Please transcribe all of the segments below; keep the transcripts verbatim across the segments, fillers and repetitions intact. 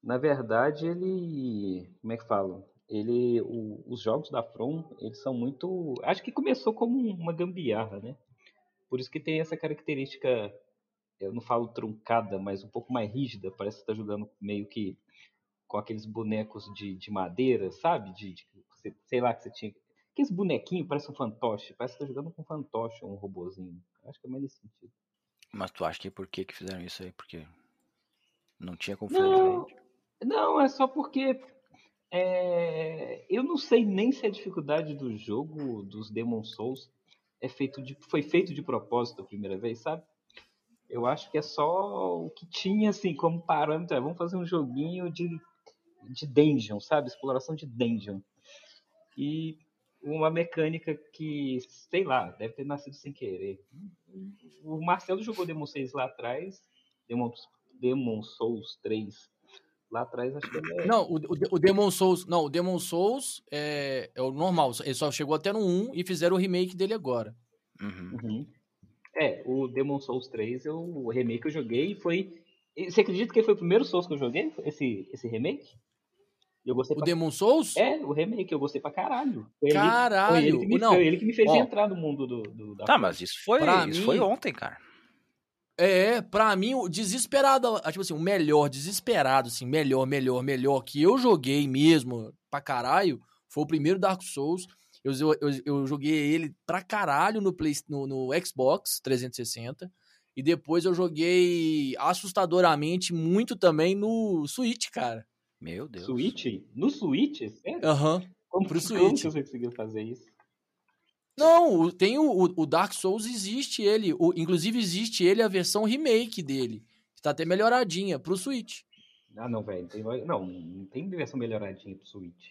Na verdade, ele. Como é que falo? Ele. o- os jogos da From, eles são muito. Acho que começou como uma gambiarra, né? Por isso que tem essa característica, eu não falo truncada, mas um pouco mais rígida. Parece que você tá jogando meio que com aqueles bonecos de, de madeira, sabe? De, de- você- sei lá que você tinha. Aqueles bonequinhos, parece um fantoche. Parece que você tá jogando com um fantoche, um robozinho. Acho que é mais nesse sentido. Mas tu acha que por que que fizeram isso aí? Porque não tinha como fazer Não, diferente? não, é só porque é, eu não sei nem se a dificuldade do jogo dos Demon Souls é feito de, foi feito de propósito a primeira vez, sabe? Eu acho que é só o que tinha assim como parâmetro. É, vamos fazer um joguinho de, de dungeon, sabe? Exploração de dungeon. E uma mecânica que, sei lá, deve ter nascido sem querer. O Marcelo jogou Demon seis lá atrás, Demon, Demon Souls três lá atrás, acho que ele é. Não, o, o, o Demon Souls. Não, o Demon Souls é, é o normal. Ele só chegou até no um e fizeram o remake dele agora. Uhum. Uhum. É, o Demon Souls três, eu, o remake que eu joguei foi. Você acredita que foi o primeiro Souls que eu joguei? Esse, esse remake? E eu gostei O pra. Demon Souls? É, o remake, eu gostei pra caralho. Foi, ali, foi, ele, que Caralho! me, Não, foi ele que me fez ó, entrar no mundo do, do- da Tá, From. mas isso foi, pra isso foi mim, ontem, cara. é, pra mim, o desesperado, tipo assim, o melhor, desesperado, assim, melhor, melhor, melhor, que eu joguei mesmo pra caralho, foi o primeiro Dark Souls. Eu, eu, eu joguei ele pra caralho no, Play, no, no Xbox trezentos e sessenta. E depois eu joguei assustadoramente muito também no Switch, cara. Meu Deus. Switch? No Switch? Sério? Aham, Como, pro que- como que Switch. você conseguiu fazer isso? Não, o- tem o, o- o Dark Souls, existe ele. O- inclusive existe ele, a versão remake dele. Que tá até melhoradinha pro Switch. Ah, não, velho. Tem, não, não tem versão melhoradinha pro Switch.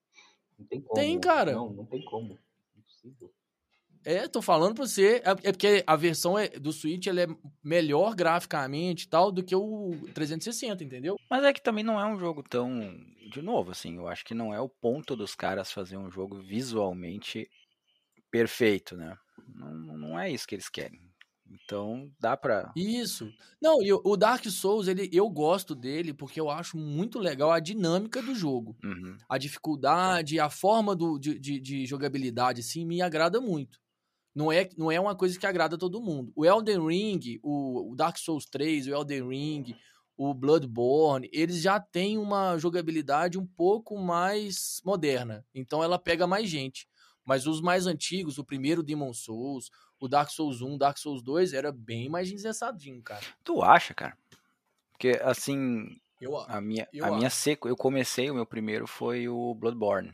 Não tem Tem, como. cara. Não, não tem como. Impossível. É, tô falando pra você. É, é porque a versão é- do Switch ela é melhor graficamente e tal do que o trezentos e sessenta, entendeu? Mas é que também não é um jogo tão. De novo, assim, eu acho que não é o ponto dos caras fazer um jogo visualmente perfeito, né? Não, não é isso que eles querem. Então dá pra. Isso. Não, e o o Dark Souls, ele, eu gosto dele porque eu acho muito legal a dinâmica do jogo. Uhum. A dificuldade, a forma do, de, de, de jogabilidade, assim, me agrada muito. Não é, não é uma coisa que agrada a todo mundo. O Elden Ring, o, o Dark Souls três, o Elden Ring, o Bloodborne, eles já têm uma jogabilidade um pouco mais moderna. Então ela pega mais gente. Mas os mais antigos, o primeiro Demon Souls, o Dark Souls um, Dark Souls dois, era bem mais engessadinho, cara. Tu acha, cara? Porque assim, Eu, a minha, eu a minha acho. seco, eu comecei, o meu primeiro foi o Bloodborne.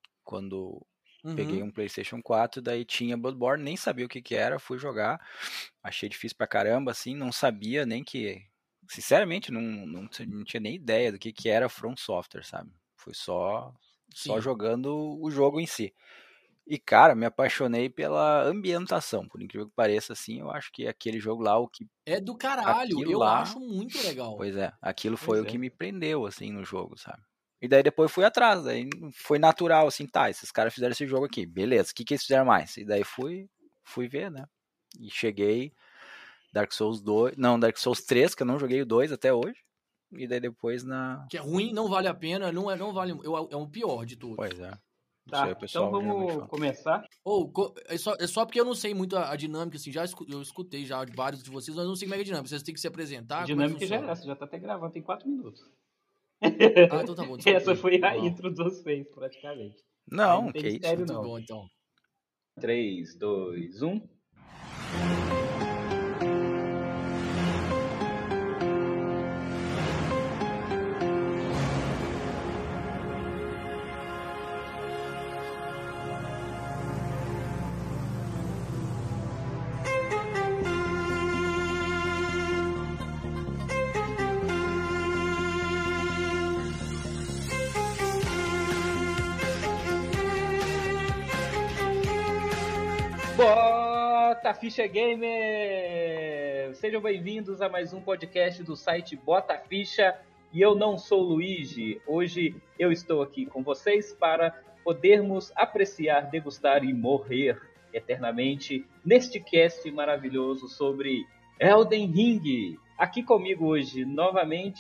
Quando peguei Uhum. um PlayStation quatro, daí tinha Bloodborne, nem sabia o que que era, fui jogar, achei difícil pra caramba, assim, não sabia nem que, sinceramente, não, não, não tinha nem ideia do que que era From Software, sabe? Fui só, só Sim. jogando o jogo em si. E, cara, me apaixonei pela ambientação, por incrível que pareça, assim, eu acho que aquele jogo lá, o que, É do caralho. aquilo Eu lá, acho muito legal. pois é, aquilo foi Pois o que é. me prendeu, assim, no jogo, sabe? E daí depois fui atrás, daí foi natural, assim, tá, esses caras fizeram esse jogo aqui, beleza, o que que eles fizeram mais? E daí fui, fui ver, né? E cheguei, Dark Souls dois, não, Dark Souls três, que eu não joguei o dois até hoje, e daí depois na... Que é ruim, não vale a pena, não é, não vale, eu- é o pior de todos. Pois é, isso aí o Tá, então pessoal geralmente vamos fala. começar. Ou, co- é, só, é só porque eu não sei muito a, a dinâmica, assim, já escu- eu escutei já de vários de vocês, mas eu não sei como é que é a dinâmica. Vocês têm que se A apresentar, como é que dinâmica já é funciona? essa, já tá até gravando, tem quatro minutos. Ah, então tá bom, Essa desculpei. foi Foi a mal. intro dos seis, praticamente. Aí não Não, tem que isso. mistério, Muito não. bom, então. três, dois, um. Bota Ficha Gamer! Sejam bem-vindos a mais um podcast do site Bota Ficha. E eu não sou o Luigi. Hoje eu estou aqui com vocês para podermos apreciar, degustar e morrer eternamente neste cast maravilhoso sobre Elden Ring. Aqui comigo hoje, novamente,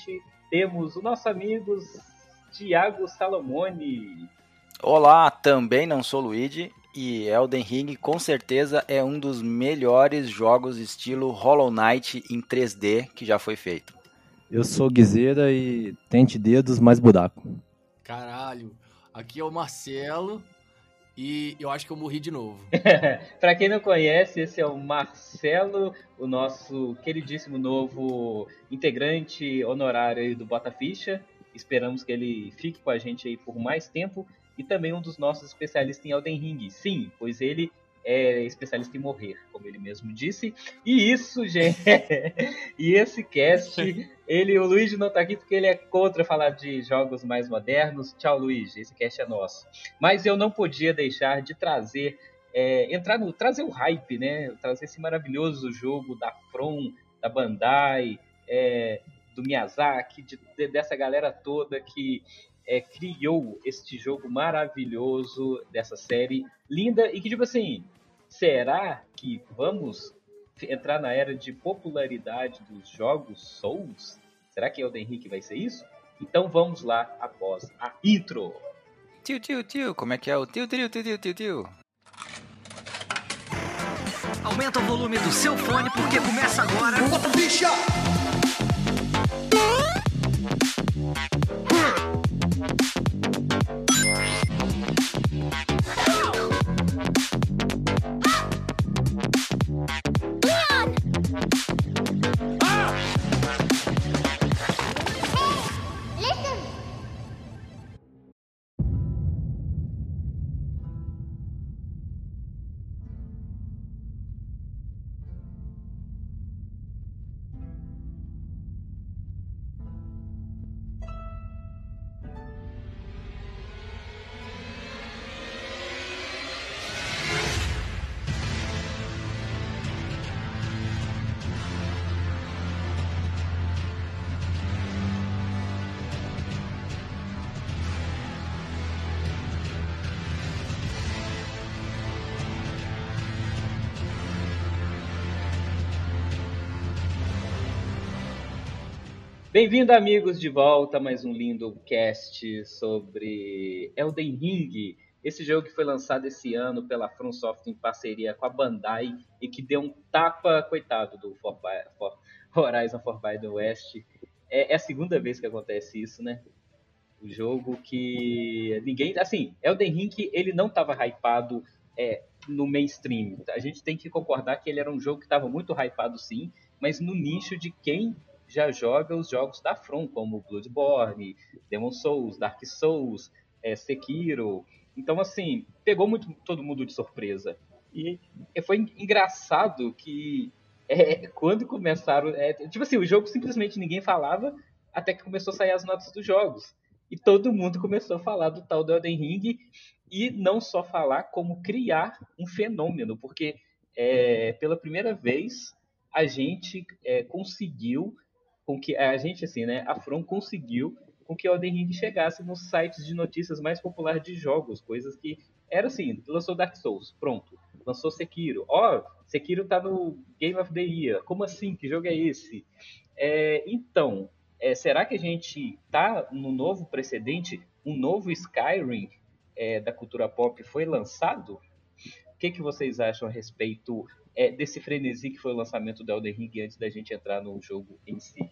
temos o nosso amigo Thiago Salomone. Olá, também não sou Luigi, e Elden Ring com certeza é um dos melhores jogos estilo Hollow Knight em três D que já foi feito. Eu sou Guizeira e tente dedos mais buraco. Caralho, aqui é o Marcelo e eu acho que eu morri de novo. Pra quem não conhece, esse é o Marcelo, o nosso queridíssimo novo integrante honorário aí do Bota Ficha. Esperamos que ele fique com a gente aí por mais tempo. E também um dos nossos especialistas em Elden Ring. Sim, pois ele é especialista em morrer, como ele mesmo disse. E isso, gente. E esse cast, ele, o Luigi não tá aqui porque ele é contra falar de jogos mais modernos. Tchau, Luigi, esse cast é nosso. Mas eu não podia deixar de trazer, é, entrar no, trazer o hype, né? Trazer esse maravilhoso jogo da From, da Bandai, é, do Miyazaki, de, de, dessa galera toda que É, criou este jogo maravilhoso dessa série linda e que, tipo assim, será que vamos entrar na era de popularidade dos jogos Souls? Será que Elden Ring vai ser isso? Então vamos lá após a intro. Tio, tio, tio, como é que é o tio, tio, tio, tio, tio, tio? Aumenta o volume do seu fone porque começa agora. Bota ficha! Bem-vindo, amigos, de volta a mais um lindo cast sobre Elden Ring, esse jogo que foi lançado esse ano pela From Software em parceria com a Bandai e que deu um tapa, coitado do For, For, Horizon Forbidden West. É, é a segunda vez que acontece isso, né? O jogo que ninguém... Assim, Elden Ring, ele não estava hypado é, no mainstream. A gente tem que concordar que ele era um jogo que estava muito hypado, sim, mas no nicho de quem já joga os jogos da From, como Bloodborne, Demon Souls, Dark Souls, é, Sekiro. Então, assim, pegou muito todo mundo de surpresa. E foi engraçado que é, quando começaram... É, tipo assim, o jogo simplesmente ninguém falava até que começou a sair as notas dos jogos. E todo mundo começou a falar do tal do Elden Ring. E não só falar, como criar um fenômeno. Porque, é, pela primeira vez, a gente é, conseguiu... com que a gente, assim, né, a From conseguiu com que o Elden Ring chegasse nos sites de notícias mais populares de jogos, coisas que era assim, lançou Dark Souls, pronto, lançou Sekiro, ó, oh, Sekiro tá no Game of the Year, como assim, que jogo é esse? É, então, é, será que a gente tá no novo precedente, um novo Skyrim é, da cultura pop foi lançado? O que, que vocês acham a respeito é, desse frenesi que foi o lançamento do Elden Ring antes da gente entrar no jogo em si?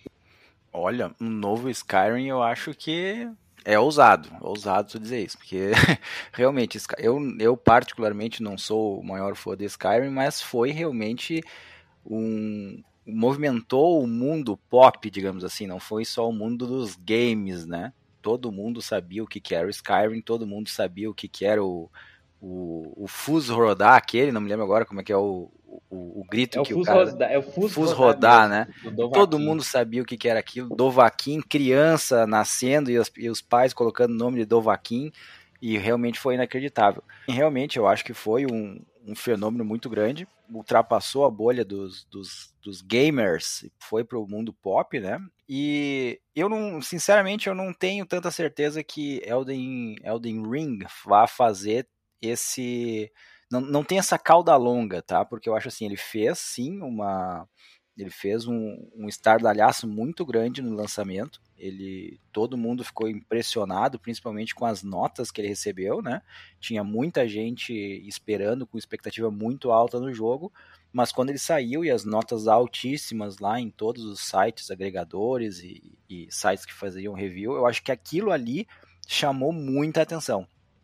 Olha, um novo Skyrim eu acho que é ousado, ousado tu dizer isso, porque realmente, eu, eu particularmente não sou o maior fã de Skyrim, mas foi realmente um... movimentou o mundo pop, digamos assim, não foi só o mundo dos games, né? Todo mundo sabia o que, que era o Skyrim, todo mundo sabia o que, que era o, o, o Fus rodar aquele, não me lembro agora como é que é o, o, o grito é o que o cara... Rodar, é o Fus, Fus rodar, rodar, né? Todo mundo sabia o que, que era aquilo. Dovahkiin, criança nascendo e os, e os pais colocando o nome de Dovahkiin, e realmente foi inacreditável. E realmente eu acho que foi um, um fenômeno muito grande, ultrapassou a bolha dos, dos, dos gamers, foi pro mundo pop, né? E eu não, sinceramente, eu não tenho tanta certeza que Elden, Elden Ring vá fazer esse... Não, não tem essa cauda longa, tá? Porque eu acho assim, ele fez sim uma... Ele fez um, um estardalhaço muito grande no lançamento. Ele, todo mundo ficou impressionado, principalmente com as notas que ele recebeu, né? Tinha muita gente esperando, com expectativa muito alta no jogo, mas quando ele saiu e as notas altíssimas lá em todos os sites agregadores e, e sites que faziam review, eu acho que aquilo ali chamou muita atenção.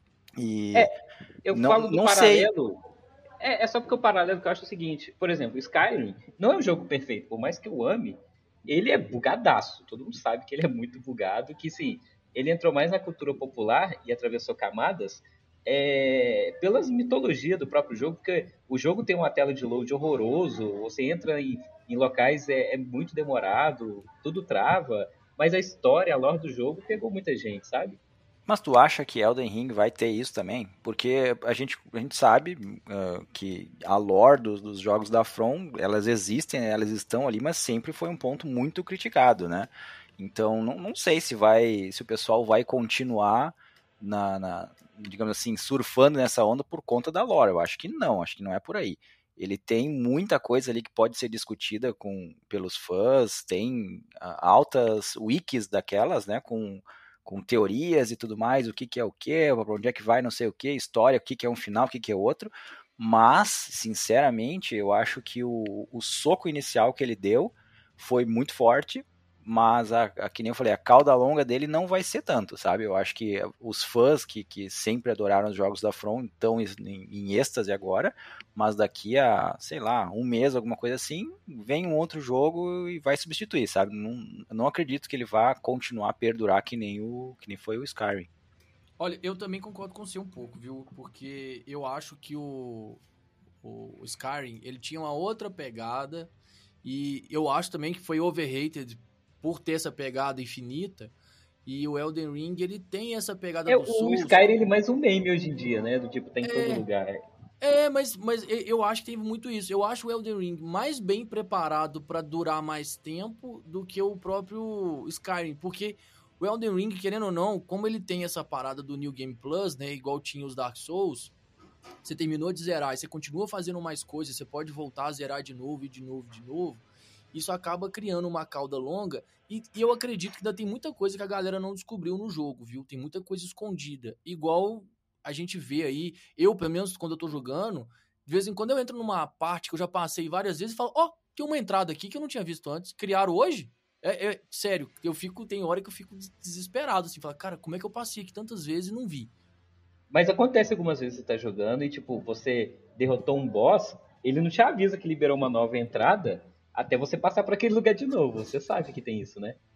E é, eu não, falo do não paralelo... sei... É, é só porque o paralelo que eu acho o seguinte, por exemplo, Skyrim não é um jogo perfeito, por mais que eu ame, ele é bugadaço, todo mundo sabe que ele é muito bugado, que sim, ele entrou mais na cultura popular e atravessou camadas é, pelas mitologias do próprio jogo, porque o jogo tem uma tela de load horroroso, você entra em, em locais, é, é muito demorado, tudo trava, mas a história, a lore do jogo pegou muita gente, sabe? Mas tu acha que Elden Ring vai ter isso também? Porque a gente, a gente sabe uh, que a lore dos, dos jogos da From, elas existem, elas estão ali, mas sempre foi um ponto muito criticado, né? Então, não, não sei se vai, se o pessoal vai continuar na, na, digamos assim, surfando nessa onda por conta da lore. Eu acho que não, acho que não é por aí. Ele tem muita coisa ali que pode ser discutida com, pelos fãs, tem uh, altas wikis daquelas, né, com... com teorias e tudo mais, o que, que é o que, para onde é que vai, não sei o que, história, o que, que é um final, o que, que é outro, mas, sinceramente, eu acho que o, o soco inicial que ele deu foi muito forte, mas, a, a, que nem eu falei, a cauda longa dele não vai ser tanto, sabe? Eu acho que os fãs que, que sempre adoraram os jogos da From estão em, em êxtase agora, mas daqui a, sei lá, um mês, alguma coisa assim, vem um outro jogo e vai substituir, sabe? Não, não acredito que ele vá continuar a perdurar que nem, o, que nem foi o Skyrim. Olha, eu também concordo com você um pouco, viu? Porque eu acho que o, o Skyrim, ele tinha uma outra pegada e eu acho também que foi overrated por ter essa pegada infinita, e o Elden Ring, ele tem essa pegada é, do Souls. O Skyrim, ele é mais um meme hoje em dia, né? Do tipo, tá em é, todo lugar. É, mas, mas eu acho que tem muito isso. Eu acho o Elden Ring mais bem preparado para durar mais tempo do que o próprio Skyrim, porque o Elden Ring, querendo ou não, como ele tem essa parada do New Game Plus, né, igual tinha os Dark Souls, você terminou de zerar e você continua fazendo mais coisas, você pode voltar a zerar de novo e de novo, de novo. Isso acaba criando uma cauda longa e, e eu acredito que ainda tem muita coisa que a galera não descobriu no jogo, viu? Tem muita coisa escondida. Igual a gente vê aí, eu, pelo menos, quando eu tô jogando, de vez em quando eu entro numa parte que eu já passei várias vezes e falo, ó, oh, tem uma entrada aqui que eu não tinha visto antes. Criaram hoje? É, é sério, eu fico, tem hora que eu fico desesperado, assim, falo, cara, como é que eu passei aqui tantas vezes e não vi? Mas acontece algumas vezes que você tá jogando e, tipo, você derrotou um boss, ele não te avisa que liberou uma nova entrada até você passar por aquele lugar de novo. Você sabe que tem isso, né?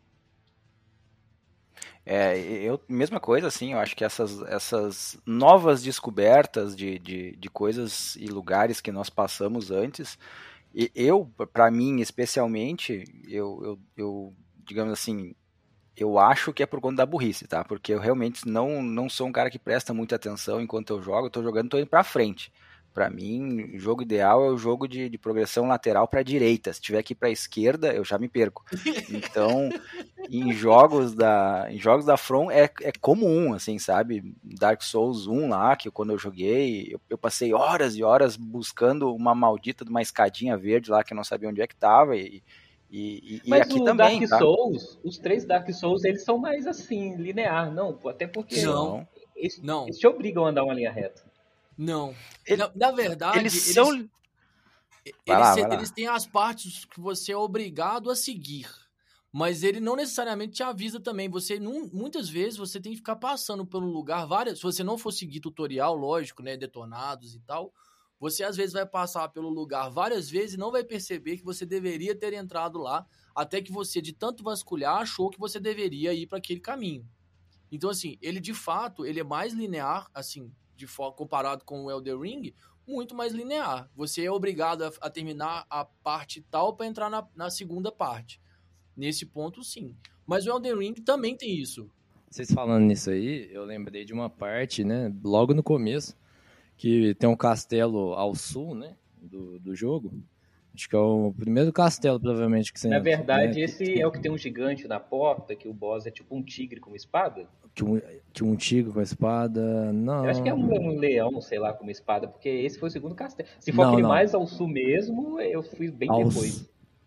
É, eu, mesma coisa, assim, eu acho que essas, essas novas descobertas de, de, de coisas e lugares que nós passamos antes, e eu, para mim, especialmente, eu, eu, eu, digamos assim, eu acho que é por conta da burrice, tá? Porque eu realmente não, não sou um cara que presta muita atenção enquanto eu jogo, eu tô jogando, tô indo pra frente. Para mim, o jogo ideal é o jogo de, de progressão lateral para a direita. Se tiver aqui para a esquerda, eu já me perco. Então, em jogos da, em jogos da From é, é comum, assim, sabe? Dark Souls um lá, que quando eu joguei, eu, eu passei horas e horas buscando uma maldita de uma escadinha verde lá que eu não sabia onde é que tava e E, e, Mas e aqui o também, Dark tá? Souls, os três Dark Souls, eles são mais assim, linear, não, até porque não, eles, não. eles te obrigam a andar uma linha reta. Não. Ele, na, na verdade, eles, eles são... Eles, vai lá, se, vai lá. eles têm as partes que você é obrigado a seguir, mas ele não necessariamente te avisa também. Você não, muitas vezes você tem que ficar passando pelo lugar várias. Se você não for seguir tutorial, lógico, né, detonados e tal, você às vezes vai passar pelo lugar várias vezes e não vai perceber que você deveria ter entrado lá, até que você, de tanto vasculhar, achou que você deveria ir para aquele caminho. Então, assim, ele de fato ele é mais linear, assim, de forma comparado com o Elden Ring, muito mais linear. Você é obrigado a, a terminar a parte tal para entrar na, na segunda parte. Nesse ponto, sim. Mas o Elden Ring também tem isso. Vocês falando nisso aí, eu lembrei de uma parte, né, logo no começo, que tem um castelo ao sul, né, do, do jogo. Acho que é o primeiro castelo, provavelmente, que você... Na verdade, né, esse que, é o que tem um gigante na porta, que o boss é tipo um tigre com uma espada? Que um, que um tigre com a espada... Não... Eu acho que é um, um leão, sei lá, com uma espada, porque esse foi o segundo castelo. Se for não, aquele não. mais ao sul mesmo, eu fui bem ao depois.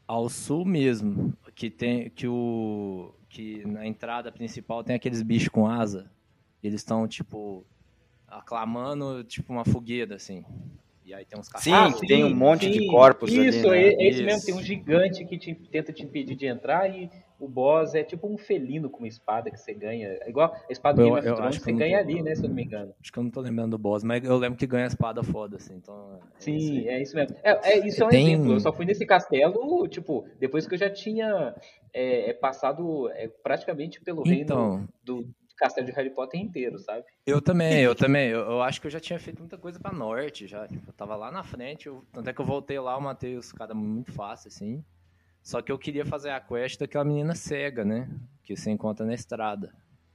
ao sul mesmo, que tem que o que na entrada principal tem aqueles bichos com asa. Eles estão tipo aclamando tipo uma fogueira assim. E aí tem uns Sim, Ah, que tem um sim, monte sim. de corpos Isso, ali, né? é, é isso mesmo. Isso. Tem um gigante que te- tenta te impedir de entrar e o boss é tipo um felino com uma espada que você ganha. É igual a espada do Eu, Game of eu Thrones, acho que você eu não ganha tô, ali, né? Se eu não me engano. acho que eu não tô lembrando do boss, mas eu lembro que ganha a espada foda assim. Então é isso Sim, aí. é isso mesmo. É, é- isso é um Tem- exemplo. Eu só fui nesse castelo, tipo, depois que eu já tinha é, é, passado é, praticamente pelo reino Então, do castelo de Harry Potter inteiro, sabe? eu também, eu também. Eu, eu acho que eu já tinha feito muita coisa pra norte já. Tipo, eu tava lá na frente, eu, tanto é que eu voltei lá, eu matei os caras muito fácil, assim. Só que eu queria fazer a quest daquela menina cega, né? Que você encontra na estrada.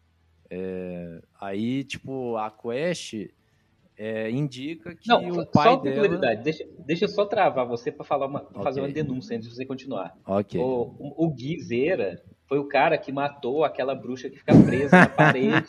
É, aí, tipo, a quest é, indica que Não, o só pai só dela... peculiaridade. Deixa, deixa eu só travar você para falar uma, pra fazer Ok. uma denúncia antes de você continuar. Ok. O, o, o Guizeira foi o cara que matou aquela bruxa que fica presa na parede,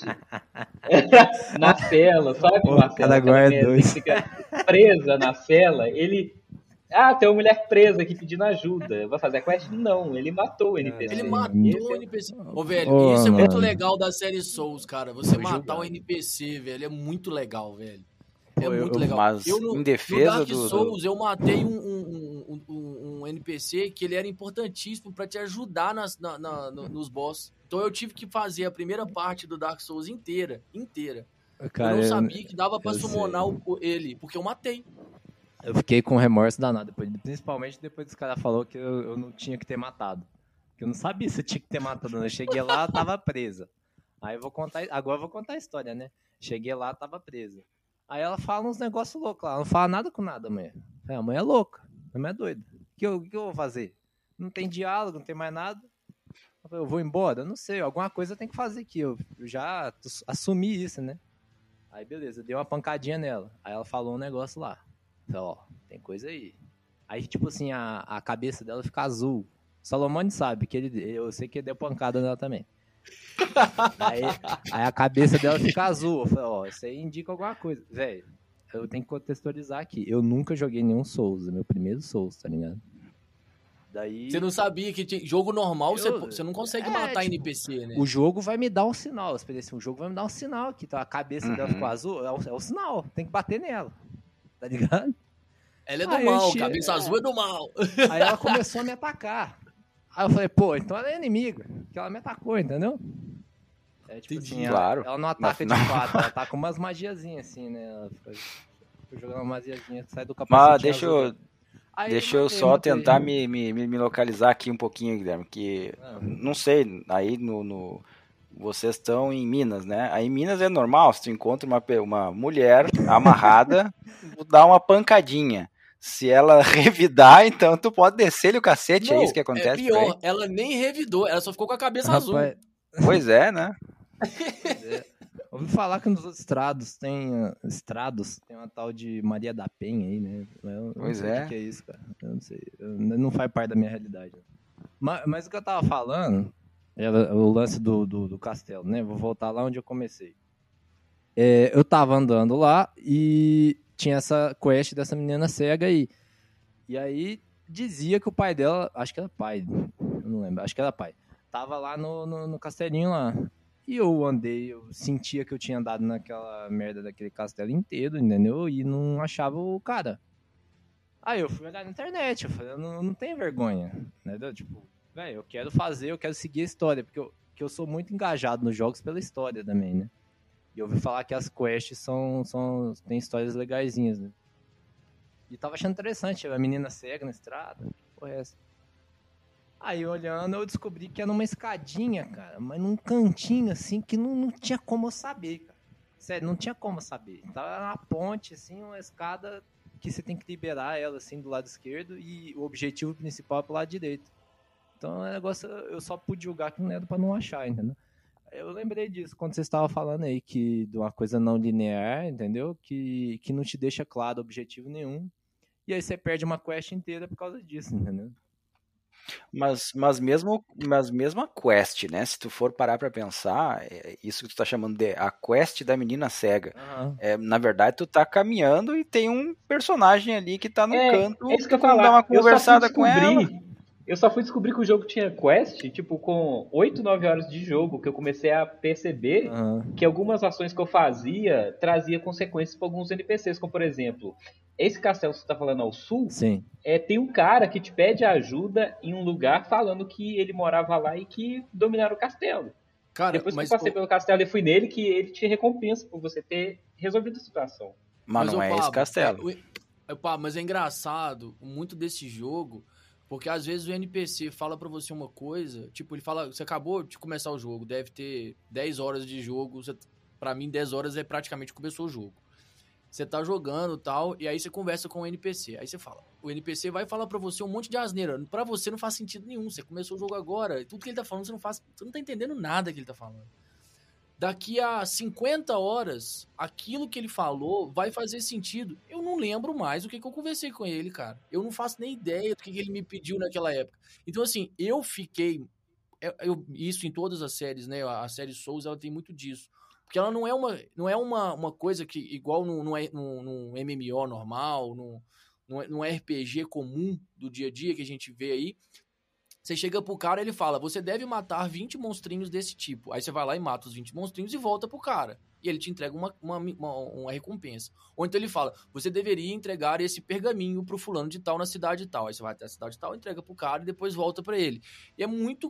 na cela, sabe, Pô, Marcelo? cada Aquela agora é mulherzinha dois. que fica presa na cela. Ele. Ah, tem uma mulher presa aqui pedindo ajuda. Vai fazer a quest? Não, ele matou o N P C. Ele Caralho. matou Esse o é- N P C. Ô, velho, Ô, isso é muito mano. legal da série Souls, cara. Você Foi matar julgado. o N P C, velho, é muito legal, velho. Pô, É eu- muito eu- legal. mas eu no, em no defesa Dark do- do- Souls, eu matei um, um, um, um- um N P C que ele era importantíssimo pra te ajudar nas, na- na- no- nos boss. Então eu tive que fazer a primeira parte do Dark Souls inteira, inteira. Cara, eu não eu- sabia que dava pra eu summonar sei. o- o- ele, porque eu matei. Eu fiquei com remorso danado, depois, principalmente depois que os caras falaram que eu, eu não tinha que ter matado. Que eu não sabia se eu tinha que ter matado, não. Eu cheguei lá, eu tava presa. Aí eu vou contar, agora eu vou contar a história, né? Cheguei lá, tava presa. Aí ela fala uns negócios loucos lá, ela não fala nada com nada, mulher. A mulher é louca, a mulher é doida. O que eu, o que eu vou fazer? Não tem diálogo, não tem mais nada. Eu falei, eu vou embora? Eu não sei, alguma coisa tem que fazer aqui. Eu, eu já assumi isso, né? Aí beleza, dei uma pancadinha nela. Aí ela falou um negócio lá. Falei, ó, tem coisa aí. Aí, tipo assim, a, a cabeça dela fica azul. Salomone sabe que ele, eu sei que ele deu pancada nela também. Aí, aí a cabeça dela fica azul. Eu falei, ó, isso aí indica alguma coisa. Velho, eu tenho que contextualizar aqui. Eu nunca joguei nenhum Souls, é meu primeiro Souls, tá ligado? Daí... Você não sabia que tinha, jogo normal Eu- você, você não consegue é, matar tipo, N P C, né? O jogo vai me dar um sinal. Eu falei assim, o jogo vai me dar um sinal aqui. Tá? A cabeça dela Uhum. ficou azul, é o, é o sinal. Tem que bater nela. Tá ligado? Ela é do Aí eu mal, che- cabeça é. azul é do mal. Aí ela começou a me atacar. Aí eu falei, pô, então ela é inimiga. Porque ela me atacou, entendeu? É tipo Entendi. assim, ela, Claro. ela não ataca Mas de não. fato, ela tá com umas magiazinhas assim, né? Ela fica, fica jogando uma magiazinha, sai do capacete. Mas deixa azul. eu, Aí deixa eu matei, só matei. tentar me, me, me me localizar aqui um pouquinho, Guilherme, que Ah. não sei, aí no, no- vocês estão em Minas, né? Aí em Minas é normal, se tu encontra uma, pe- uma mulher amarrada, dá uma pancadinha. Se ela revidar, então tu pode descer-lhe o cacete, é isso que acontece É por aí? pior, ela nem revidou, ela só ficou com a cabeça azul. Rapaz, Pois é, né? ouvi falar que nos outros estrados tem ah, estrados, tem uma tal de Maria da Penha aí, né? Eu não Pois sei o é. que que é isso, cara. Eu não sei. Eu- não faz parte da minha realidade. Mas, mas o que eu tava falando era o lance do, do, do castelo, né? Vou voltar lá onde eu comecei. É, eu tava andando lá e tinha essa quest dessa menina cega aí. E aí dizia que o pai dela, acho que era pai, eu não lembro, acho que era pai, tava lá no, no, no castelinho lá. E eu andei, eu sentia que eu tinha andado naquela merda daquele castelo inteiro, entendeu? E não achava o cara. Aí eu fui olhar na internet, eu falei, eu não, eu não tenho vergonha, entendeu? Tipo, velho, eu quero fazer, eu quero seguir a história, porque eu, que eu sou muito engajado nos jogos pela história também, né? E eu ouvi falar que as quests são, são, tem histórias legaisinhas, né? E tava achando interessante, a menina cega na estrada, que porra é essa? Aí olhando eu descobri que era uma escadinha, cara, mas num cantinho assim que não, não tinha como eu saber, cara. Sério, não tinha como eu saber. Tava na ponte, assim, uma escada que você tem que liberar ela assim do lado esquerdo e o objetivo principal é pro lado direito. Então o negócio eu só pude julgar que não era pra não achar, entendeu? Eu lembrei disso quando você estava falando aí, que de uma coisa não linear, entendeu? Que, que não te deixa claro objetivo nenhum. E aí você perde uma quest inteira por causa disso, entendeu? Mas, mas, mesmo, mas mesmo a quest, né? Se tu for parar pra pensar, é isso que tu tá chamando de a quest da menina cega. Uhum. É, na verdade, tu tá caminhando e tem um personagem ali que tá no É, canto, é isso que eu ia tu dá falar. uma Eu só fui conversada com ela. descobrir. Eu só fui descobrir que o jogo tinha quest, tipo, com oito, nove horas de jogo, que eu comecei a perceber Aham. que algumas ações que eu fazia trazia consequências para alguns N P Cs, como por exemplo, esse castelo que você tá falando ao sul, Sim. é, tem um cara que te pede ajuda em um lugar falando que ele morava lá e que dominaram o castelo. Cara, Depois que mas, eu passei ô- pelo castelo e fui nele, que ele te recompensa por você ter resolvido a situação. Mas, não ô, é Pablo, esse castelo. É, o- é, Pablo, mas é engraçado muito desse jogo, porque às vezes o N P C fala pra você uma coisa, tipo, ele fala, você acabou de começar o jogo, deve ter dez horas de jogo, você, pra mim dez horas é praticamente começou o jogo. Você tá jogando e tal, e aí você conversa com o N P C, aí você fala, o N P C vai falar pra você um monte de asneira, pra você não faz sentido nenhum, você começou o jogo agora, e tudo que ele tá falando você não faz, você não tá entendendo nada que ele tá falando. Daqui a cinquenta horas, aquilo que ele falou vai fazer sentido. Eu não lembro mais o que, que eu conversei com ele, cara. Eu não faço nem ideia do que, que ele me pediu naquela época. Então, assim, eu fiquei... eu- eu- isso em todas as séries, né? A série Souls, ela tem muito disso. Porque ela não é uma, não é uma, uma coisa que, igual num, num, num- num M M O normal, num, num, num R P G comum do dia a dia que a gente vê aí, você chega pro cara e ele fala, você deve matar vinte monstrinhos desse tipo. Aí você vai lá e mata os vinte monstrinhos e volta pro cara. E ele te entrega uma, uma, uma, uma recompensa. Ou então ele fala, você deveria entregar esse pergaminho pro fulano de tal na cidade tal. Aí você vai até a cidade tal, entrega pro cara e depois volta pra ele. E é muito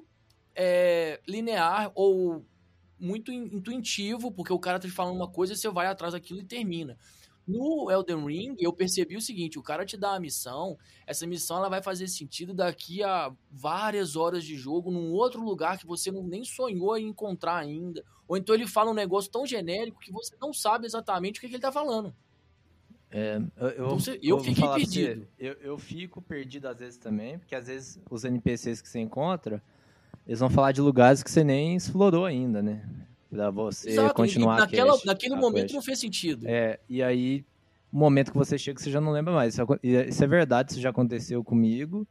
é, linear ou muito in- intuitivo, porque o cara tá te falando uma coisa e você vai atrás daquilo e termina. No Elden Ring, eu percebi o seguinte, o cara te dá a missão, essa missão ela vai fazer sentido daqui a várias horas de jogo, num outro lugar que você não, nem sonhou em encontrar ainda. Ou então ele fala um negócio tão genérico que você não sabe exatamente o que, que ele tá falando. É, eu, eu, Então, você- eu eu vou fiquei falar pra você, perdido. eu, eu fico perdido às vezes também, porque às vezes os N P Cs que você encontra, eles vão falar de lugares que você nem explorou ainda, né? Pra você Exato, e- continuar e a naquela, quest, naquele a momento quest. não fez sentido. É, e aí, o momento que você chega, você já não lembra mais. Isso, acon- e isso é verdade, isso já aconteceu comigo.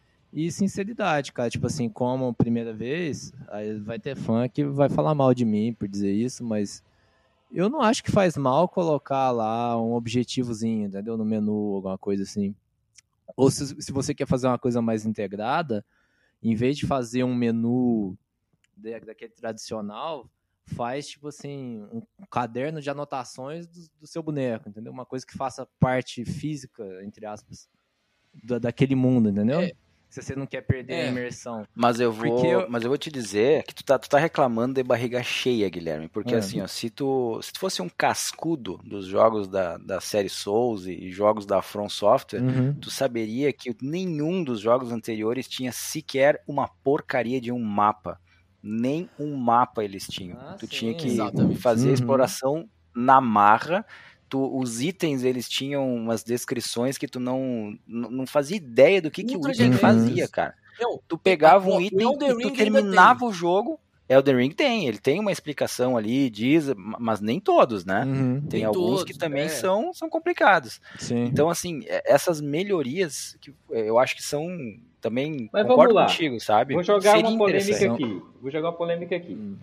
E sinceridade, cara. Tipo assim, como primeira vez, aí vai ter fã que vai falar mal de mim por dizer isso, mas eu não acho que faz mal colocar lá um objetivozinho, entendeu? No menu, alguma coisa assim. Ou se, se você quer fazer uma coisa mais integrada, em vez de fazer um menu da- daquele tradicional, faz, tipo assim, um caderno de anotações do, do seu boneco, entendeu? Uma coisa que faça parte física, entre aspas, da, daquele mundo, entendeu? É. Se você não quer perder É. a imersão. Mas eu vou, Porque eu- mas eu vou te dizer que tu tá, tu tá reclamando de barriga cheia, Guilherme. Porque É. assim, ó, se tu, se tu fosse um cascudo dos jogos da, da série Souls e jogos da From Software, Uhum. tu saberia que nenhum dos jogos anteriores tinha sequer uma porcaria de um mapa. Nem um mapa eles tinham. Ah, tu sim. tinha que Exatamente. fazer a Uhum. exploração na marra. Tu, os itens, eles tinham umas descrições que tu não, não não fazia ideia do que, que o Ultra item genéricas. fazia, cara. Não, Tu pegava o- um o item Elden e Ring tu ainda terminava o jogo. Elden Ring tem, ele tem uma explicação ali, diz, mas nem todos, né? Uhum. Tem Nem alguns todos, que também é. são, são complicados. Sim. Então, assim, é- essas melhorias que eu acho que são também, Mas concordo vamos lá. contigo, sabe? Vou jogar Seria uma polêmica interessante. aqui. Vou jogar uma polêmica aqui. Hum.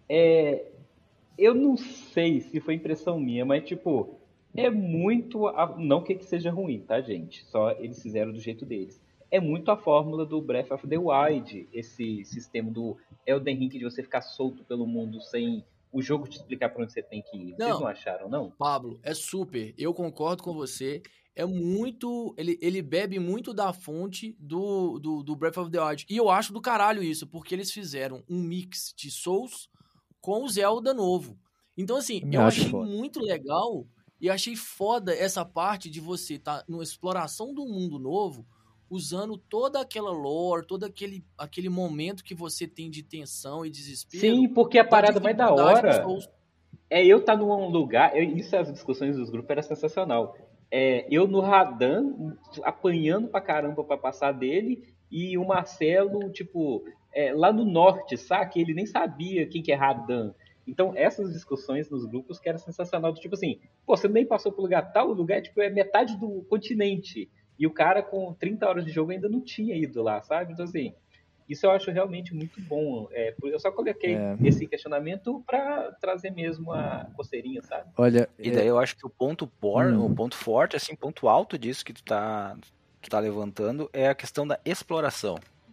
É, eu não sei se foi impressão minha, mas tipo, é muito. A- não que, que seja ruim, tá, gente? Só eles fizeram do jeito deles. É muito a fórmula do Breath of the Wild, esse sistema do Elden Ring de você ficar solto pelo mundo sem o jogo te explicar pra onde você tem que ir. Vocês Não. não acharam, não? Pablo, é super. Eu concordo com você. É muito. Ele, ele bebe muito da fonte do, do, do Breath of the Wild. E eu acho do caralho isso, porque eles fizeram um mix de Souls com o Zelda novo. Então, assim, Eu eu acho achei foda. muito legal e achei foda essa parte de você estar tá numa exploração do mundo novo, usando toda aquela lore, todo aquele, aquele momento que você tem de tensão e desespero. Sim, porque a da parada mais da dificuldade do hora Souls. é eu estar num lugar. eu- isso as discussões dos grupos era sensacional. É, eu no Radan, apanhando pra caramba pra passar dele, e o Marcelo, tipo, é, lá no norte, saca? Ele nem sabia quem que é Radan. Então, essas discussões nos grupos que era sensacional, do tipo assim, pô, você nem passou pro lugar tal, o lugar tipo, é metade do continente. E o cara com trinta horas de jogo ainda não tinha ido lá, sabe? Então, assim, isso eu acho realmente muito bom. É, eu só coloquei É. esse questionamento pra trazer mesmo a coceirinha, sabe? Olha, E daí eu acho que o ponto, por, Hum. o ponto forte, assim, ponto alto disso que tu tá, tu tá levantando é a questão da exploração.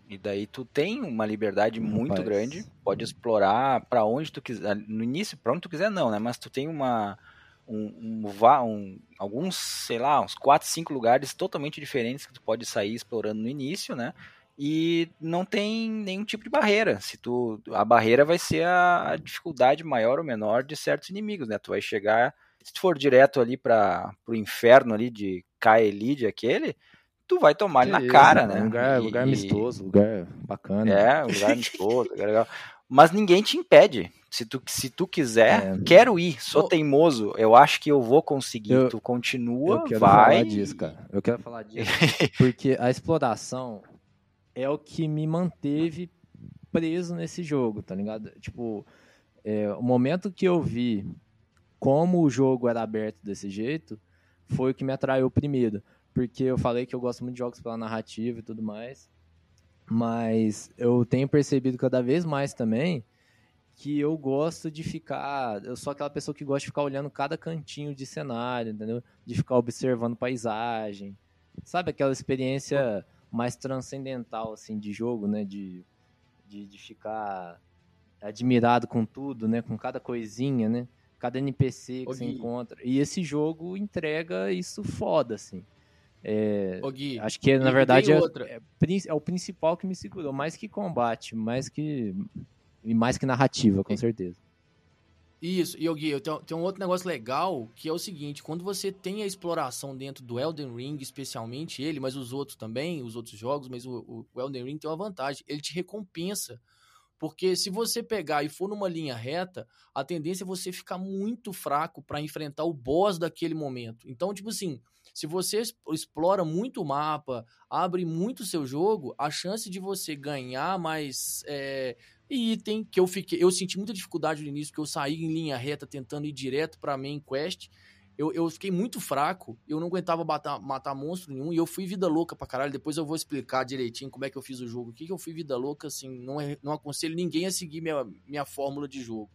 E daí tu tem uma liberdade muito Rapaz. grande, pode explorar pra onde tu quiser. No início, pra onde tu quiser não, né? Mas tu tem uma um, um, va- um alguns, sei lá, uns quatro, cinco lugares totalmente diferentes que tu pode sair explorando no início, né? E não tem nenhum tipo de barreira. Se tu a barreira vai ser a, a dificuldade maior ou menor de certos inimigos, né? Tu vai chegar, se tu for direto ali para pro inferno ali de Kaelid aquele, tu vai tomar ele Que na isso, cara, cara, né? lugar, E- lugar e- amistoso, lugar bacana. é, um lugar amistoso, lugar legal. Mas ninguém te impede. Se tu, se tu quiser, É. quero ir, sou Ô, teimoso, eu acho que eu vou conseguir. Eu- Tu Eu continua, quero vai. falar disso, cara. Eu quero falar disso porque a exploração é o que me manteve preso nesse jogo, tá ligado? Tipo, é, o momento que eu vi como o jogo era aberto desse jeito foi o que me atraiu primeiro. Porque eu falei que eu gosto muito de jogos pela narrativa e tudo mais, mas eu tenho percebido cada vez mais também que eu gosto de ficar. Eu sou aquela pessoa que gosta de ficar olhando cada cantinho de cenário, entendeu? De ficar observando paisagem. Sabe aquela experiência mais transcendental, assim, de jogo, né? De, de, de ficar admirado com tudo, né? Com cada coisinha, né? Cada N P C que Ô, você Gui. encontra. E esse jogo entrega isso foda, assim. É, Ô, Gui, acho que, na e- e verdade, tem é, outra. é, prin- é o principal que me segurou. Mais que combate, mais que, e mais que narrativa, com E- certeza. Isso, e Gui, eu tenho, tem um outro negócio legal, que é o seguinte, quando você tem a exploração dentro do Elden Ring, especialmente ele, mas os outros também, os outros jogos, mas o, o Elden Ring tem uma vantagem, ele te recompensa. Porque se você pegar e for numa linha reta, a tendência é você ficar muito fraco para enfrentar o boss daquele momento. Então, tipo assim, se você es- explora muito o mapa, abre muito o seu jogo, a chance de você ganhar mais é, item, que eu fiquei, eu senti muita dificuldade no início, porque eu saí em linha reta tentando ir direto para main quest. Eu, eu fiquei muito fraco, eu não aguentava batar, matar monstro nenhum, e eu fui vida louca pra caralho. Depois eu vou explicar direitinho como é que eu fiz o jogo aqui, que eu fui vida louca, assim, não, é- não aconselho ninguém a seguir minha, minha fórmula de jogo.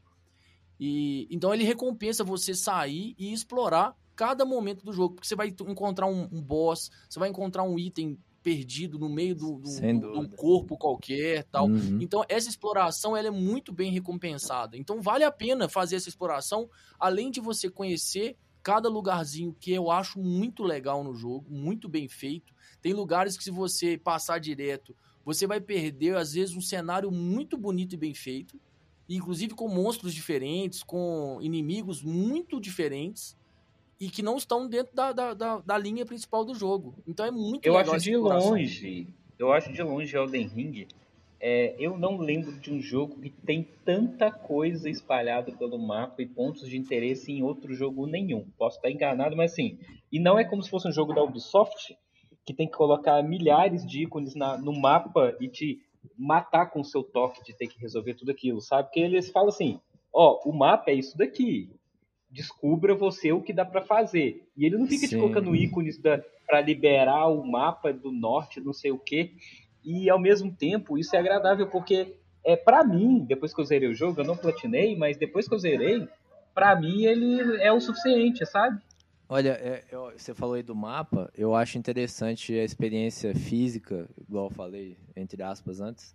E então ele recompensa você sair e explorar cada momento do jogo, porque você vai t- encontrar um, um boss, você vai encontrar um item perdido no meio do, do, Sem do- de um dúvida. corpo qualquer, tal. Uhum. Então essa exploração ela é muito bem recompensada. Então vale a pena fazer essa exploração, além de você conhecer cada lugarzinho que eu acho muito legal no jogo, muito bem feito. Tem lugares que se você passar direto, você vai perder às vezes um cenário muito bonito e bem feito, inclusive com monstros diferentes, com inimigos muito diferentes e que não estão dentro da, da, da, da linha principal do jogo. Então é muito Eu legal acho essa de exploração. longe, eu acho de longe Elden Ring. É, eu não lembro de um jogo que tem tanta coisa espalhada pelo mapa e pontos de interesse em outro jogo nenhum. Posso estar enganado, mas assim. E não é como se fosse um jogo da Ubisoft, que tem que colocar milhares de ícones na, no mapa e te matar com o seu toque de ter que resolver tudo aquilo, sabe? Porque eles falam assim: ó, o mapa é isso daqui. Descubra você o que dá pra fazer. E ele não fica te Sim. colocando ícones para liberar o mapa do norte, não sei o quê. E ao mesmo tempo, isso é agradável porque é para mim, depois que eu zerei o jogo, eu não platinei, mas depois que eu zerei, pra mim ele é o suficiente, sabe? Olha, é, eu- você falou aí do mapa, eu acho interessante a experiência física, igual eu falei, entre aspas, antes,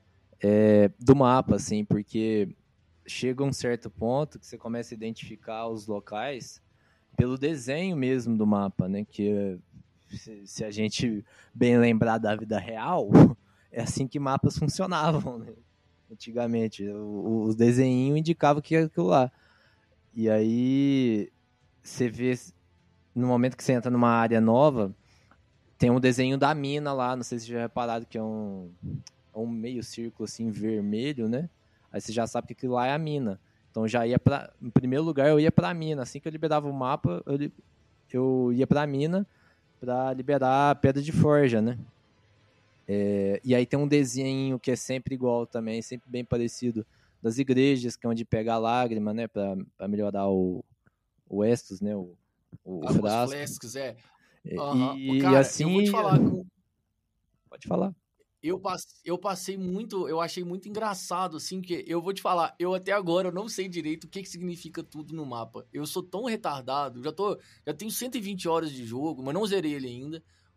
é, do mapa, assim, porque chega um certo ponto que você começa a identificar os locais pelo desenho mesmo do mapa, né? Que se, se a gente bem lembrar da vida real, é assim que mapas funcionavam, né? Antigamente. O- os desenhinhos indicavam que era aquilo lá. E aí você vê, no momento que você entra numa área nova, tem um desenho da mina lá, não sei se você já reparado que é um, é um meio círculo assim vermelho, né? Aí você já sabe que aquilo lá é a mina. Então já ia pra. Em primeiro lugar, eu ia pra mina. Assim que eu liberava o mapa, eu, li- eu ia pra mina pra liberar a pedra de forja, né? É, e aí tem um desenho que é sempre igual também, sempre bem parecido, das igrejas, que é onde pega a lágrima, né? Pra, pra melhorar o, o Estus, né? O, o, o Alguns frasco. flasks, é. E, Aham. e Cara, assim. eu vou te falar que o- Pode falar. eu, pass- eu passei muito, eu achei muito engraçado, assim, que eu vou te falar, eu até agora eu não sei direito o que, que significa tudo no mapa. Eu sou tão retardado, já tô, já tenho cento e vinte horas de jogo, mas não zerei ele ainda.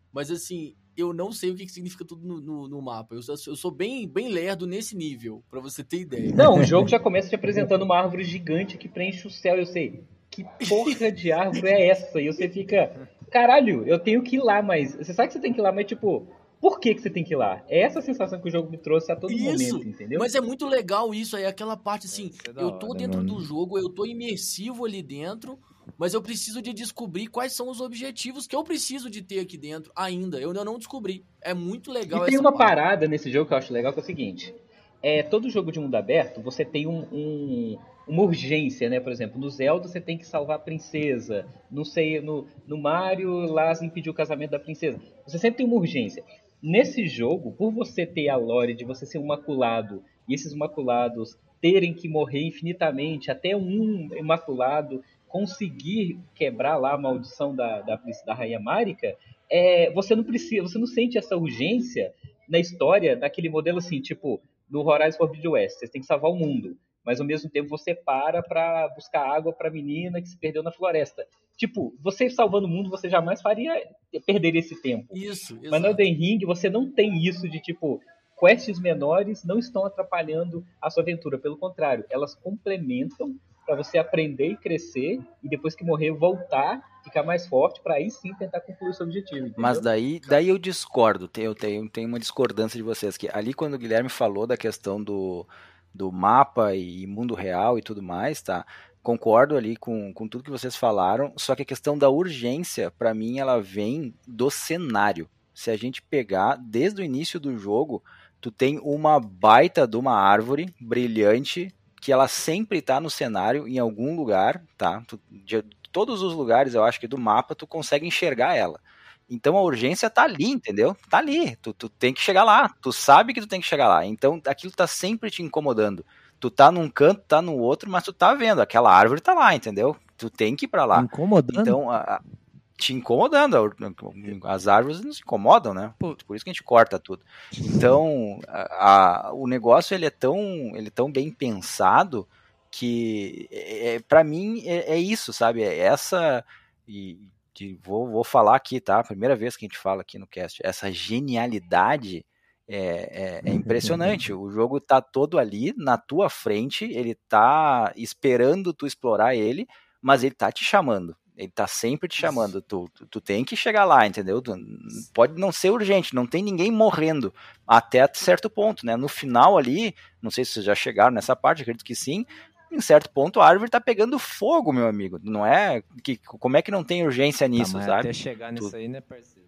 mas assim, eu não sei o que, que significa tudo no, no, no mapa. Eu sou, eu sou bem, bem lerdo nesse nível, pra você ter ideia. Não, o jogo já começa te apresentando uma árvore gigante que preenche o céu. Eu sei, que porra de árvore é essa? E você fica, caralho, eu tenho que ir lá, mas... Você sabe que você tem que ir lá, mas tipo... Por que, que você tem que ir lá? É essa sensação que o jogo me trouxe a todo isso, momento, entendeu? Mas é muito legal isso aí, aquela parte assim, é eu tô hora, dentro mano. do jogo, eu tô imersivo ali dentro, mas eu preciso de descobrir quais são os objetivos que eu preciso de ter aqui dentro ainda. Eu ainda não descobri. É muito legal E tem essa uma parte. parada nesse jogo que eu acho legal, que é o seguinte. É, todo jogo de mundo aberto, você tem um, um, uma urgência, né? Por exemplo, no Zelda você tem que salvar a princesa. Não sei, no, no Mario, lá impediu o casamento da princesa. Você sempre tem uma urgência. Nesse jogo, por você ter a lore de você ser um maculado, e esses maculados terem que morrer infinitamente, até um imaculado conseguir quebrar lá a maldição da, da, da Rainha Marika, é, você não precisa, você não sente essa urgência na história daquele modelo assim, tipo, no Horizon Forbidden West, você tem que salvar o mundo, mas ao mesmo tempo você para pra buscar água pra menina que se perdeu na floresta. Tipo, você salvando o mundo, você jamais faria perder esse tempo. Isso, exato. Mas no Elden Ring você não tem isso de tipo, quests menores não estão atrapalhando a sua aventura, pelo contrário, elas complementam para você aprender e crescer, e depois que morrer voltar, ficar mais forte, para aí sim tentar concluir o seu objetivo, entendeu? Mas daí, daí eu discordo, eu tenho, tenho uma discordância de vocês, que ali quando o Guilherme falou da questão do, do mapa e mundo real e tudo mais, tá? Concordo ali com, com tudo que vocês falaram, só que a questão da urgência, para mim, ela vem do cenário. Se a gente pegar, desde o início do jogo, tu tem uma baita de uma árvore brilhante, que ela sempre tá no cenário, em algum lugar, tá? Tu, de todos os lugares, eu acho que do mapa, tu consegue enxergar ela. Então a urgência tá ali, entendeu? Tá ali, tu, tu tem que chegar lá, tu sabe que tu tem que chegar lá, então aquilo tá sempre te incomodando. Tu tá num canto, tá no outro, mas tu tá vendo, aquela árvore tá lá, entendeu? Tu tem que ir pra lá. Incomodando? Então, a, a, te incomodando, as árvores não se incomodam, né? Por isso que a gente corta tudo. Então, a, a, o negócio, ele é tão, ele é tão bem pensado que, é, pra mim, é, é isso, sabe? É essa, e, e vou, vou falar aqui, tá? Primeira vez que a gente fala aqui no cast, essa genialidade é, é, é impressionante. O jogo tá todo ali, na tua frente, ele tá esperando tu explorar ele, mas ele tá te chamando. Ele tá sempre te chamando, tu, tu, tu tem que chegar lá, entendeu? Tu, pode não ser urgente, não tem ninguém morrendo até certo ponto, né? No final ali, não sei se vocês já chegaram nessa parte, acredito que sim, em certo ponto a árvore tá pegando fogo, meu amigo. Não é? Que, como é que não tem urgência nisso, tá, mas sabe? Até chegar nisso tu... aí, né, parceiro?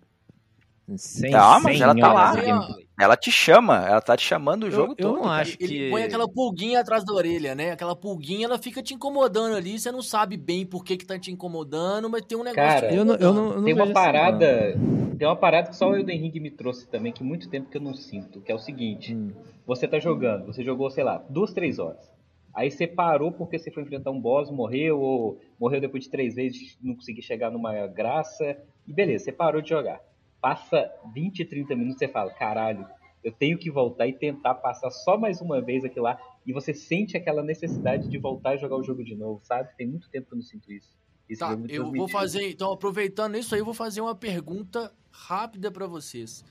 Sem, ah, mas ela tá lá. gameplay. Ela te chama, ela tá te chamando o eu, jogo eu todo. Não cara. acho ele, que... ele põe aquela pulguinha atrás da orelha, né? Aquela pulguinha, ela fica te incomodando ali, você não sabe bem por que que tá te incomodando, mas tem um negócio Cara, te eu não, eu não, eu não tem uma vejo parada, assim, tem uma parada que só o Elden Ring me trouxe também, que muito tempo que eu não sinto, que é o seguinte, hum. você tá jogando, você jogou, sei lá, duas, três horas. Aí você parou porque você foi enfrentar um boss, morreu, ou morreu depois de três vezes, não conseguiu chegar numa graça, e beleza, você parou de jogar. Passa vinte, trinta minutos, você fala, caralho, eu tenho que voltar e tentar passar só mais uma vez aqui lá, e você sente aquela necessidade de voltar e jogar o jogo de novo, sabe? Tem muito tempo que eu não sinto isso. Esse tá, jogo me eu vou transmitiu. fazer, então aproveitando isso aí, eu vou fazer uma pergunta rápida pra vocês.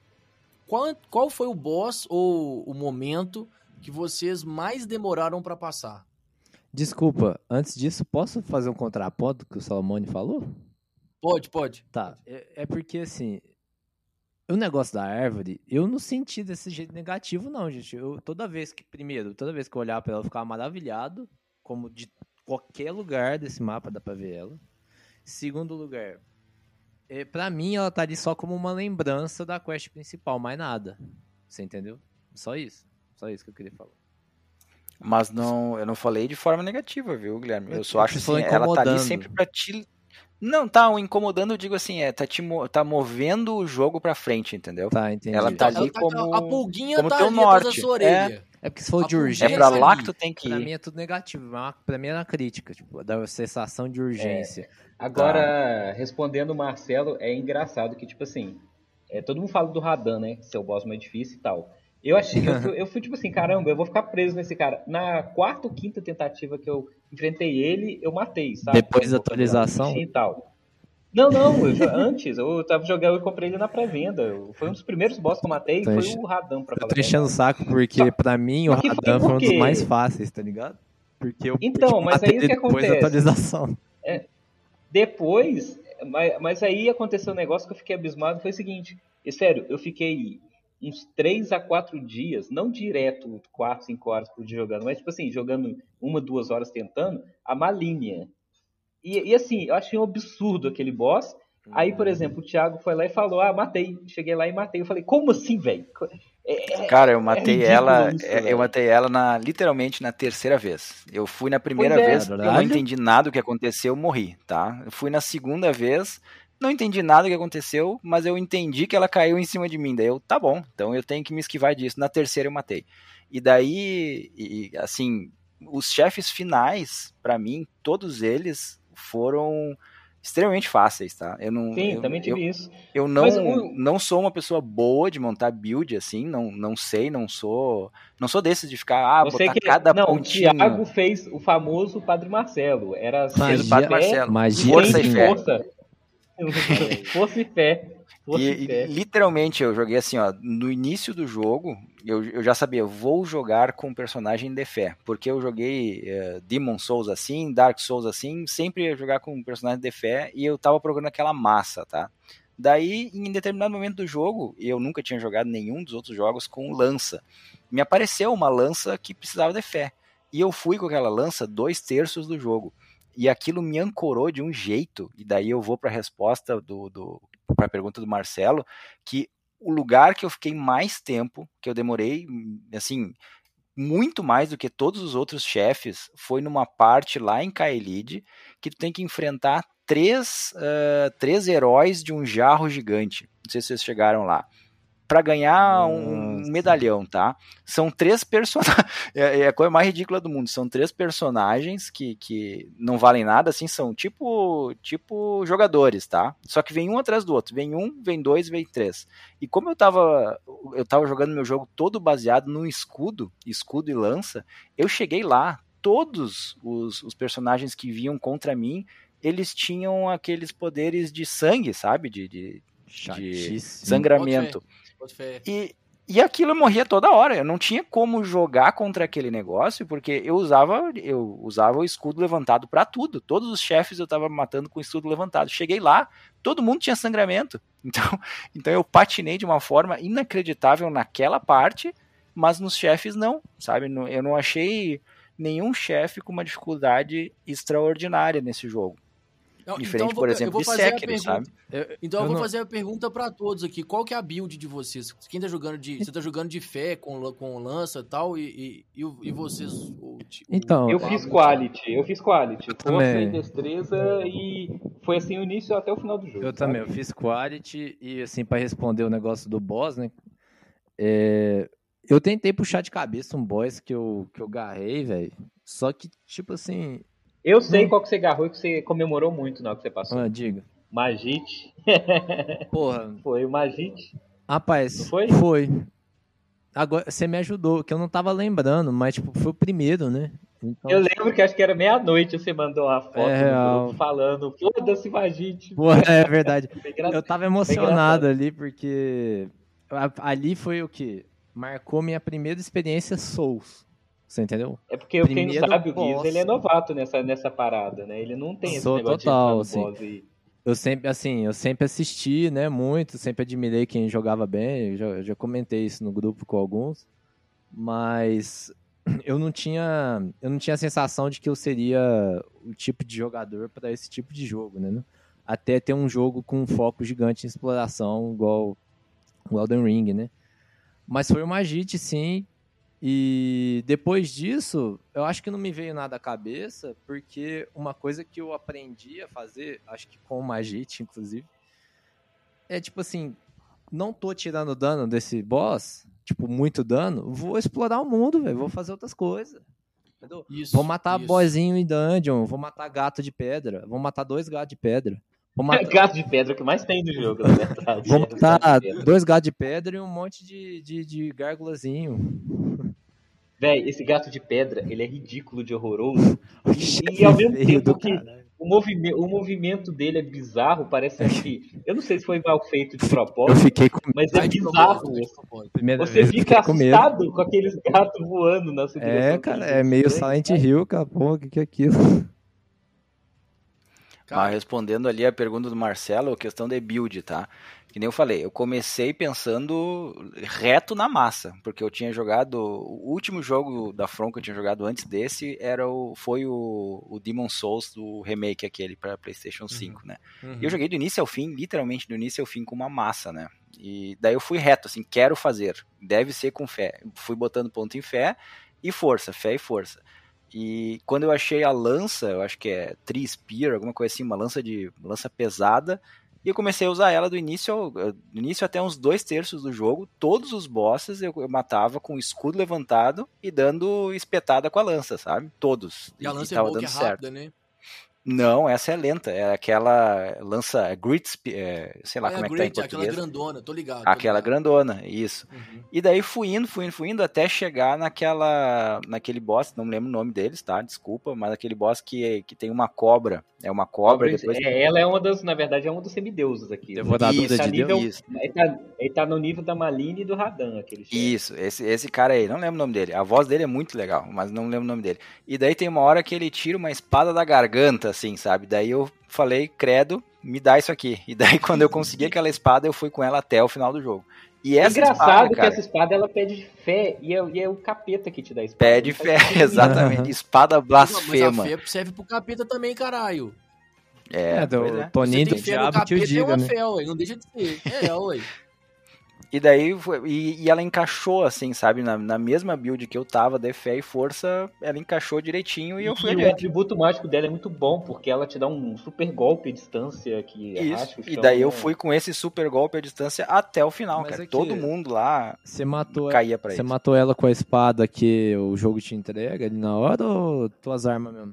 Qual, qual foi o boss ou o momento que vocês mais demoraram pra passar? Desculpa, antes disso, posso fazer um contraponto que o Salomone falou? Pode, pode. Tá, é, é porque assim, o negócio da árvore, eu não senti desse jeito negativo não, gente. Eu, toda vez que, primeiro, toda vez que eu olhava pra ela, eu ficava maravilhado, como de qualquer lugar desse mapa dá pra ver ela. Segundo lugar, é, pra mim ela tá ali só como uma lembrança da quest principal, mais nada. Você entendeu? Só isso. Só isso que eu queria falar. Mas não, eu não falei de forma negativa, viu, Guilherme? Eu só Você acho assim, falou ela tá ali incomodando. sempre pra te... Não, tá, o incomodando eu digo assim, é, tá, te, mo- tá movendo o jogo pra frente, entendeu? Tá, entendi. Ela tá Ela ali tá- como, a pulguinha como tá teu ali atrás da norte. sua orelha. É porque se for A de pulguinha É, é pra urgência, lá ali. que tu tem que pra ir. mim é tudo negativo. mas Pra mim é uma crítica, tipo, da sensação de urgência. Agora, respondendo o Marcelo, é engraçado que, tipo assim, é, todo mundo fala do Radan, né? Seu boss mais difícil e tal. Eu achei, eu fui, eu fui tipo assim, caramba, eu vou ficar preso nesse cara. Na quarta ou quinta tentativa que eu enfrentei ele, eu matei, sabe? Depois da Eu vou fazer lá, atualização? bichinho e tal. Não, não, eu, jo- antes, eu tava jogando, eu comprei ele na pré-venda. Eu- Foi um dos primeiros boss que eu matei, Tô foi enche- o Radam, pra Eu falar tô a enchendo o verdade. saco porque, Só, pra mim, o só que foi Radan foi um dos mais porque... fáceis, tá ligado? Porque eu porque Então, eu mas matei aí o ele que depois da acontece? atualização. Depois, mas, mas aí aconteceu um negócio que eu fiquei abismado, foi o seguinte, e sério, eu fiquei uns três a quatro dias, não direto quatro, cinco horas por dia jogando, mas tipo assim, jogando uma, duas horas tentando, a malinha. E, e assim, eu achei um absurdo aquele boss. Aí, por exemplo, o Thiago foi lá e falou, ah, matei. Cheguei lá e matei. Eu falei, como assim, velho? É, Cara, eu é- é matei ridículo ela, isso, é, eu velho. matei ela na, literalmente na terceira vez. Eu fui na Pois primeira é, vez, eu não Caralho. entendi nada do que aconteceu, morri, tá? Eu fui na segunda vez, não entendi nada do que aconteceu, mas eu entendi que ela caiu em cima de mim. Daí eu, tá bom, então eu tenho que me esquivar disso. Na terceira eu matei. E daí, e, assim, os chefes finais, pra mim, todos eles foram extremamente fáceis, tá? Eu não, sim, eu, também eu, tive isso. eu Mas não, o, não sou uma pessoa boa de montar build, assim, não, não sei, não sou. Não sou desses de ficar, ah, eu sei botar que. cada Não, o pontinho. Thiago fez o famoso Padre Marcelo. Era Fez o sangue, Padre Magia, fé Marcelo. e magia Força e tem de sim. fé. força. Olha aí. Força e fé. Força E, e e fé. literalmente eu joguei assim, ó, no início do jogo, eu, eu já sabia, vou jogar com personagem de fé, porque eu joguei uh, Demon Souls assim, Dark Souls assim, sempre ia jogar com personagem de fé e eu tava procurando aquela massa, tá? Daí, em determinado momento do jogo, eu nunca tinha jogado nenhum dos outros jogos com lança, me apareceu uma lança que precisava de fé, e eu fui com aquela lança dois terços do jogo, e aquilo me ancorou de um jeito, e daí eu vou para a resposta do, do para a pergunta do Marcelo, que o lugar que eu fiquei mais tempo, que eu demorei, assim, muito mais do que todos os outros chefes, foi numa parte lá em Kaelid, que tu tem que enfrentar três, uh, três heróis de um jarro gigante. Não sei se vocês chegaram lá. Para ganhar um Nossa. medalhão, tá? São três personagens. É, é a coisa mais ridícula do mundo. São três personagens que, que não valem nada, assim, são tipo, tipo jogadores, tá? Só que vem um atrás do outro. Vem um, vem dois, vem três. E como eu tava, eu tava jogando meu jogo todo baseado no escudo, escudo e lança, eu cheguei lá, todos os, os personagens que vinham contra mim, eles tinham aqueles poderes de sangue, sabe? De, de, de Chatíssimo. sangramento. Bota fé. E, e aquilo eu morria toda hora. Eu não tinha como jogar contra aquele negócio, porque eu usava, eu usava o escudo levantado pra tudo. Todos os chefes eu tava matando com o escudo levantado. Cheguei lá, todo mundo tinha sangramento. Então, então eu patinei de uma forma inacreditável naquela parte, mas nos chefes não, sabe? Eu não achei nenhum chefe com uma dificuldade extraordinária nesse jogo. Não, Diferente, então eu vou, por eu exemplo, vou de fazer a Sekiro, pergunta. sabe? Eu, Então eu, eu vou não- fazer a pergunta pra todos aqui. Qual que é a build de vocês? Quem tá jogando de. Você tá jogando de fé com, lan- com lança e tal, e, e, e, o- e vocês. O, o- Então, Eu o fiz Pablo, quality, eu fiz quality. Força também. e destreza e foi assim o início até o final do jogo. Eu sabe? também, eu fiz quality e assim, pra responder o negócio do boss, né? é, eu tentei puxar de cabeça um boss que eu, que eu garrei, velho. Só que, tipo assim. Eu sei Não. qual que você agarrou e que você comemorou muito na hora que você passou. Ah, diga. Magite. Porra, Foi o Magite. rapaz, Não foi? foi. Agora, você me ajudou, que eu não tava lembrando, mas, tipo, foi o primeiro, né? Então, Eu lembro que acho que era meia-noite você mandou uma foto É no real. grupo falando, foda-se Magite. Pô, é verdade. Foi engra- Eu tava foi emocionado engraçado. ali, porque a- ali foi o que? Marcou minha primeira experiência Souls. Você entendeu? É porque quem não Primeiro sabe, o boss. Guiz, ele é novato nessa, nessa parada, né? Ele não tem esse Sou negócio total, de entrar no assim. boss e... Eu sempre, assim, eu sempre assisti, né, muito, sempre admirei quem jogava bem, eu já, eu já comentei isso no grupo com alguns, mas eu não tinha, eu não tinha a sensação de que eu seria o tipo de jogador para esse tipo de jogo, né? Até ter um jogo com um foco gigante em exploração, igual o Elden Ring, né? Mas foi uma Magite, sim, e depois disso, eu acho que não me veio nada à cabeça, porque uma coisa que eu aprendi a fazer, acho que com o Magite, inclusive, é tipo assim, não tô tirando dano desse boss, tipo, muito dano, vou explorar o mundo, velho, vou fazer outras coisas. Entendeu? Isso, Vou matar isso. boyzinho em dungeon, vou matar gato de pedra, vou matar dois gatos de pedra. Vou matar, Gato de pedra, o que mais tem no jogo, na verdade. vou É os matar gatos de pedra. dois gatos de pedra e um monte de, de, de gárgulazinho. Véi, esse gato de pedra, ele é ridículo de horroroso. Oxe, E ao mesmo feio tempo do que... caralho. O, movime, o movimento dele é bizarro, parece assim. Eu não sei se foi mal feito de Eu propósito, fiquei com mas é Vai de bizarro. propósito, vai de propósito. primeira Você vez, eu fica fiquei com medo. assustado com aqueles gatos voando na sua direção. É, aquele cara, jeito é meio estranho, Silent sabe? Hill, cara. Pô, o que, que é aquilo? Mas Cara, respondendo ali a pergunta do Marcelo, a questão de build, tá? Que nem eu falei, eu comecei pensando reto na massa, porque eu tinha jogado, o último jogo da From que eu tinha jogado antes desse era o, foi o, o Demon's Souls, do remake aquele para PlayStation cinco, né? uhum. E eu joguei do início ao fim, literalmente do início ao fim com uma massa, né? E daí eu fui reto, assim, quero fazer, deve ser com fé. Fui botando ponto em fé e força, fé e força. E quando eu achei a lança, eu acho que é Tree Spear, alguma coisa assim, uma lança de lança pesada, e eu comecei a usar ela do início, ao, do início até uns dois terços do jogo. Todos os bosses eu, eu matava com o escudo levantado e dando espetada com a lança, sabe? Todos. E a e lança é tava boa que dando é certo. rápida, né? Não, essa é lenta, é aquela lança Grit, é, sei lá Ah, é como a é que tá em Great, aquela português. grandona, tô ligado. tô Aquela ligado. grandona, isso. Uhum. E daí fui indo, fui indo, fui indo até chegar naquela, naquele boss, não me lembro o nome deles, tá? Desculpa, mas aquele boss que, que tem uma cobra. É uma cobra, Cobra, depois. é, ela é uma das, na verdade, é um dos semideuses aqui. né? Devoradora Ele tá de nível, Deus. ele tá, ele tá no nível da Maline e do Radan, aquele chefe. Isso, esse, esse cara aí, não lembro o nome dele. A voz dele é muito legal, mas não lembro o nome dele. E daí tem uma hora que ele tira uma espada da garganta, assim, sabe? Daí eu falei, credo, me dá isso aqui. E daí quando eu consegui aquela espada, eu fui com ela até o final do jogo. E É essa engraçado espada, que cara, essa espada ela pede fé e é, e é o capeta que te dá a espada. pede Não faz fé, sentido nenhum. exatamente. Espada Não, mas blasfema. a fé serve pro capeta também, caralho. É, É, do pois é. Você Toninho do tem fé no Diabo que o capeta, é diga, uma né? fé, ué. Não deixa de ser. É, ué. E daí, foi- e, e ela encaixou, assim, sabe? Na, na mesma build que eu tava, de fé e força, ela encaixou direitinho e eu fui E o adiante. atributo mágico dela é muito bom, porque ela te dá um super golpe à distância que Isso. racha o E chão, daí eu né? fui com esse super golpe à distância até o final, Mas cara. é que Todo mundo lá Você matou, caía pra você isso. matou ela com a espada que o jogo te entrega ali na hora ou tuas armas mesmo?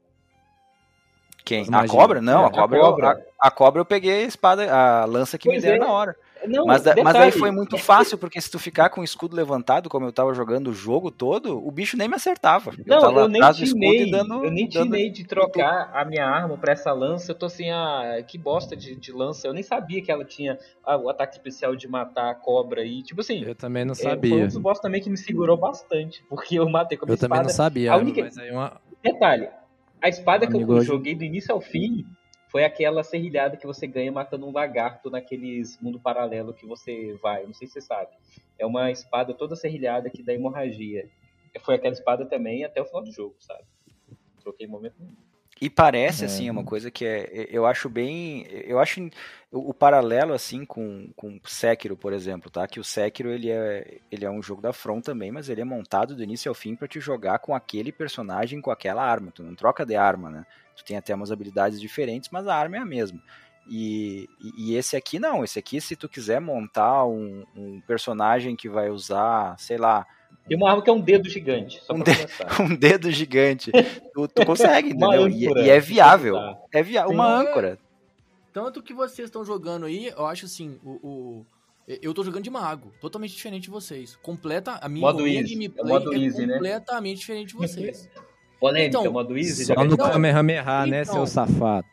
Quem? As A magias. cobra? Não, É, a a cobra, cobra. Eu, a, a cobra eu peguei a espada, a lança que Pois me deram é. na hora. Não, Mas, da- mas detalhe, aí foi muito fácil, porque se tu ficar com o escudo levantado, como eu tava jogando o jogo todo, o bicho nem me acertava. Eu Não, tava eu nem atrás do escudo tinei, e dando. eu nem dando tinei de trocar a minha arma pra essa lança. Eu tô assim, ah, que bosta de, de lança. Eu nem sabia que ela tinha ah, o ataque especial de matar a cobra aí. Tipo assim, Eu também não é, foi um sabia. dos boss também que me segurou bastante, porque eu matei com a minha Eu também não espada. sabia, A única mas aí uma... detalhe, a espada Um que eu amigo hoje- joguei do início ao fim foi aquela serrilhada que você ganha matando um lagarto naqueles mundo paralelo que você vai. Não sei se você sabe. É uma espada toda serrilhada que dá hemorragia. Foi aquela espada também até o final do jogo, sabe? Troquei momento nenhum. E parece, É. assim, uma coisa que é, eu acho bem, eu acho o, o paralelo, assim, com, com Sekiro, por exemplo, tá? Que o Sekiro, ele é, ele é um jogo da From também, mas ele é montado do início ao fim pra te jogar com aquele personagem, com aquela arma. Tu não troca de arma, né? Tu tem até umas habilidades diferentes, mas a arma é a mesma. E, e, e esse aqui não, esse aqui, se tu quiser montar um, um personagem que vai usar, sei lá, Tem uma arma que é um dedo gigante, só Um pra de- começar. um dedo gigante. Tu, tu consegue, Uma entendeu? E, âncora, e é se viável. precisar. É via Sim. uma âncora. Tanto que vocês estão jogando aí, eu acho assim, o, o- eu tô jogando de mago, totalmente diferente de vocês. Completa, a minha, Modo a minha easy, gameplay é modo é easy, né? completamente diferente de vocês. Polêmica, Então, modo easy. Só já no vai- Não, Kamehameha, né, então. seu safado?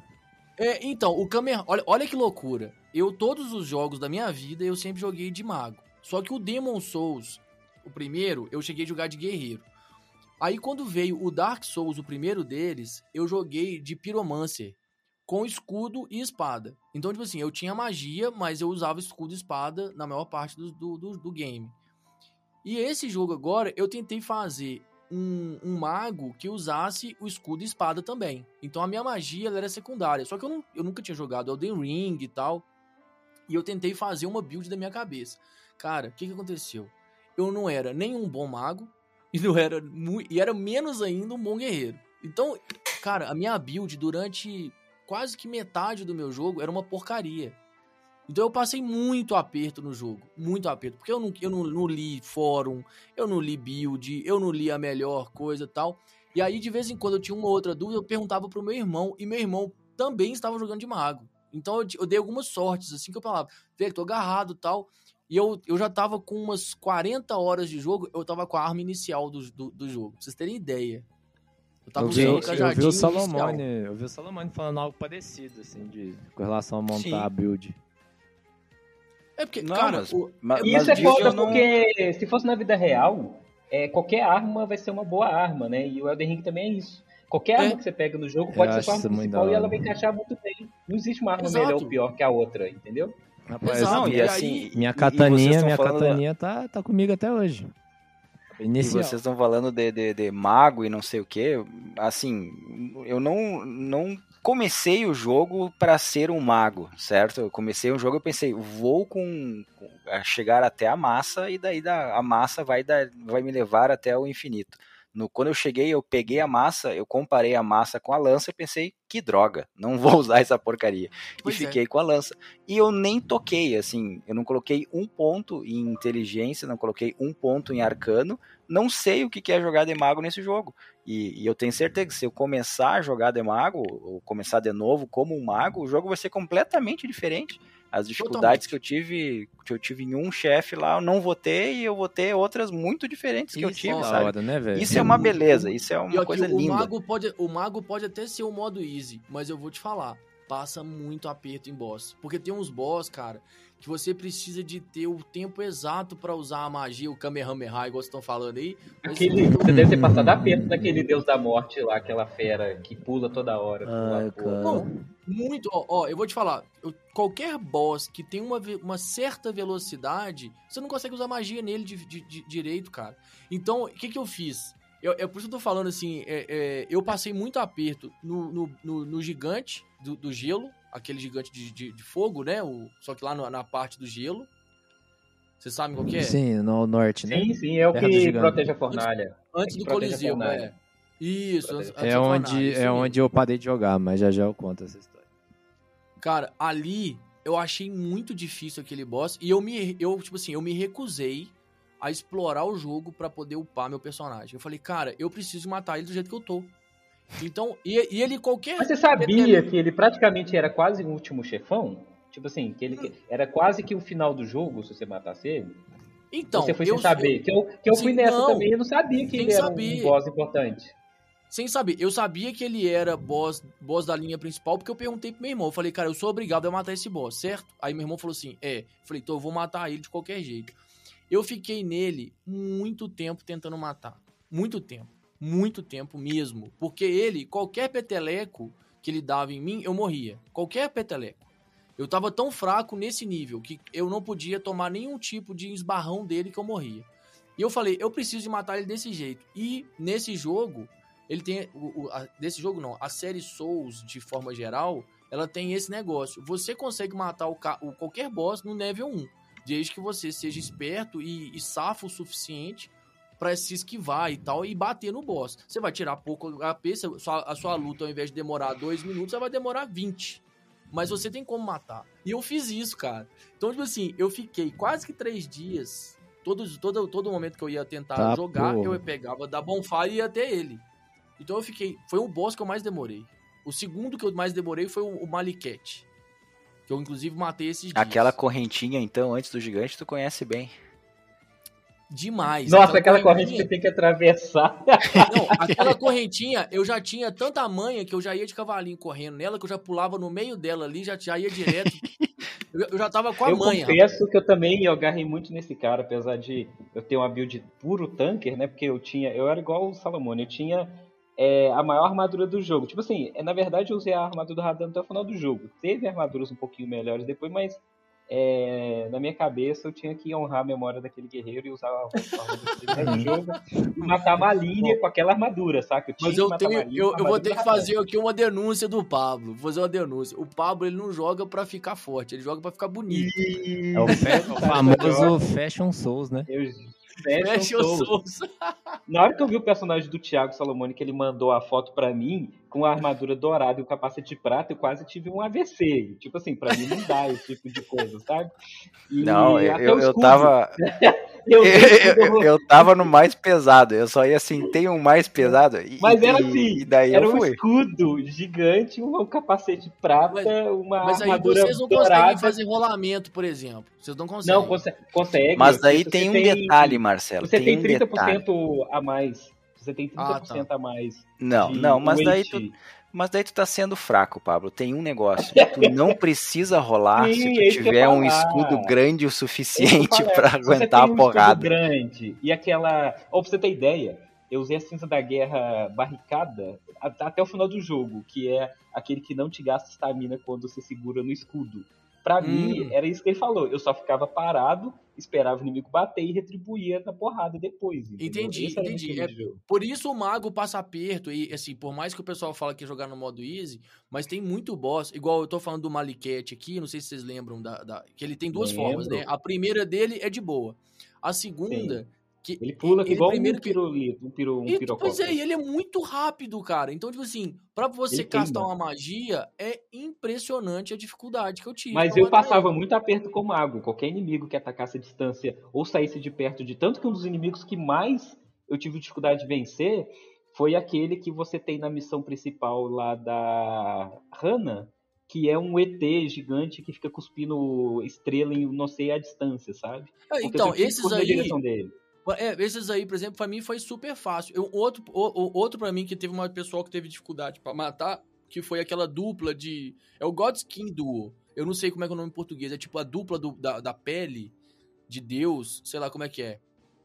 É, então, o Kamehameha, olha, olha que loucura. Eu, todos os jogos da minha vida, eu sempre joguei de mago. Só que o Demon Souls, o primeiro, eu cheguei a jogar de guerreiro. Aí quando veio o Dark Souls, o primeiro deles, eu joguei de Pyromancer, com escudo e espada. Então, tipo assim, eu tinha magia, mas eu usava escudo e espada na maior parte do, do, do, do game. E esse jogo agora, eu tentei fazer um, um mago que usasse o escudo e espada também. Então a minha magia ela era secundária. Só que eu, não, eu nunca tinha jogado Elden Ring e tal. E eu tentei fazer uma build da minha cabeça. Cara, o que, que aconteceu? Eu não era nem um bom mago e, não era, mu- e era menos ainda um bom guerreiro. Então, cara, a minha build durante quase que metade do meu jogo era uma porcaria. Então eu passei muito aperto no jogo, muito aperto, porque eu não, eu não, não li fórum, eu não li build, eu não li a melhor coisa e tal. E aí, de vez em quando, eu tinha uma outra dúvida, eu perguntava pro meu irmão, e meu irmão também estava jogando de mago. Então eu, eu dei algumas sortes, assim, que eu falava, velho, tô agarrado e tal. E eu, eu já tava com umas quarenta horas de jogo, eu tava com a arma inicial do, do, do jogo, pra vocês terem ideia. Eu tava Eu vi, usando eu, o eu cajadinho vi o inicial. Salomone, eu vi o Salomone falando algo parecido, assim, de, com relação a montar Sim. a build. É porque, Não, cara, mas- o- mas- é E mas isso é disso foda eu não- porque se fosse na vida real, é, qualquer arma vai ser uma boa arma, né? E o Elden Ring também é isso. Qualquer É. arma que você pega no jogo pode Eu ser acho sua arma isso muito principal da e ela hora. vai encaixar muito bem. Não existe uma arma Exato. melhor ou pior que a outra, entendeu? Rapaz, Exato, Não, e e aí- assim. minha e- e vocês kataninha, tão minha falando da- kataninha tá, tá comigo até hoje. E Inicial. vocês estão falando de, de, de mago e não sei o que. Assim, eu não, não comecei o jogo para ser um mago, certo? Eu comecei um jogo e pensei, vou com, com a chegar até a massa e daí da, a massa vai, dar, vai me levar até o infinito. No, quando eu cheguei, eu peguei a massa, eu comparei a massa com a lança e pensei, que droga, não vou usar essa porcaria. Pois e é. fiquei com a lança. E eu nem toquei, assim, eu não coloquei um ponto em inteligência, não coloquei um ponto em arcano, não sei o que é jogar de mago nesse jogo. E, e eu tenho certeza que se eu começar a jogar de mago, ou começar de novo como um mago, o jogo vai ser completamente diferente. As dificuldades Totalmente. que eu tive, que eu tive em um chefe lá, eu não vou ter, e eu vou ter outras muito diferentes que eu Isso tive, é da sabe? hora, né, velho? Isso é uma beleza, isso é E uma aqui, coisa o linda. mago pode, o mago pode até ser o modo easy, mas eu vou te falar, passa muito aperto em boss. Porque tem uns boss, cara, que você precisa de ter o tempo exato pra usar a magia, o Kamehameha, igual vocês estão falando aí. Mas Aquele, você- você deve ter passado aperto daquele deus da morte lá, aquela fera que pula toda hora. pula Ai, a porra. cara. Não, muito, ó, ó, eu vou te falar, eu- qualquer boss que tem uma, ve- uma certa velocidade, você não consegue usar magia nele de, de- de- direito, cara. Então, o que que eu fiz? Eu, é por isso que eu tô falando assim, é, é, eu passei muito aperto no, no, no- no gigante do, do gelo, aquele gigante de, de- de fogo, né? O, só que lá no- na parte do gelo. Vocês sabem qual que é? Sim, no norte, né? Sim, sim, é o Terra do que Gigante. protege a fornalha. Antes que do protege a Coliseu, fornalha. é. Isso, Protege- antes, antes É da onde, fornalha, isso é aí. onde eu parei de jogar, mas já já eu conto essa história. Cara, ali eu achei muito difícil aquele boss e eu me, eu, tipo assim, eu me recusei a explorar o jogo pra poder upar meu personagem. Eu falei, cara, eu preciso matar ele do jeito que eu tô. Então, e, e ele qualquer... Mas você sabia que ele praticamente era quase o último chefão? Tipo assim, que ele era quase que o final do jogo, se você matasse ele? Então, você foi eu, sem saber. eu- que eu, que eu fui Sim, nessa não. também, eu não sabia que Sem ele era saber. um boss importante. sem saber, eu sabia que ele era boss, boss da linha principal, porque eu perguntei pro meu irmão. Eu falei, cara, eu sou obrigado a matar esse boss, certo? Aí meu irmão falou assim, é. Eu falei, então eu vou matar ele de qualquer jeito. Eu fiquei nele muito tempo tentando matar. Muito tempo. Muito tempo mesmo. Porque ele, qualquer peteleco que ele dava em mim, eu morria. Qualquer peteleco. Eu tava tão fraco nesse nível que eu não podia tomar nenhum tipo de esbarrão dele que eu morria. E eu falei, eu preciso de matar ele desse jeito. E nesse jogo, ele tem... O, o, a, desse jogo não, a série Souls, de forma geral, ela tem esse negócio. Você consegue matar o, o qualquer boss no nível um. Desde que você seja esperto e, e safo o suficiente pra se esquivar e tal, e bater no boss. Você vai tirar pouco H P, a sua, a sua luta, ao invés de demorar dois minutos, ela vai demorar vinte. Mas você tem como matar. E eu fiz isso, cara. Então, tipo assim, eu fiquei quase que três dias. Todo, todo, todo momento que eu ia tentar Tá, jogar, porra. eu pegava da bonfire e ia até ele. Então eu fiquei... Foi o boss que eu mais demorei. O segundo que eu mais demorei foi o, o Maliket. Que eu, inclusive, matei esses dias. Aquela correntinha, então, antes do gigante, tu conhece bem. Demais. Nossa, aquela corrente que você tem que atravessar. Não, aquela correntinha, eu já tinha tanta manha que eu já ia de cavalinho correndo nela, que eu já pulava no meio dela ali, já, já ia direto. Eu, eu já tava com a Eu manha. confesso que eu também eu agarrei muito nesse cara, apesar de eu ter uma build puro tanker, né? Porque eu tinha, eu era igual o Salomone, eu tinha é, a maior armadura do jogo. Tipo assim, é, na verdade eu usei a armadura do Radan até o final do jogo. Teve armaduras um pouquinho melhores depois, mas é, na minha cabeça eu tinha que honrar a memória daquele guerreiro e usar a armadura do jogo e matar uma linha com aquela armadura, saca? Eu tinha Mas que eu matar tenho, uma linha eu, com a eu vou armadura ter do que Radan. fazer aqui uma denúncia do Pablo. Vou fazer uma denúncia. O Pablo, ele não joga pra ficar forte, ele joga pra ficar bonito. É o, fa- o famoso Fashion Souls, né? Eu, Fecha Fashion os Souls. sons. Na hora que eu vi o personagem do Thiago Salomone, que ele mandou a foto pra mim, com a armadura dourada e o capacete de prata, eu quase tive um A V C. Tipo assim, pra mim não dá esse tipo de coisa, sabe? E Não, eu, até eu, o eu escudo. tava. Eu, Eu, eu, eu tava no mais pesado. Eu só ia assim, tem um mais pesado. E, Mas era e- assim, E daí era eu um fui. escudo gigante, um capacete de prata, Mas- uma Mas aí armadura vocês não dourada. conseguem fazer rolamento, por exemplo. Vocês não conseguem. Não, consegue. consegue Mas daí você tem um tem- detalhe, Marcelo. Você tem um trinta por detalhe. cento a mais. Você tem trinta por cento Ah, tá. a mais. Não, de não, mas daí, weight. tu, mas daí tu tá sendo fraco, Pablo. Tem um negócio. Tu não precisa rolar Sim, se tu é isso que eu ia tiver um falar. escudo grande o É isso que eu suficiente falei. pra Se você aguentar tem a um porrada. escudo grande e aquela... Ou pra você ter ideia, eu usei a cinza da guerra barricada a- até o final do jogo, que é aquele que não te gasta estamina quando você segura no escudo. Pra mim, Hum. era isso que ele falou. Eu só ficava parado, esperava o inimigo bater e retribuía na porrada depois, entendeu? Entendi, Esse era o meu entendi. estilo É, de jogo. por isso o mago passa aperto e, assim, por mais que o pessoal fala que jogar no modo easy, mas tem muito boss, igual eu tô falando do Maliket aqui, não sei se vocês lembram, da, da- que ele tem duas formas, né? Lembro. A primeira dele é de boa. A Sim. segunda, que Ele e- pula ele igual um primeiro que... pirulito, um, piro, um E, pois é, pirocóptero. e ele é muito rápido, cara. Então, tipo assim, pra você Ele castar queima. uma magia, é impressionante a dificuldade que eu tive Mas pra eu matar passava ele. muito aperto com o mago. Qualquer inimigo que atacasse a distância ou saísse de perto de tanto que um dos inimigos que mais eu tive dificuldade de vencer foi aquele que você tem na missão principal lá da Hana, que é um E T gigante que fica cuspindo estrela em não sei a distância, sabe? Ah, Porque eu Então, sempre tive esses escudo na aí, direção dele. é, esses aí, por exemplo, pra mim foi super fácil. Eu, outro, o, o- outro para mim que teve uma pessoa que teve dificuldade pra matar, que foi aquela dupla de, é o Godskin Duo. Eu não sei como é que é o nome em português, é tipo a dupla do- da, da pele de Deus, sei lá como é que é.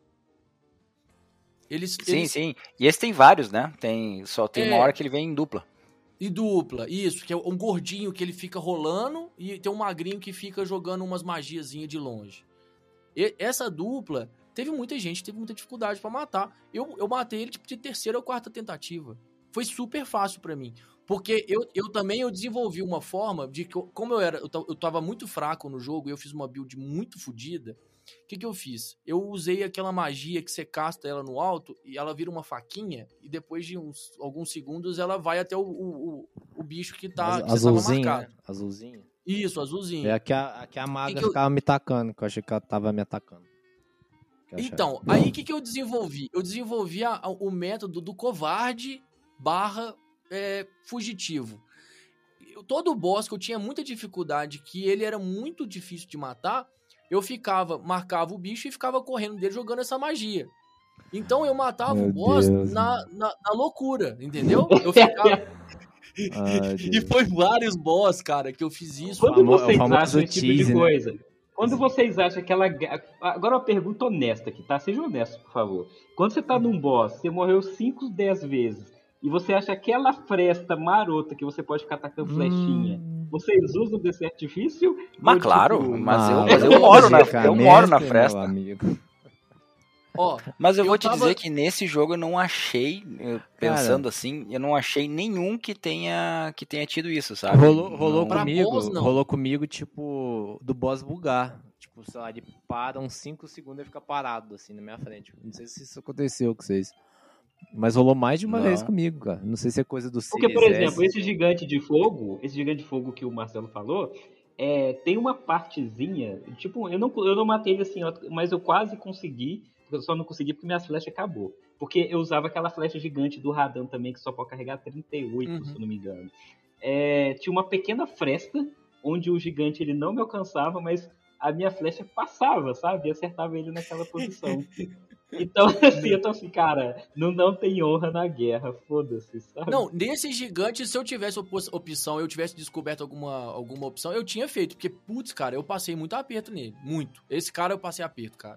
Eles, Sim, eles sim. E esse tem vários, né? Tem, só tem uma é hora que ele vem em dupla. e dupla, isso, que é um gordinho que ele fica rolando e tem um magrinho que fica jogando umas magiazinhas de longe. E- essa dupla, teve muita gente, teve muita dificuldade pra matar. Eu, eu matei ele tipo de terceira ou quarta tentativa. Foi super fácil pra mim. Porque eu, eu também eu desenvolvi uma forma de que, eu- como eu era, eu, ta- eu tava muito fraco no jogo e eu fiz uma build muito fodida, o que, que eu fiz? Eu usei aquela magia que você casta ela no alto e ela vira uma faquinha e depois de uns, alguns segundos ela vai até o, o, o- o bicho que, tá, que você tava Azulzinho, marcado. né? Azulzinho. Isso, azulzinho. É a que a, a, que a maga que eu- ficava me tacando, que eu achei que ela tava me atacando. Que eu achava- Então, aí o que, que eu desenvolvi? Eu desenvolvi a- a- o método do covarde barra é, fugitivo. Eu- todo boss que eu tinha muita dificuldade, que ele era muito difícil de matar, eu ficava, marcava o bicho e ficava correndo dele jogando essa magia. Então eu matava Meu o boss Deus, na, na, na loucura, entendeu? Eu ficava... Ai, E Deus. foi vários boss, cara, que eu fiz isso. Quando famo- vocês o famoso acham esse tipo tease, de né? coisa, quando vocês acham que ela. Agora uma pergunta honesta aqui, tá? Seja honesto, por favor. Quando você tá num boss, você morreu cinco, dez vezes, e você acha aquela fresta marota que você pode ficar atacando flechinha, Hum. vocês usam desse artifício? Mas Ou, claro, tipo, mas eu, Mas, mas eu moro na, eu logicamente, moro na meu fresta. amigo. Ó, Mas eu, Eu vou te tava- dizer que nesse jogo eu não achei, eu- pensando assim, eu não achei nenhum que tenha que tenha tido isso, sabe? Rolou, rolou Não- Pra comigo, boss, não. rolou comigo, tipo, do boss bugar. Tipo, sei lá, ele para uns cinco segundos e fica parado, assim, na minha frente. Não sei se isso aconteceu com vocês. Mas rolou mais de uma Não. vez comigo, cara. Não sei se é coisa do Porque, por Series exemplo, S. esse gigante de fogo, esse gigante de fogo que o Marcelo falou, é, tem uma partezinha, tipo, eu não, eu não matei ele assim, ó, mas eu quase consegui, eu só não consegui porque minhas flechas acabou. Porque eu usava aquela flecha gigante do Radan também, que só pode carregar trinta e oito, Uhum. se eu não me engano. É, tinha uma pequena fresta, onde o gigante ele não me alcançava, mas a minha flecha passava, sabe? E acertava ele naquela posição. Então, assim, eu tô assim, cara, não, não tem honra na guerra, foda-se, sabe? Não, nesse gigante, se eu tivesse opos- opção, eu tivesse descoberto alguma, alguma opção, eu tinha feito. Porque, putz, cara, eu passei muito aperto nele. Muito. Esse cara eu passei aperto, cara.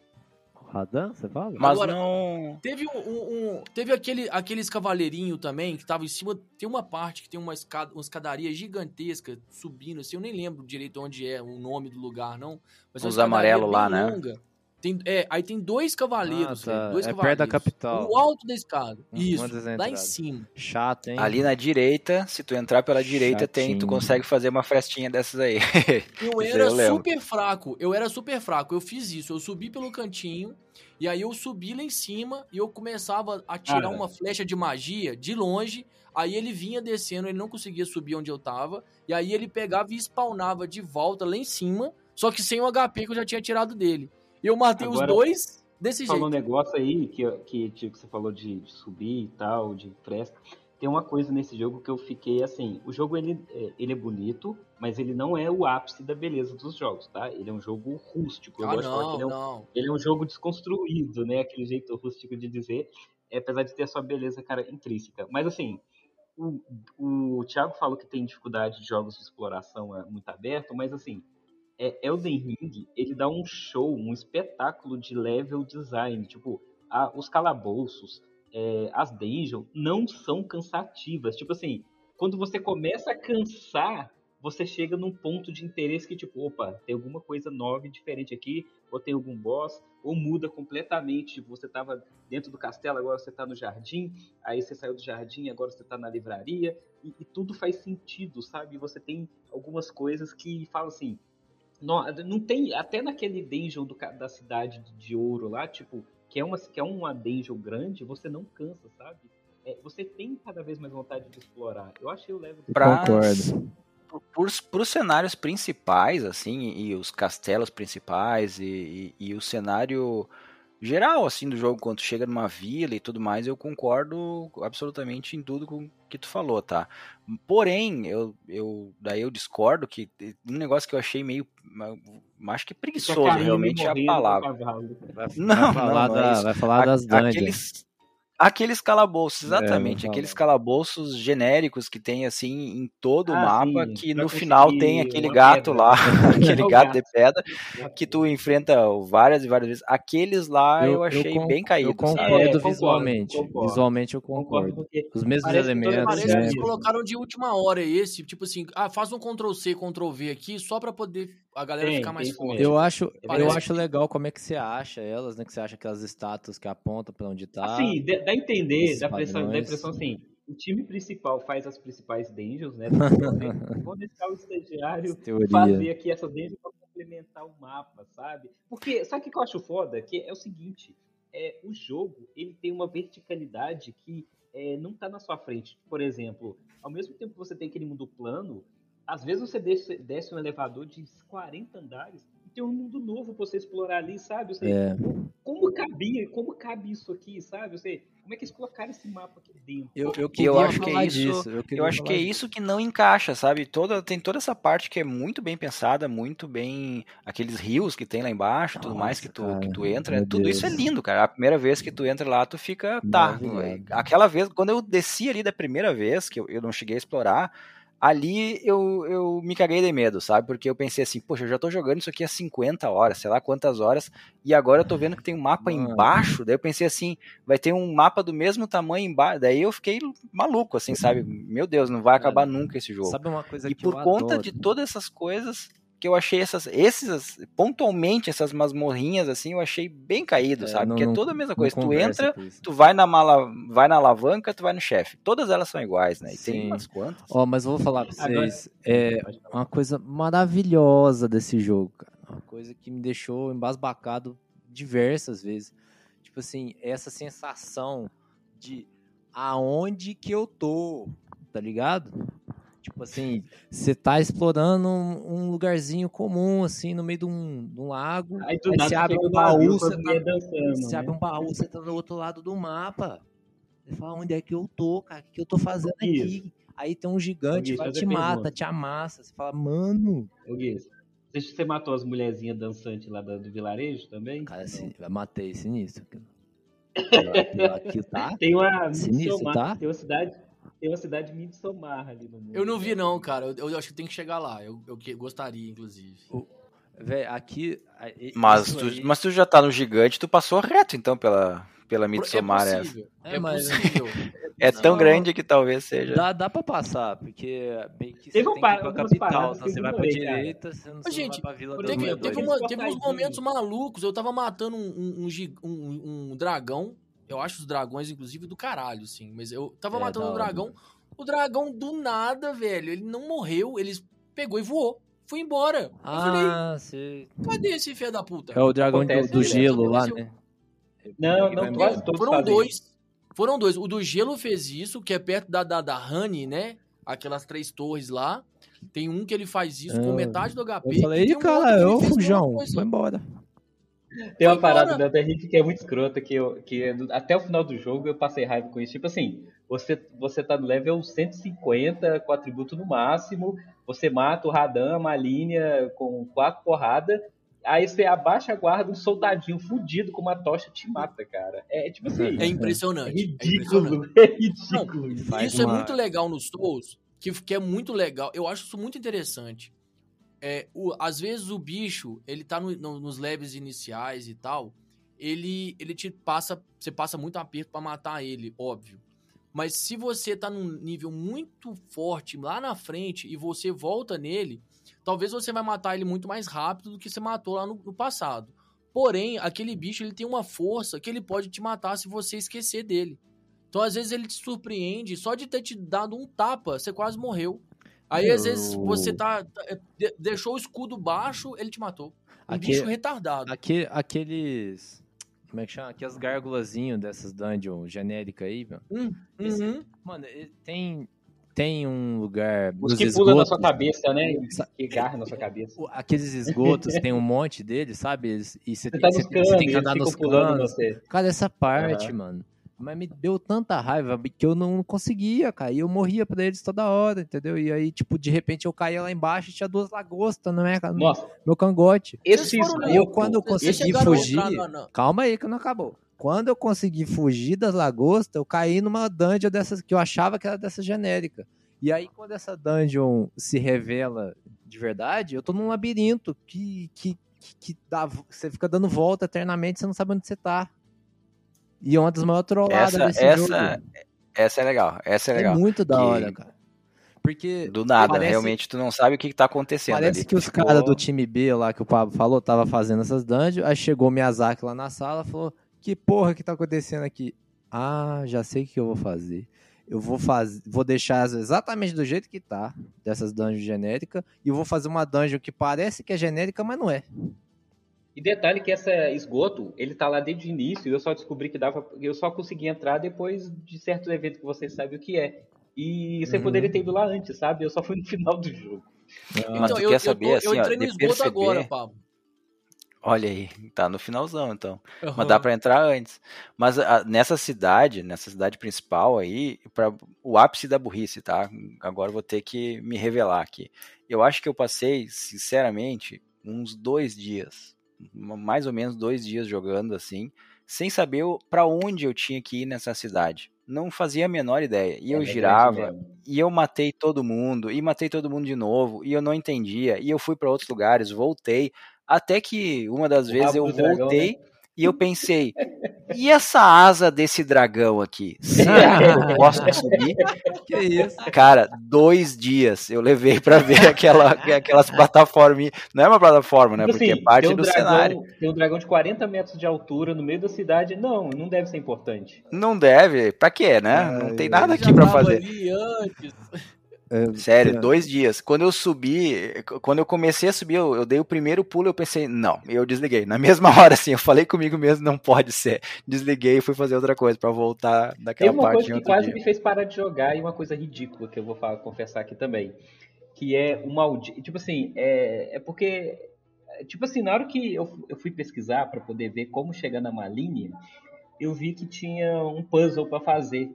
Radan, você fala? Mas Agora- não. Teve um. um- um- teve aquele, aqueles cavaleirinhos também, que tava em cima. Tem uma parte que tem uma, escada, uma escadaria gigantesca subindo, assim. Eu nem lembro direito onde é o nome do lugar, não. Mas é uma Os escadaria amarelo lá, bem né? longa. Tem, é, aí tem dois cavaleiros, Ah, tá. velho, dois É perto cavaleiros. da capital. No alto da escada. Um- Isso, uma das lá em entradas. cima. Chato, hein? Ali na direita, se tu entrar pela direita, tem, tu Chatinho. consegue fazer uma frestinha dessas aí. Eu Isso era eu lembro. super fraco, eu era super fraco. Eu fiz isso, eu subi pelo cantinho, e aí eu subi lá em cima e eu começava a tirar Cara. uma flecha de magia de longe. Aí ele vinha descendo, ele não conseguia subir onde eu tava. E aí ele pegava e spawnava de volta lá em cima, só que sem o H P que eu já tinha tirado dele. E eu matei Agora, os dois desse Falou um jeito. negócio aí que, que, tipo, você falou de, de subir e tal, de fresta. Tem uma coisa nesse jogo que eu fiquei assim, o jogo ele, é- ele é bonito, mas ele não é o ápice da beleza dos jogos, tá? Ele é um jogo rústico. Eu Ah, gosto de falar que não, ele é um, não. ele é um jogo desconstruído, né? Aquele jeito rústico de dizer. é, apesar de ter a sua beleza, cara, intrínseca. Mas assim, o, o Thiago falou que tem dificuldade de jogos de exploração é, muito aberto, mas assim, é, Elden Ring, ele dá um show, um espetáculo de level design. Tipo, a, os calabouços, é, as dungeons não são cansativas. Tipo assim, quando você começa a cansar, você chega num ponto de interesse que, tipo, opa, tem alguma coisa nova e diferente aqui, ou tem algum boss, ou muda completamente. Tipo, você tava dentro do castelo, agora você tá no jardim, aí você saiu do jardim, agora você tá na livraria, e, e tudo faz sentido, sabe? Você tem algumas coisas que falam assim, não, não tem, até naquele dungeon do, da cidade de ouro lá, tipo, que é uma, que é uma dungeon grande, você não cansa, sabe? É, você tem cada vez mais vontade de explorar. Eu achei o level... Pra- Concordo. Para os cenários principais, assim, e os castelos principais, e, e, e o cenário geral, assim, do jogo, quando tu chega numa vila e tudo mais, eu concordo absolutamente em tudo com que tu falou, tá? Porém, eu, eu, daí eu discordo que um negócio que eu achei meio, acho que preguiçoso, realmente é a palavra. Vai, Não, vai falar, não, não é da, isso. vai falar das A- dungeons. Aqueles, aqueles calabouços, É, exatamente, vou aqueles falar. calabouços genéricos que tem assim em todo o Ah, mapa, sim, que pra no final conseguir tem aquele uma gato pedra. lá, aquele O gato de gato. pedra, que tu enfrenta várias e várias vezes. Aqueles lá eu, Eu, eu, achei con- bem eu caído, sabe? concordo É, concordo, visualmente. concordo. Visualmente eu Concordo, concordo. porque Os mesmos parece que toda elementos, vez Parece que né? eles mesmo. colocaram de última hora esse, tipo assim, ah, faz um control C, control V aqui, só pra poder a galera Tem, ficar mais tem isso forte. mesmo. Eu acho, eu Parece acho que- legal como é que você acha elas, né? Que você acha aquelas estátuas que apontam pra onde tá. Assim, dá dá a entender, esses dá a impressão, dá a padrões. impressão assim, o time principal faz as principais dungeons, né, da história, e vão deixar o estagiário Teoria. fazer aqui essa dungeon para complementar o mapa, sabe? Porque, sabe o que eu acho foda? Que é o seguinte, é, o jogo, ele tem uma verticalidade que é, não tá na sua frente. Por exemplo, ao mesmo tempo que você tem aquele mundo plano, às vezes você desce, desce um elevador de quarenta andares e tem um mundo novo pra você explorar ali, sabe? Você, É. como, como cabia, como cabe isso aqui, sabe? Você, como é que eles colocaram esse mapa aqui dentro? Eu, eu E queria eu acho que falar é isso, disso. Eu, queria eu acho que é falar isso que não encaixa, sabe? Toda, tem toda essa parte que é muito bem pensada, muito bem, aqueles rios que tem lá embaixo, tudo mais que Nossa, tu, cara, que tu entra, meu tudo isso é Deus. lindo, cara. A primeira vez que tu entra lá, tu fica, tá. Maravilhado. Aquela vez, quando eu desci ali da primeira vez, que eu, eu não cheguei a explorar, ali eu, eu me caguei de medo, sabe? Porque eu pensei assim, poxa, eu já tô jogando isso aqui há cinquenta horas, sei lá quantas horas, e agora eu tô vendo que tem um mapa Mano. embaixo, daí eu pensei assim, vai ter um mapa do mesmo tamanho embaixo, daí eu fiquei maluco, assim, sabe? Meu Deus, não vai acabar Cara, nunca esse jogo. Sabe uma coisa E que por eu conta adoro? de todas essas coisas que eu achei essas, esses, pontualmente essas masmorrinhas, assim, eu achei bem caído, É, sabe? não- Porque é não- toda a mesma não coisa, tu conversa entra, com isso. tu vai na mala, vai na alavanca, tu vai no chefe, todas elas são iguais, né? E tem Sim. umas quantas. Ó, mas eu vou falar pra Agora- vocês, é Pode falar. uma coisa maravilhosa desse jogo, cara. Uma coisa que me deixou embasbacado diversas vezes. Tipo assim, essa sensação de aonde que eu tô, tá ligado? Tipo assim, você tá explorando um, um lugarzinho comum, assim, no meio de um, de um lago. Aí do Aí nada você abre chega um no navio baú, com as você tá, mulheres dançando, você abre né? um baú, você tá do outro lado do mapa. Você fala, onde é que eu tô, cara? O que eu tô fazendo Isso. aqui? Aí tem um gigante, Gui, vai, fazer te mata, pergunta. te amassa. Você fala, mano... Ô, Gui, você, você matou as mulherzinhas dançantes lá do, do vilarejo também? Cara, Não. assim, eu matei sinistro. Aquilo, aquilo, aquilo tá... Tem uma Sinistro, Midsommar, tá? tem uma cidade, tem uma cidade Midsommar ali no mundo. Eu não vi, né? não, cara. Eu, eu acho que tem que chegar lá. Eu, eu que- gostaria, inclusive. Velho, aqui... a- e- Mas isso tu, aí- mas tu já tá no gigante, tu passou reto então pela, pela É Midsommar essa. possível. É, É, mas- possível. É tão Não. grande que talvez seja. Dá, dá pra passar, porque meio que Teve você uma tem que ir par- pra algumas capital. paradas Então que eu você vai pra ignorei, cara. direita, você não, Ô, você não gente, vai pra Vila por dos Teve, exemplo, teve, aqueles uma- teve uns portaizinhos. momentos malucos. Eu tava matando um, um, um gi- um- um dragão. Eu acho os dragões, inclusive, do caralho, assim. Mas eu tava É, matando da um hora. dragão. O dragão, do nada, velho, ele não morreu. Ele pegou e voou. Foi embora. Eu falei, Ah, você... cadê esse filho da puta? É o dragão do, Acontece do direto, gelo lá, aconteceu. né? Não, Ele não, vai quase embora. todos Foram fazem dois. isso. Foram dois. O do gelo fez isso, que é perto da, da, da Honey, né? Aquelas três torres lá. Tem um que ele faz isso com Ah, metade do H P. Eu falei, e ih, tem um outro cara, que ele ô fez a mesma Fujão, coisa. foi embora. Tem uma Foi parada embora. do Elden Ring que é muito escrota, que, eu, que do- até o final do jogo eu passei raiva com isso. Tipo assim, você, você tá no level cento e cinquenta, com atributo no máximo, você mata o Radan, uma linha com quatro porradas, aí você abaixa a guarda, um soldadinho fudido com uma tocha te mata, cara. É tipo assim... É impressionante. É ridículo, é impressionante. é ridículo. Não, Faz isso uma- é muito legal nos Souls, que, que é muito legal. Eu acho isso muito interessante. É, o, às vezes o bicho, ele tá no- no- nos levels iniciais e tal, ele, ele te passa, você passa muito aperto pra matar ele, óbvio. Mas se você tá num nível muito forte lá na frente e você volta nele, talvez você vai matar ele muito mais rápido do que você matou lá no, no passado. Porém, aquele bicho, ele tem uma força que ele pode te matar se você esquecer dele. Então, às vezes, ele te surpreende, só de ter te dado um tapa, você quase morreu. Aí, às vezes, Eu- você tá, tá- de- deixou o escudo baixo, ele te matou. Um Aqui- bicho retardado. Aque- aqueles. Como é que chama? Aquelas gárgulazinhas dessas dungeon genéricas aí, mano. Hum, Esse- uhum. Mano, ele tem, tem um lugar. Os nos que pulam na esgotos, sua cabeça, né? Sa- Que garra na sua cabeça. o- Aqueles esgotos, tem um monte deles, sabe? Eles- E você Você tem, tá você- nos você canos, tem que eles andar ficam nos pulando canos. você. Cara, essa parte, Aham. mano. Mas me deu tanta raiva que eu não conseguia, cara. E eu morria pra eles toda hora, entendeu? E aí, tipo, de repente eu caía lá embaixo e tinha duas lagostas, não é? Nossa, Meu cangote. esse Vocês foram Aí eu, esgoto... quando eu Vocês consegui chegaram a fugir. entrar na- na- Calma aí que não acabou. Quando eu consegui fugir das lagostas, eu caí numa dungeon dessas que eu achava que era dessa genérica. E aí, quando essa dungeon se revela de verdade, eu tô num labirinto que, que, que, que dá, você fica dando volta eternamente, você não sabe onde você tá. E é uma das maiores trolladas Essa, desse essa, jogo. essa é legal. Essa é É legal. muito da Que- hora, cara. Porque Do nada, parece- realmente tu não sabe o que, que tá acontecendo Parece ali. que os Ficou- caras do time B lá que o Pablo falou, tava fazendo essas dungeons, aí chegou o Miyazaki lá na sala e falou, que porra que tá acontecendo aqui? Ah, já sei o que eu vou fazer. Eu vou fazer, vou deixar exatamente do jeito que tá, dessas dungeons genéricas, e eu vou fazer uma dungeon que parece que é genérica, mas não é. E detalhe que essa esgoto, ele tá lá desde o início, e eu só descobri que dava, eu só consegui entrar depois de certos eventos que vocês sabem o que é. E você Uhum. poderia ter ido lá antes, sabe? Eu só fui no final do jogo. Mas Então, tu eu, quer eu, saber, tô- eu assim, ó, entrei no de esgoto perceber- agora, Pablo. Olha aí, tá no finalzão, então. Aham. Mas dá pra entrar antes. Mas a- nessa cidade, nessa cidade principal aí, pra, o ápice da burrice, tá? Agora eu vou ter que me revelar aqui. Eu acho que eu passei, sinceramente, uns dois dias, mais ou menos dois dias jogando assim, sem saber o- pra onde eu tinha que ir nessa cidade. Não fazia a menor ideia. E eu É grande girava, mesmo. e eu matei todo mundo, e matei todo mundo de novo, e eu não entendia, e eu fui pra outros lugares, voltei, até que uma das O vezes rabo eu do dragão, voltei e eu pensei, e essa asa desse dragão aqui? Será que eu posso subir? Que isso? Cara, dois dias eu levei pra ver aquela, aquelas plataformas. Não é uma plataforma, né? Tipo Porque assim, é parte tem um do dragão, cenário. tem um dragão de quarenta metros de altura no meio da cidade. Não, não deve ser importante. Não deve, pra quê, né? Não tem nada Ele aqui já pra tava fazer. ali antes. É, Sério, tem- dois dias. Quando eu subi, quando eu comecei a subir, eu, eu dei o primeiro pulo, eu pensei, não, eu desliguei. Na mesma hora, assim, eu falei comigo mesmo, não pode ser. Desliguei e fui fazer outra coisa pra voltar Tem daquela uma parte coisa em que outro quase dia. me fez parar de jogar e uma coisa ridícula que eu vou falar, confessar aqui também. Que é o maldito. Tipo assim, é, é porque. Tipo assim, na hora que eu, eu fui pesquisar pra poder ver como chegar na Maligna, eu vi que tinha um puzzle pra fazer.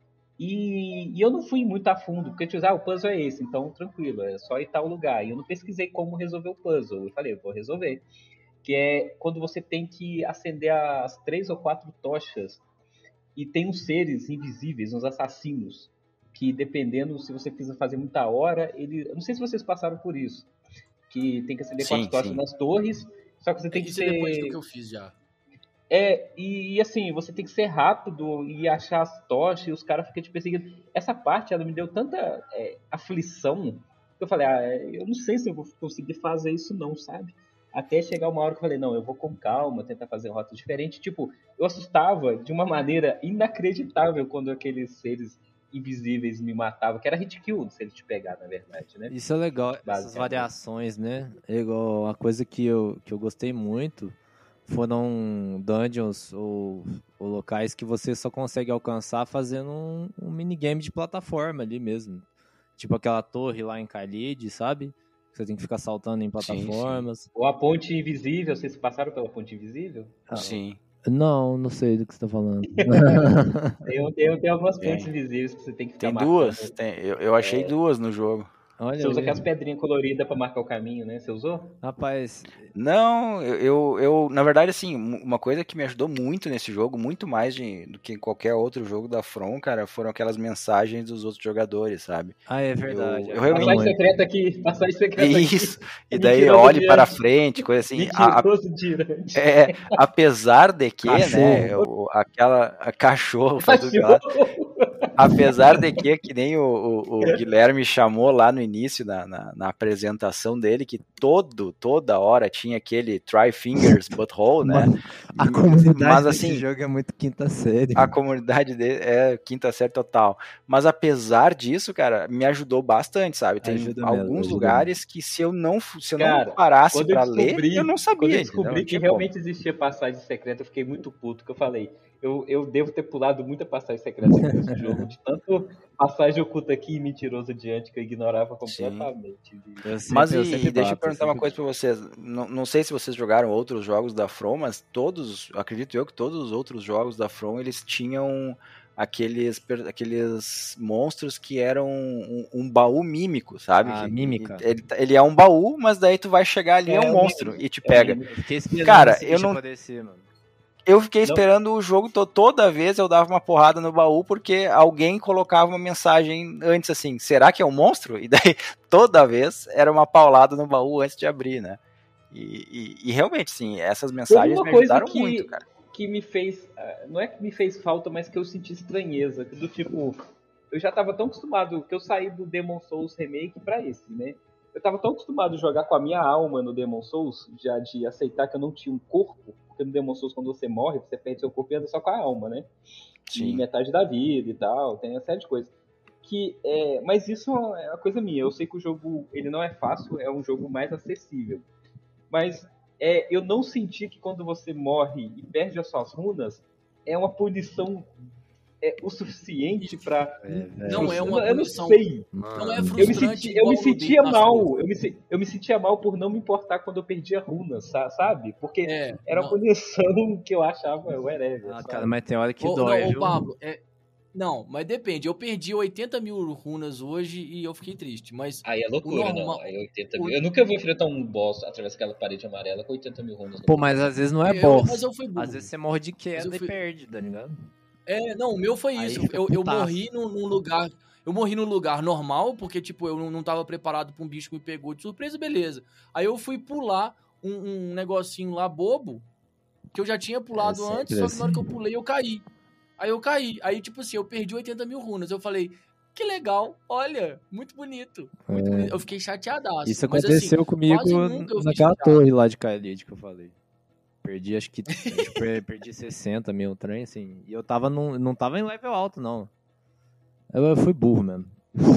E, e eu não fui muito a fundo, porque eu tinha, ah, o puzzle é esse, então tranquilo, é só ir tal lugar. E eu não pesquisei como resolver o puzzle. Eu falei, eu vou resolver. Que é quando você tem que acender as três ou quatro tochas e tem uns seres invisíveis, uns assassinos, que dependendo, se você quiser fazer muita hora, ele. Eu não sei se vocês passaram por isso. Que tem que acender Sim, quatro tochas sim. nas torres, só que você tem que Isso é depois do ser. que eu fiz já. É, e, e assim, você tem que ser rápido e achar as tochas e os caras ficam te perseguindo. Essa parte, ela me deu tanta é, aflição que eu falei, ah, eu não sei se eu vou conseguir fazer isso não, sabe? Até chegar uma hora que eu falei, não, eu vou com calma, tentar fazer rota diferente. Tipo, eu assustava de uma maneira inacreditável quando aqueles seres invisíveis me matavam, que era hit kill se ele te pegar, na verdade, né? Isso é legal, essas Basicamente. variações, né? É igual uma coisa que eu, que eu gostei muito foram dungeons ou, ou locais que você só consegue alcançar fazendo um, um minigame de plataforma ali mesmo. Tipo aquela torre lá em Khalid, sabe? Você tem que ficar saltando em plataformas. Ou a ponte invisível, vocês passaram pela ponte invisível? Ah, Sim. Não, não sei do que você tá falando. Tem, tem, tem algumas Tem. pontes invisíveis que você tem que ficar Tem marcando. duas, tem, eu, eu achei duas no jogo. Olha Você usa aí. aquelas pedrinhas coloridas pra marcar o caminho, né? Você usou? Rapaz, Não, eu, eu, eu, na verdade, assim, um- uma coisa que me ajudou muito nesse jogo, muito mais de- do que em qualquer outro jogo da From, cara, foram aquelas mensagens dos outros jogadores, sabe? ah, é verdade. Eu, eu ajuda realmente. Passagem muito. secreta aqui, passagem secreta aqui. Isso, e daí Mentiroso olhe para diante. frente, coisa assim. A- a- Mentiroso diante. é, apesar de que, né, Cachorro. o- aquela a cachorro faz tudo que ela. Cachorro. Apesar de que, que nem o, o- o Guilherme chamou lá no início, na, na, na apresentação dele, que todo, toda hora tinha aquele try fingers butthole, né? Mano, a comunidade Mas desse assim, jogo é muito quinta série. a comunidade dele é quinta série total. Mas apesar disso, cara, me ajudou bastante, sabe? Tem Ajuda mesmo, alguns ajuda lugares que se eu não, fu- se eu não Cara, parasse quando eu pra ler, descobri, eu não sabia. quando eu entendeu? descobri Não que tinha realmente existia passagem secreta, eu fiquei muito puto, que eu falei, eu, eu devo ter pulado muita passagem secreta nesse jogo, de tanto passagem oculta aqui e mentiroso diante que eu ignorava completamente. Eu sempre, Mas eu e, sempre e deixa eu bato, perguntar uma sempre coisa pra vocês. Não, não sei se vocês jogaram outros jogos da From, mas todos, acredito eu que todos os outros jogos da From, eles tinham aqueles, per- aqueles monstros que eram um, um baú mímico, sabe? Ah, Que- mímica. Ele, ele é um baú, mas daí tu vai chegar ali, é, É, um é um monstro, mímico, e te é um pega. mímico. Eu fiquei esperando Cara, esse eu bicho não- aparecer, mano. Eu fiquei Não. esperando o jogo todo, toda vez eu dava uma porrada no baú porque alguém colocava uma mensagem antes assim, será que é um monstro? E daí toda vez era uma paulada no baú antes de abrir, né? E, e- e realmente, sim, essas Teve mensagens uma me coisa ajudaram que, muito, cara. que me fez, ah, não é que me fez falta, mas que eu senti estranheza, do tipo, eu já tava tão acostumado, que eu saí do Demon Souls Remake pra esse, né? Eu tava tão acostumado a jogar com a minha alma no Demon Souls, já de aceitar que eu não tinha um corpo, porque no Demon Souls quando você morre, você perde seu corpo e anda só com a alma, né? E Sim. metade da vida e tal, tem uma série de coisas. Que, é, mas isso é uma coisa minha, eu sei que o jogo ele não é fácil, é um jogo mais acessível. Mas é, eu não senti que quando você morre e perde as suas runas, é uma punição é, o suficiente pra. Não é uma eu, eu não punição. sei. Não é Eu me, frustrante. senti, eu igual me no sentia Dark mal. Souls. Eu me, se- eu me sentia mal por não me importar quando eu perdia runas, sa- sabe? Porque É, era uma não. punição que eu achava whatever. Ah, sabe? cara, mas tem hora que Ô, dói, não, ô, viu? Pablo, é... Não, mas depende. Eu perdi oitenta mil runas hoje e eu fiquei triste. Mas Aí é loucura, O normal- não. Aí oitenta o- mil. Eu nunca vou enfrentar um boss através daquela parede amarela com oitenta mil runas. Pô, mas às vezes não é eu- boss. mas eu fui burro. Às vezes você morre de Mas queda eu fui- e perde, tá ligado? É, não, o meu foi Aí isso. fica Eu, eu putaço. morri num, num lugar. Eu morri num lugar normal, porque, tipo, eu não, não tava preparado pra um bicho que me pegou de surpresa, beleza. Aí eu fui pular um, um negocinho lá bobo, que eu já tinha pulado sempre antes, só que na hora que eu assim. pulei, eu caí. Aí eu caí. Aí, tipo assim, eu perdi oitenta mil runas. Eu falei, que legal, olha, muito bonito. Muito É. bonito. Eu fiquei chateadaço. Isso mas, aconteceu assim, comigo quase nunca eu fiquei naquela chateado. torre lá de Kaelid que eu falei. Perdi, acho que acho que per- perdi sessenta mil trem, assim. E eu tava num, não tava em level alto, não. Eu, eu fui burro mesmo.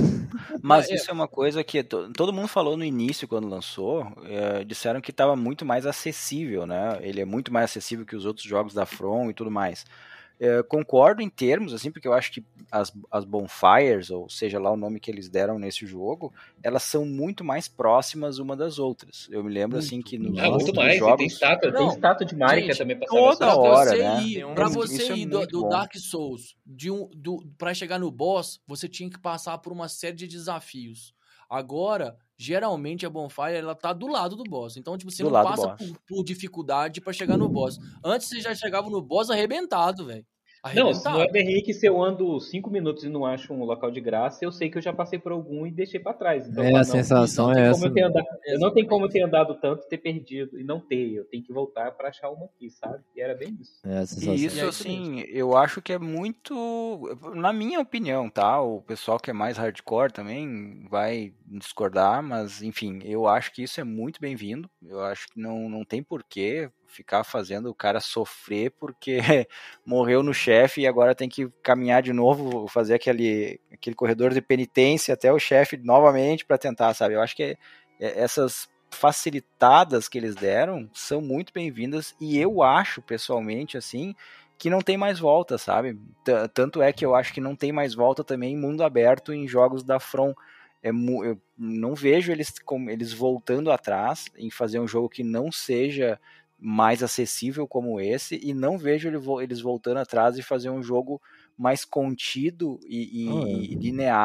Mas É, isso é uma coisa que to- todo mundo falou no início, quando lançou, é, disseram que estava muito mais acessível, né? Ele é muito mais acessível que os outros jogos da From e tudo mais. É, concordo em termos, assim, porque eu acho que as, as bonfires, ou seja lá o nome que eles deram nesse jogo, elas são muito mais próximas uma das outras. Eu me lembro, Muito, assim, que nos muito. Ah, muito outros mais. E jogos... tem estátua, Não, tem estátua de Marika gente, também pra toda salvar. Pra hora, você né? ir, Tem um- pra isso você é ir do, muito do bom. Dark Souls, de um, do, pra chegar no boss, você tinha que passar por uma série de desafios. Agora, geralmente a Bonfire, ela tá do lado do boss. Então, tipo, você Do não lado do passa boss. por, por dificuldade pra chegar no boss. Antes você já chegava no boss arrebentado, velho. Não, se no Arrebentado. Elden Ring, se eu ando cinco minutos e não acho um local de graça, eu sei que eu já passei por algum e deixei pra trás. Então, É, eu a falo, não, sensação não tem é como essa. eu, ter mesmo. andado, eu não tenho como eu ter andado tanto e ter perdido e não ter. Eu tenho que voltar pra achar uma aqui, sabe? E era bem isso. É a sensação. E isso, E é isso assim, eu acho que é muito. Na minha opinião, tá? O pessoal que é mais hardcore também vai discordar, mas, enfim, eu acho que isso é muito bem-vindo. Eu acho que não, não tem porquê ficar fazendo o cara sofrer porque morreu no chefe e agora tem que caminhar de novo, fazer aquele, aquele corredor de penitência até o chefe novamente para tentar, sabe? Eu acho que é, é, essas facilitadas que eles deram são muito bem-vindas e eu acho, pessoalmente, assim, que não tem mais volta, sabe? T- Tanto é que eu acho que não tem mais volta também em mundo aberto em jogos da From. É, mu- eu não vejo eles, como, eles voltando atrás em fazer um jogo que não seja mais acessível como esse, e não vejo ele vo- eles voltando atrás e fazer um jogo mais contido e, e- Ah, é. e linear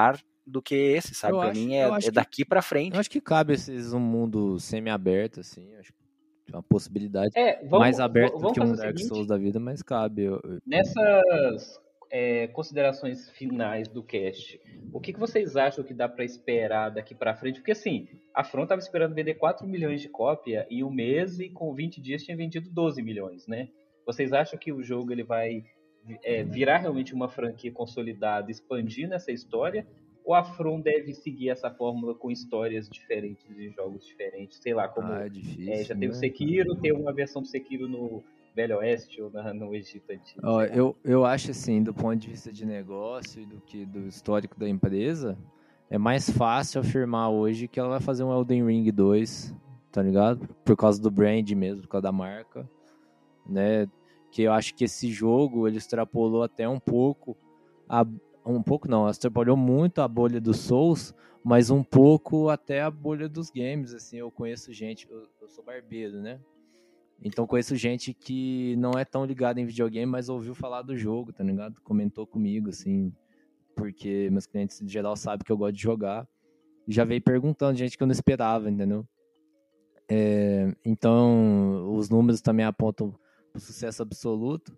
do que esse, sabe? Eu Pra acho- mim é, eu acho é que- daqui pra frente. Eu acho que cabe esses um mundo semi-aberto, assim. Acho que é uma possibilidade É, vamos, mais aberta do vamos que um fazer o Dark seguinte. Souls da vida, mas cabe. Eu- eu- Nessas é, considerações finais do cast, o que, que vocês acham que dá pra esperar daqui pra frente? Porque assim, a From tava esperando vender quatro milhões de cópia em um mês e com vinte dias tinha vendido doze milhões, né? Vocês acham que o jogo ele vai é, virar realmente uma franquia consolidada, expandindo essa história? Ou a From deve seguir essa fórmula com histórias diferentes e jogos diferentes? Sei lá, como Ah, é difícil, é, já teve o né? Sekiro, tem uma versão do Sekiro no Velho Oeste ou na- no Egito Antigo. Ó, sei lá. eu, eu acho assim, do ponto de vista de negócio e do que do histórico da empresa, é mais fácil afirmar hoje que ela vai fazer um Elden Ring dois, tá ligado? Por causa do brand mesmo, por causa da marca, né? Que eu acho que esse jogo, ele extrapolou até um pouco, a, um pouco não, extrapolou muito a bolha dos Souls, mas um pouco até a bolha dos games, assim, eu conheço gente, eu, eu sou barbeiro, né? Então conheço gente que não é tão ligada em videogame, mas ouviu falar do jogo, tá ligado? Comentou comigo, assim, porque meus clientes em geral sabem que eu gosto de jogar. E já veio perguntando, gente que eu não esperava, entendeu? É, então, os números também apontam para o sucesso absoluto.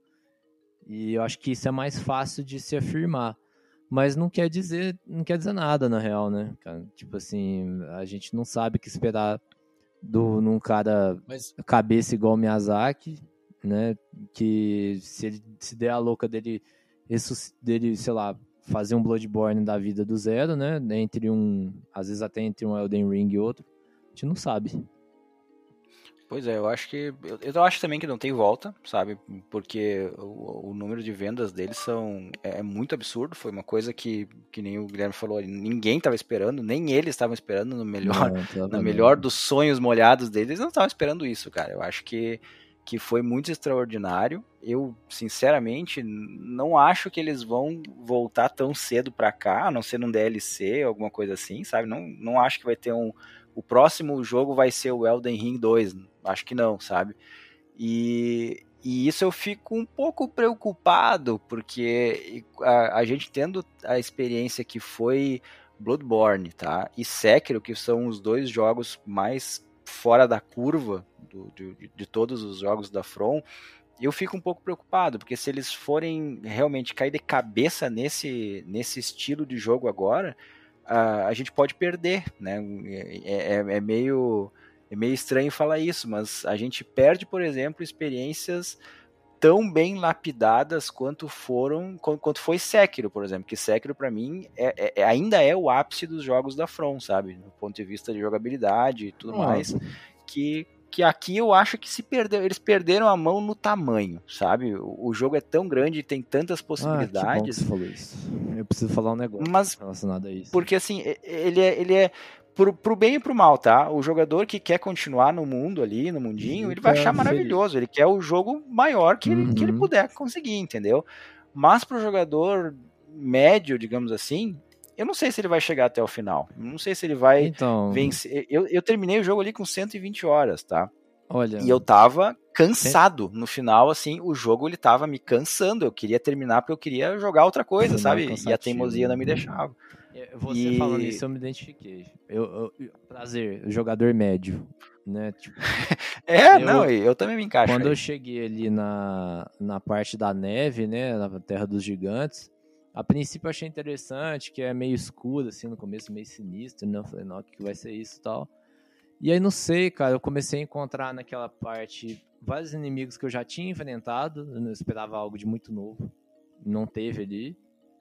E eu acho que isso é mais fácil de se afirmar. Mas não quer dizer, não quer dizer nada, na real, né? Cara? Tipo assim, a gente não sabe o que esperar do, num cara Mas cabeça igual o Miyazaki, né? Que se ele se der a louca dele, ressusc- dele, sei lá, fazer um Bloodborne da vida do zero, né? Entre um, às vezes até entre um Elden Ring e outro, a gente não sabe. Pois é, eu acho que. Eu, eu acho também que não tem volta, sabe? Porque o, o número de vendas deles são, é, é muito absurdo. Foi uma coisa que, que nem o Guilherme falou, ninguém estava esperando, nem eles estavam esperando no melhor, Não, tava no não. melhor dos sonhos molhados deles. Eles não estavam esperando isso, cara. Eu acho que, que foi muito extraordinário. Eu, sinceramente, não acho que eles vão voltar tão cedo pra cá, a não ser num D L C, alguma coisa assim, sabe? Não, não acho que vai ter um. O próximo jogo vai ser o Elden Ring dois. Acho que não, sabe? E, e isso eu fico um pouco preocupado, porque a, a gente tendo a experiência que foi Bloodborne, tá? E Sekiro, que são os dois jogos mais fora da curva do, de, de todos os jogos da From, eu fico um pouco preocupado, porque se eles forem realmente cair de cabeça nesse, nesse estilo de jogo agora, a, a gente pode perder, né? É, é, é meio... É meio estranho falar isso, mas a gente perde, por exemplo, experiências tão bem lapidadas quanto foram, quanto foi Sekiro, por exemplo. Que Sekiro, para mim, é, é, ainda é o ápice dos jogos da From, sabe? Do ponto de vista de jogabilidade e tudo Ah. mais. Que, que aqui eu acho que se perdeu, eles perderam a mão no tamanho, sabe? O, o jogo é tão grande e tem tantas Ah, que bom que possibilidades. você falou isso. Eu preciso falar um negócio Mas relacionado a isso. porque assim, ele é, ele é pro, pro bem e pro mal, tá? O jogador que quer continuar no mundo ali, no mundinho, ele vai Fica achar maravilhoso. Ele quer o jogo maior que ele, que ele Uhum. puder conseguir, entendeu? Mas pro jogador médio, digamos assim, eu não sei se ele vai chegar até o final. Não sei se ele vai Então, vencer. Eu, eu terminei o jogo ali com cento e vinte horas, tá? olha, E eu tava cansado no final, assim, o jogo ele tava me cansando. Eu queria terminar porque eu queria jogar outra coisa, Foi sabe? meio E a cansativo, teimosia não me né? deixava. você E- falando isso, eu me identifiquei. Eu, eu- prazer, jogador médio, né? Tipo, É, Eu- não, eu também me encaixo. quando aí. eu cheguei ali na, na parte da neve, né, na Terra dos Gigantes, a princípio eu achei interessante, que é meio escuro, assim, no começo, meio sinistro, né? Eu falei, não, o que vai ser isso e tal. E aí, não sei, cara, eu comecei a encontrar naquela parte vários inimigos que eu já tinha enfrentado, eu não esperava algo de muito novo, não teve ali.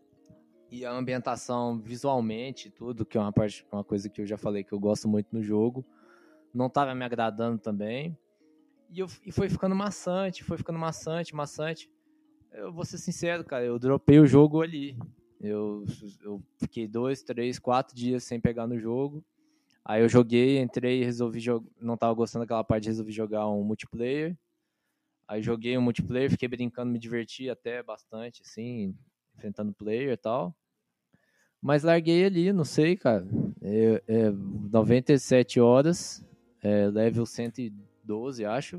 E a ambientação visualmente, tudo, que é uma, parte, uma coisa que eu já falei que eu gosto muito no jogo, não tava me agradando também. E, eu, e foi ficando maçante, foi ficando maçante, maçante. Eu vou ser sincero, cara, eu dropei o jogo ali. Eu, eu fiquei dois, três, quatro dias sem pegar no jogo. Aí eu joguei, entrei, resolvi jogar. Não tava gostando daquela parte, resolvi jogar um multiplayer. Aí joguei um multiplayer, fiquei brincando, me diverti até bastante, assim, enfrentando player e tal. Mas larguei ali, não sei, cara. É, é noventa e sete horas, é, level cento e doze, acho.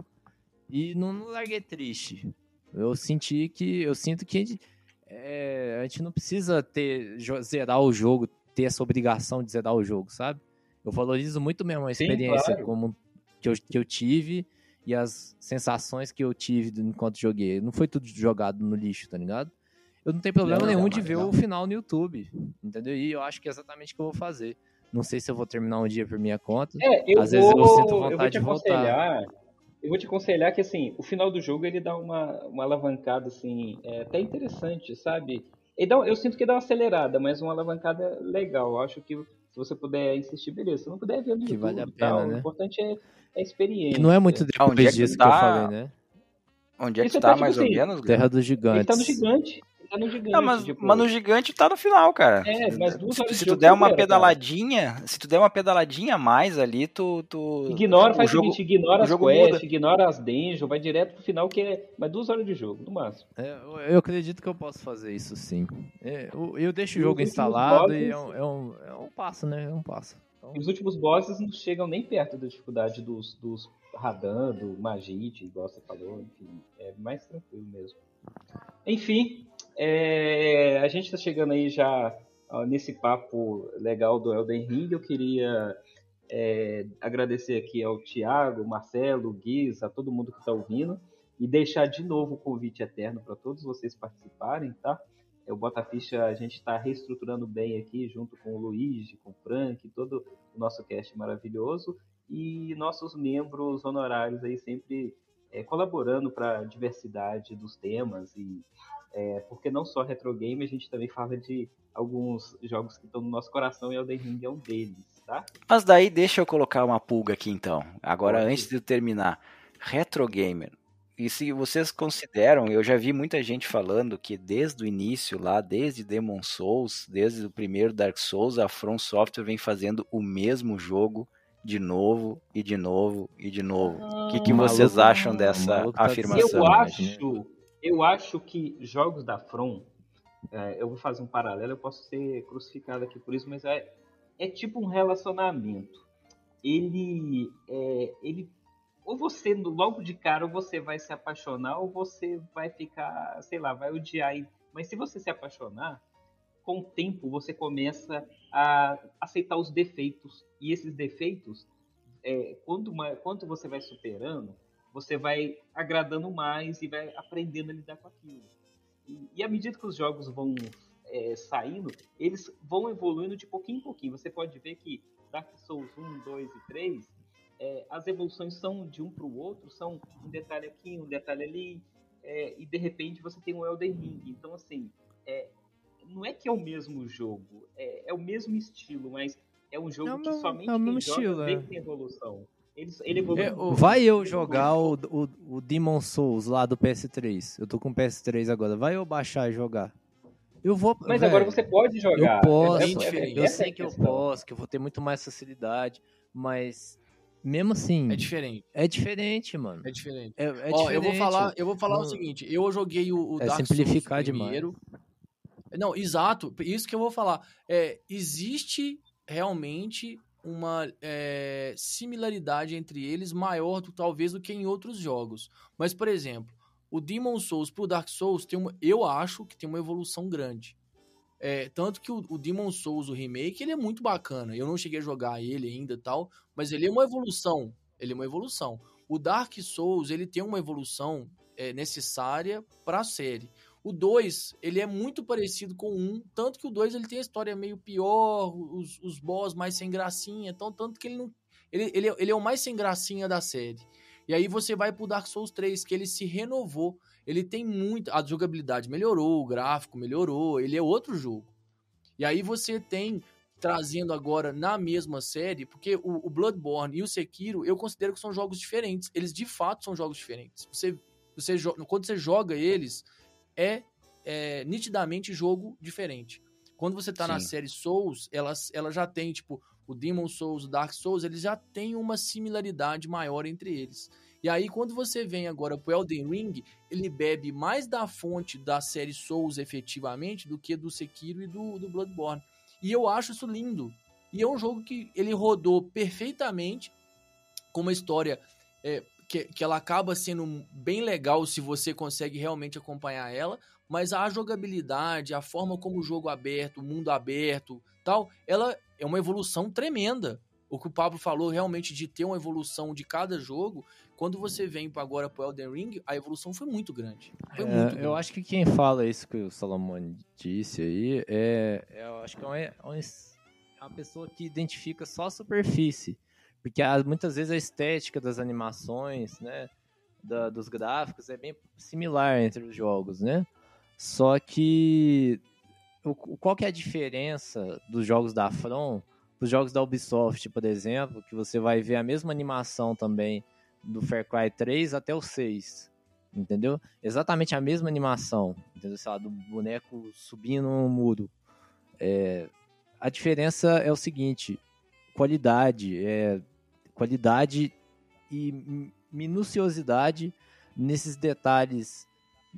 E não, não larguei triste. Eu senti que. Eu sinto que é, a gente não precisa ter, zerar o jogo ter essa obrigação de zerar o jogo, sabe? Eu valorizo muito mesmo a Sim, experiência claro. como, que, eu, que eu tive e as sensações que eu tive enquanto joguei. Não foi tudo jogado no lixo, tá ligado? Eu não tenho problema Não, nenhum não, de ver não. o final no YouTube, entendeu? E eu acho que é exatamente o que eu vou fazer. Não sei se eu vou terminar um dia por minha conta. É, eu Às vezes vou, eu sinto eu vou vontade te de voltar. aconselhar, eu vou te aconselhar que assim, o final do jogo ele dá uma, uma alavancada assim, é, até interessante, sabe? Ele dá, eu sinto que dá uma acelerada, mas uma alavancada legal. Eu acho que se você puder insistir, beleza. Se não puder ver no Que YouTube vale a e pena, tal, o né? importante é, é a experiência. E não é muito Onde depois é que disso que eu tá? falei, né? Onde é que Isso tá, tá, tipo mais ou assim, menos, Gui? Terra dos ele tá no Gigantes. gigante. Ele tá no Não, gigante, mas, tipo. mas no gigante tá no final, cara. É, mas duas Se, horas se de tu jogo der uma supera, cara. pedaladinha, se tu der uma pedaladinha a mais ali, tu, tu Ignora, o faz o jogo, seguinte, ignora o as jogo quests, muda. ignora as dungeons, vai direto pro final que é mais duas horas de jogo, no máximo. É, eu, eu acredito que eu posso fazer isso sim. É, eu, eu deixo o E jogo os últimos instalado e bosses- é um, é, um, é um passo, né? É um passo. Então, E os últimos bosses não chegam nem perto da dificuldade dos, dos Radan, do Magite, igual você falou, enfim, é mais tranquilo mesmo. Enfim, é, a gente está chegando aí já ó, nesse papo legal do Elden Ring. Eu queria é, agradecer aqui ao Thiago, Marcelo, Guiz, a todo mundo que está ouvindo e deixar de novo o convite eterno para todos vocês participarem, tá? É, o Bota Ficha a gente está reestruturando bem aqui, junto com o Luigi, com o Frank, todo o nosso cast maravilhoso e nossos membros honorários aí sempre é, colaborando para a diversidade dos temas e é, porque não só retro game, a gente também fala de alguns jogos que estão no nosso coração e Elden Ring é um deles, tá? Mas daí deixa eu colocar uma pulga aqui então. Agora, Pode. antes de eu terminar, retro gamer. E se vocês consideram, eu já vi muita gente falando que desde o início lá, desde Demon Souls, desde o primeiro Dark Souls, a From Software vem fazendo o mesmo jogo de novo e de novo e de novo. O que, que O vocês maluco- acham o dessa maluco tá afirmação? Eu sacanagem, acho, eu acho que jogos da From, é, eu vou fazer um paralelo, eu posso ser crucificado aqui por isso, mas é, é tipo um relacionamento. Ele, é, ele, ou você logo de cara, ou você vai se apaixonar, ou você vai ficar, sei lá, vai odiar. Mas se você se apaixonar, com o tempo você começa a aceitar os defeitos. E esses defeitos, é, quando, uma, quando você vai superando, você vai agradando mais e vai aprendendo a lidar com aquilo. E, e à medida que os jogos vão é, saindo, eles vão evoluindo de pouquinho em pouquinho. Você pode ver que Dark Souls um, dois e três, é, as evoluções são de um para o outro, são um detalhe aqui, um detalhe ali, é, e de repente você tem um Elden Ring. Então, assim, é, não é que é o mesmo jogo, é, é o mesmo estilo, mas é um jogo É o que mesmo- somente é o quem mesmo joga estilo, vê é. que tem evolução. Ele, ele evolui É, o- Vai eu ele jogar o, evolui. o, o Demon Souls lá do P S três. Eu tô com o P S três agora. Vai eu baixar e jogar. Eu vou. Mas velho, agora você pode jogar. Eu posso. bem diferente. Eu essa é sei a que eu questão. posso, que eu vou ter muito mais facilidade. Mas mesmo assim. É diferente. É diferente, mano. É diferente. É, é Ó, diferente. eu vou falar, eu vou falar Não- o seguinte, eu joguei o, o É Dark simplificar Souls demais. primeiro. Não, exato, isso que eu vou falar. É, existe realmente uma é, similaridade entre eles maior do, talvez do que em outros jogos. Mas, por exemplo, o Demon Souls pro Dark Souls tem uma, eu acho que tem uma evolução grande. É, tanto que o, o Demon Souls, o remake, ele é muito bacana. Eu não cheguei a jogar ele ainda e tal, mas ele é uma evolução. Ele é uma evolução. O Dark Souls, ele tem uma evolução é, necessária para a série. O dois, ele é muito parecido com o um, tanto que o dois ele tem a história meio pior, os, os boss mais sem gracinha, então, tanto que ele não... Ele, ele, ele é o mais sem gracinha da série. E aí você vai pro Dark Souls três, que ele se renovou. Ele tem muito... A jogabilidade melhorou, o gráfico melhorou, ele é outro jogo. E aí você tem, trazendo agora na mesma série, porque o, o Bloodborne e o Sekiro, eu considero que são jogos diferentes. Eles, de fato, são jogos diferentes. Você, você, quando você joga eles, é, é nitidamente jogo diferente. Quando você tá Sim. na série Souls, ela, ela já tem, tipo, o Demon Souls, o Dark Souls, eles já têm uma similaridade maior entre eles. E aí, quando você vem agora pro Elden Ring, ele bebe mais da fonte da série Souls, efetivamente, do que do Sekiro e do, do Bloodborne. E eu acho isso lindo. E é um jogo que ele rodou perfeitamente, com uma história é, que, que ela acaba sendo bem legal se você consegue realmente acompanhar ela, mas a jogabilidade, a forma como o jogo aberto, o mundo aberto, tal, ela é uma evolução tremenda. O que o Pablo falou realmente de ter uma evolução de cada jogo, quando você vem agora pro Elden Ring, a evolução foi muito grande. Foi É, muito grande. eu acho que quem fala isso que o Salomão disse aí, é, é eu acho que é uma, é uma pessoa que identifica só a superfície. Porque a, muitas vezes a estética das animações, né, da, dos gráficos é bem similar entre os jogos, né? Só que o, qual que é a diferença dos jogos da From os jogos da Ubisoft, por exemplo, que você vai ver a mesma animação também do Far Cry três até o seis, entendeu? Exatamente a mesma animação, entendeu? Sei lá, do boneco subindo um muro. É, a diferença é o seguinte, qualidade, é, qualidade e minuciosidade nesses detalhes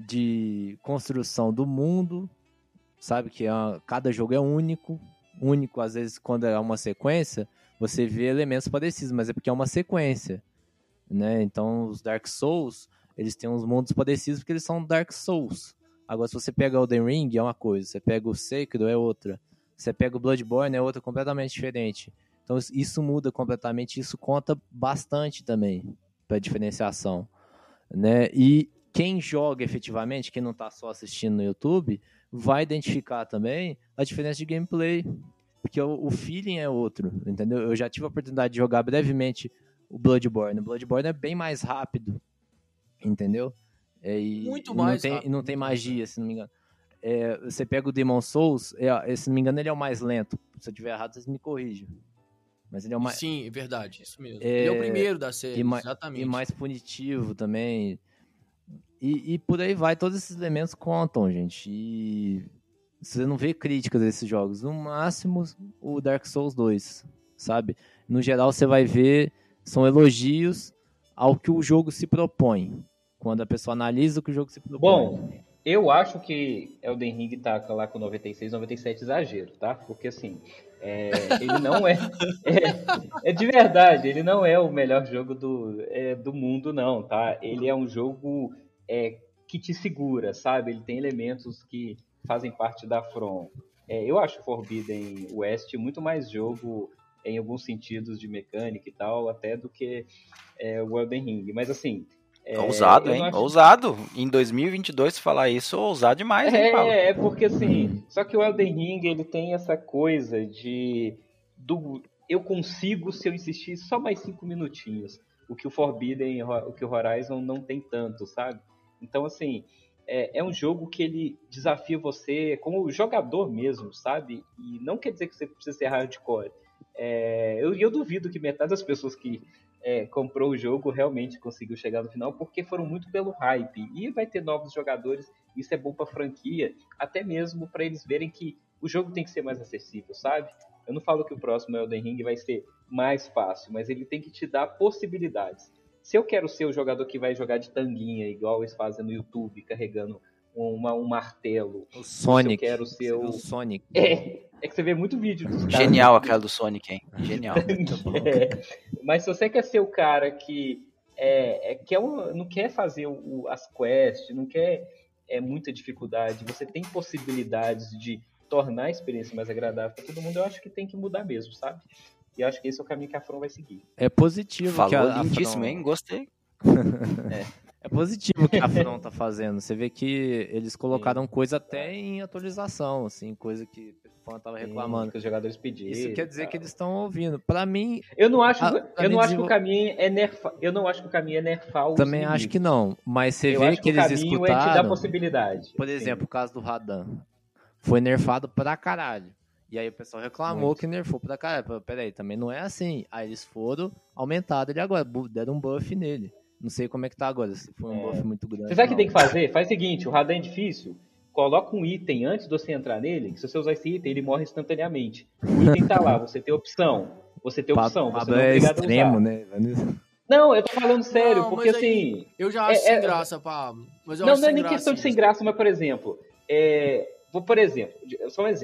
de construção do mundo, sabe? Que é uma, cada jogo é único, único, às vezes quando é uma sequência, você vê elementos parecidos, mas é porque é uma sequência, né? Então os Dark Souls, eles têm uns mundos parecidos porque eles são Dark Souls. Agora se você pega o Elden Ring é uma coisa, você pega o Sekiro é outra, você pega o Bloodborne é outra completamente diferente. Então isso muda completamente, isso conta bastante também para diferenciação, né? E quem joga efetivamente, quem não está só assistindo no YouTube, vai identificar também a diferença de gameplay, porque o, o feeling é outro, entendeu? Eu já tive a oportunidade de jogar brevemente o Bloodborne. O Bloodborne é bem mais rápido, entendeu? É, e, Muito e mais não tem, rápido. E não tem magia, se não me engano. É, você pega o Demon Souls, é, se não me engano ele é o mais lento. Se eu estiver errado, vocês me corrijam. Mas ele é o mais... Sim, é verdade, isso mesmo. É, Ele é o primeiro da série, e ma- exatamente. E mais punitivo também. E, e por aí vai, todos esses elementos contam, gente. E você não vê críticas desses jogos. No máximo, o Dark Souls dois, sabe? No geral, você vai ver, são elogios ao que o jogo se propõe. Quando a pessoa analisa o que o jogo se propõe. Bom, eu acho que Elden Ring tá lá com noventa e seis, noventa e sete exagero, tá? Porque assim, é, ele não é, é... É de verdade, ele não é o melhor jogo do, é, do mundo, não, tá? Ele é um jogo... É, que te segura, sabe? Ele tem elementos que fazem parte da From. É, eu acho Forbidden West muito mais jogo em alguns sentidos de mecânica e tal, até do que é, o Elden Ring. Mas assim... É, ousado, hein? acho... Ousado. Em dois mil e vinte e dois falar isso, ousado demais, hein, Paulo? É, é porque assim... Só que o Elden Ring, ele tem essa coisa de... Do, eu consigo se eu insistir só mais cinco minutinhos. O que o Forbidden, o que o Horizon não tem tanto, sabe? Então, assim, é, é um jogo que ele desafia você como jogador mesmo, sabe? E não quer dizer que você precisa ser hardcore. É, eu, eu duvido que metade das pessoas que é, comprou o jogo realmente conseguiu chegar no final, porque foram muito pelo hype. E vai ter novos jogadores, isso é bom pra franquia, até mesmo para eles verem que o jogo tem que ser mais acessível, sabe? Eu não falo que o próximo Elden Ring vai ser mais fácil, mas ele tem que te dar possibilidades. Se eu quero ser o jogador que vai jogar de tanguinha, igual eles fazem no YouTube, carregando uma, um martelo. O Sonic. Se eu quero ser o... o Sonic. É, é que você vê muito vídeo dos caras. Genial aquela do Sonic, hein? Genial. É, mas se você quer ser o cara que é, é, quer um, não quer fazer o, as quests, não quer é, muita dificuldade, você tem possibilidades de tornar a experiência mais agradável para todo mundo, eu acho que tem que mudar mesmo, sabe? E eu acho que esse é o caminho que a From vai seguir. É positivo. Falou que a, lindíssimo, a From... hein? Gostei. é. é positivo o que a From tá fazendo. Você vê que eles colocaram Sim. coisa até em atualização, assim, coisa que o fã tava reclamando. Sim, que os jogadores pediram. Isso quer dizer que eles estão ouvindo. Para mim, eu não acho, a, eu não acho que o caminho é nerfar. Eu não acho que o caminho é nerfar os Também inimigos. acho que não, mas você eu vê acho que, que eles escutaram. O caminho é te dar possibilidade. Por exemplo, Sim. o caso do Radan. Foi nerfado pra caralho. E aí o pessoal reclamou Muito. que nerfou pra caralho. Peraí, também não é assim. Aí eles foram, aumentaram ele agora, deram um buff nele. Não sei como é que tá agora, se foi um é. buff muito grande. Você sabe o que tem que fazer? Faz o seguinte, o Radan é difícil, coloca um item antes de você entrar nele, que se você usar esse item, ele morre instantaneamente. O item tá lá, você tem opção. Você tem opção, você não é obrigado extremo, a usar. Né? Não, eu tô falando sério, não, porque aí, assim... Eu já acho é, sem é... graça, Pablo. Mas eu não, acho não é sem nem graça questão de isso. sem graça, mas, por exemplo... É... Vou, por exemplo, só um exemplo.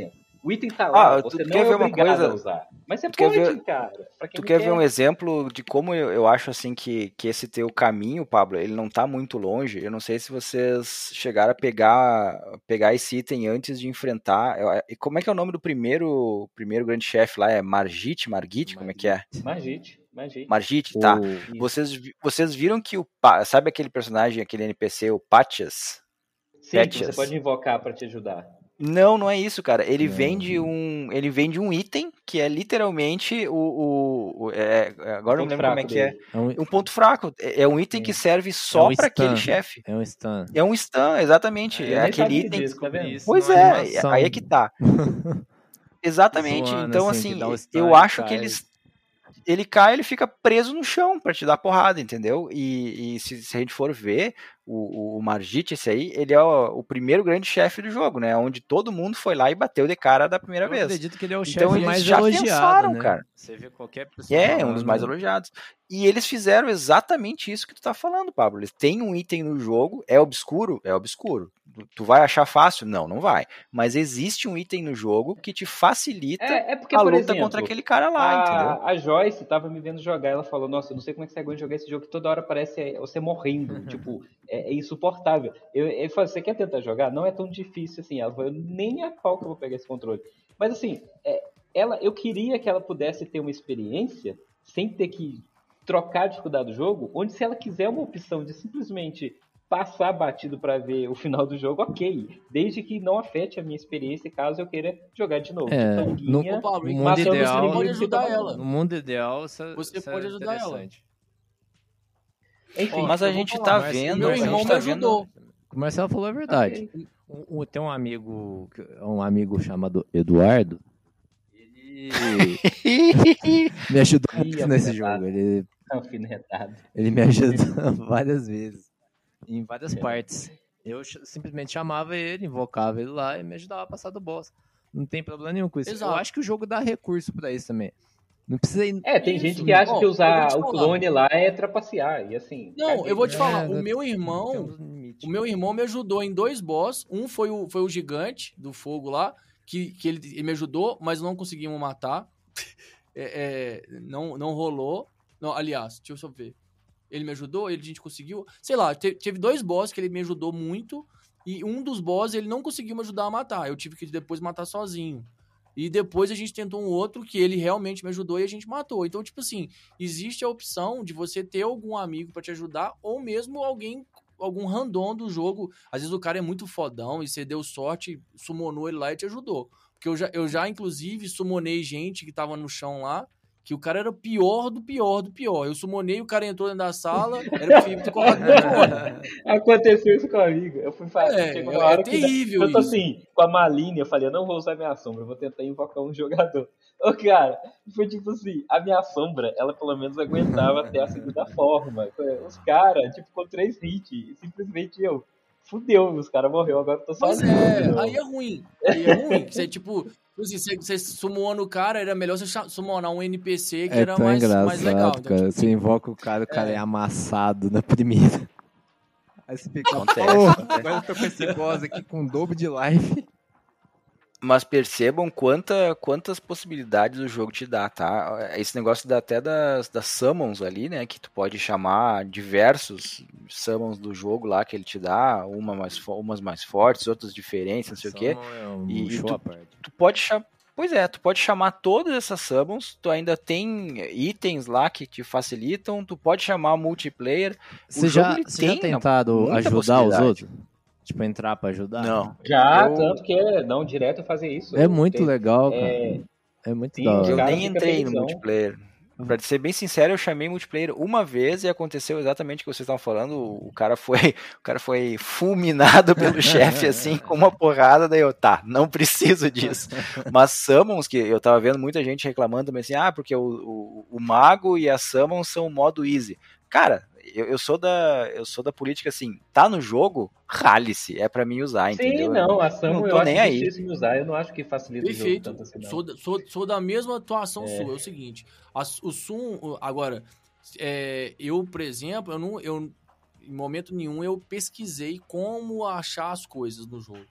O item tá lá, Ah, você tu não quer é ver uma obrigado coisa? a usar. Mas você Tu quer pode, ver- cara. Pra quem Tu não quer ver um exemplo de como eu, eu acho assim que, que esse teu caminho, Pablo, ele não tá muito longe. Eu não sei se vocês chegaram a pegar, pegar esse item antes de enfrentar. eu- E como é que é o nome do primeiro, primeiro grande chefe lá? É Margit, Margit, como é que é? Magite, Magite. Margit, tá. O- Isso. Vocês, vi- vocês viram que o. Pa- Sabe aquele personagem, aquele N P C, o Patias? Sim, que Patches. você pode invocar pra te ajudar. Não, não é isso, cara. Ele Não. vende um. Ele vende um item que é literalmente o. o, o- é- é- agora eu não Ponto lembro como é fraco que é. dele. É um, Um ponto fraco. É é um item Sim. que serve só um pra aquele stun. chefe. é um stun. É um stun, exatamente. Ah, é Eu nem aquele sabia item. disso, tá vendo? Isso Pois numa é, animação. aí é que tá. Exatamente. Zoando, Então, assim, assim, que dá o stun, eu ele acho cai. que eles. Ele cai, ele fica preso no chão pra te dar porrada, entendeu? E, e se, se a gente for ver, o, o Margit, esse aí, ele é o, o primeiro grande chefe do jogo, né? Onde todo mundo foi lá e bateu de cara da primeira Eu vez. acredito que ele é o Então chefe eles mais já elogiado, pensaram, né? cara. Você vê qualquer pessoa É, um falando, dos mais elogiados. E eles fizeram exatamente isso que tu tá falando, Pablo. Eles têm um item no jogo, é obscuro? É obscuro. Tu- Tu vai achar fácil? Não, não vai. Mas existe um item no jogo que te facilita É, é porque, a por luta exemplo, contra aquele cara lá, entendeu? a, a Joyce tava me vendo jogar, ela falou, nossa, eu não sei como é que você aguenta jogar esse jogo, que toda hora parece você morrendo, tipo, é, é insuportável. Eu, eu falei, você quer tentar jogar? Não é tão difícil assim. Ela falou, nem a pau que eu vou pegar esse controle. Mas assim, é, ela, eu queria que ela pudesse ter uma experiência sem ter que trocar a dificuldade do jogo, onde se ela quiser uma opção de simplesmente passar batido para ver o final do jogo, ok. Desde que não afete a minha experiência caso eu queira jogar de novo. É, de tanguinha, Ô, Pablo, No então mundo matando os ideal- você inimigos pode que ajudar tá ela. matando. No mundo ideal, isso, Você isso pode é ajudar ela. interessante. Enfim, Ó, Mas eu a vou gente falar, tá mas vendo. Meu a gente irmão me tá vendo- ajudou. O Marcelo falou a verdade. ok. Um- um- tem um amigo, que- um amigo chamado Eduardo. Ele me ajudou Ih, muito nesse alfinetado. jogo. Ele, Alfinetado. ele me ajudou várias vezes, em várias partes. Eu ch- simplesmente chamava ele, invocava ele lá e me ajudava a passar do boss. Não tem problema nenhum com isso. Exato. Eu acho que o jogo dá recurso pra isso também. Não precisa ir. É, tem Isso. gente que acha Ó, que eu usar vou o te falar. clone lá é trapacear. E assim. Não, caguei. eu vou te É, falar, o né, meu Tem irmão, uns limites. o meu irmão me ajudou em dois boss. Um foi o, foi o gigante do fogo lá, que, que ele, ele me ajudou, mas não conseguimos matar. É, é, não, não rolou. Não, aliás, deixa eu só ver. Ele me ajudou, ele, a gente conseguiu. Sei lá, te- teve dois boss que ele me ajudou muito. E um dos boss ele não conseguiu me ajudar a matar. Eu tive que depois matar sozinho. E depois a gente tentou um outro que ele realmente me ajudou e a gente matou. Então, tipo assim, existe a opção de você ter algum amigo pra te ajudar ou mesmo alguém, algum random do jogo. Às vezes o cara é muito fodão e você deu sorte, summonou ele lá e te ajudou. Porque eu já, eu já inclusive, summonei gente que tava no chão lá, que o cara era o pior do pior do pior. Eu summonei, o cara entrou dentro da sala, era possível ter colocado no clone. Aconteceu isso comigo. Eu fui fazer. É, chegou é uma hora que terrível eu tô isso. assim, com a malinha, eu falei, eu não vou usar minha sombra, eu vou tentar invocar um jogador. Ô, cara, foi tipo assim, a minha sombra, ela pelo menos aguentava até a segunda forma. Os caras, tipo, com três hits, simplesmente eu. Fudeu, os caras morreram, agora eu tô Pois sozinho. de é, novo. aí é ruim. Aí é ruim. Você, tipo, assim, você, você summonou o cara, era melhor você cha- summonar um N P C que É era tão mais, engraçado, mais legal. Então, cara. tipo, Você invoca o cara, o cara é, amassado na primeira. Aí você fica, Acontece, "Porra, acontece." agora eu tô com esse boss aqui com o dobro de life. Mas percebam quanta, quantas possibilidades o jogo te dá, tá? Esse negócio dá até das, das summons ali, né? Que tu pode chamar diversos summons do jogo lá que ele te dá, uma mais, fo- umas mais fortes, outras diferentes, não sei o quê. É um E- e show tu- à parte. Tu pode chamar. Pois é, tu pode chamar todas essas summons, tu ainda tem itens lá que te facilitam, tu pode chamar multiplayer. Você jogo, já, ele você já tem tentado muita ajudar os possibilidade. outros? Tipo, entrar pra ajudar? Não. Já, Eu- tanto que é, não, direto eu fazia isso. É Eu muito tenho- legal, cara. É, É muito sim, da os Eu hora. cara nem fica entrei no felizão. multiplayer. Pra ser bem sincero, eu chamei multiplayer uma vez e aconteceu exatamente o que vocês estavam falando. O cara foi, o cara foi fulminado pelo chefe, assim, com uma porrada. Daí eu, tá, não preciso disso. Mas Summons, que eu tava vendo muita gente reclamando também assim, ah, porque o, o, o Mago e a Summons são modo easy. Cara, eu, eu, sou da, eu sou da política assim, tá no jogo, rale-se, é pra mim usar, Sim, entendeu? não, a Não Samu tô eu acho nem aí. difícil de usar, eu não acho que facilita o jogo Perfeito. tanto assim, não. Sou, da- sou, sou da mesma atuação sua. É o seguinte, a- o Sum, o- agora, é, eu, por exemplo, eu não, eu, em momento nenhum eu pesquisei como achar as coisas no jogo.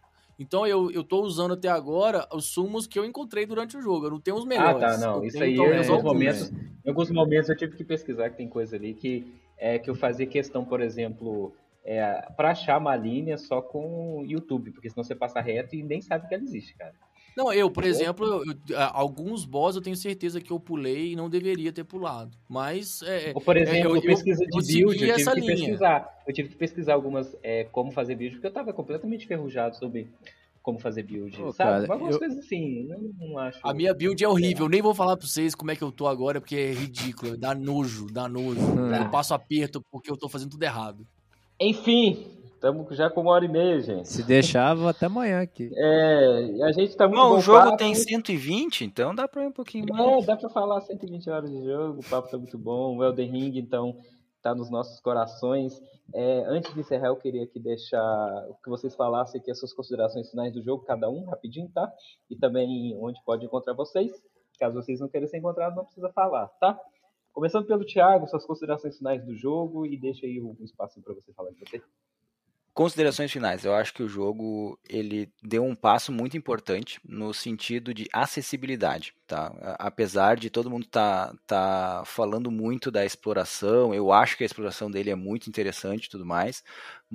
Então eu, eu tô usando até agora os sumos que eu encontrei durante o jogo. Eu não tenho os melhores. Ah, tá, não. Eu Isso tenho, aí, talvez, em alguns alguns. momentos, em alguns momentos eu tive que pesquisar que tem coisa ali que, é, que eu fazia questão, por exemplo, é, para achar uma linha só com o YouTube, porque senão você passa reto e nem sabe que ela existe, cara. Não, eu, por exemplo, eu- eu- a- alguns boss eu tenho certeza que eu pulei e não deveria ter pulado. Mas é, Ou, por é, exemplo, eu, eu, pesquisa de eu build, segui eu tive essa que linha. pesquisar. Eu tive que pesquisar algumas é, como fazer build, porque eu tava completamente enferrujado sobre como fazer build, Pô, sabe? cara, Algumas eu- coisas assim, eu não acho... A minha build é horrível. Eu nem vou falar pra vocês como é que eu tô agora, porque é ridículo. Dá nojo, dá nojo. Eu passo aperto porque eu tô fazendo tudo errado. Enfim, estamos já com uma hora e meia, gente. Se deixar, vou até amanhã aqui. É, a gente tá muito Bom, bom o jogo papo. tem cento e vinte, então dá pra ir um pouquinho mais. É, dá pra falar cento e vinte horas de jogo, o papo tá muito bom. O Elden Ring, então, tá nos nossos corações. É, antes de encerrar, eu queria aqui deixar que vocês falassem aqui as suas considerações finais do jogo, cada um, rapidinho, tá? E também onde pode encontrar vocês. Caso vocês não queiram ser encontrados, não precisa falar, tá? Começando pelo Thiago, suas considerações finais do jogo e deixa aí um espaço para você falar de você. Considerações finais. Eu acho que o jogo ele deu um passo muito importante no sentido de acessibilidade, tá? Apesar de todo mundo tá, tá falando muito da exploração, eu acho que a exploração dele é muito interessante e tudo mais,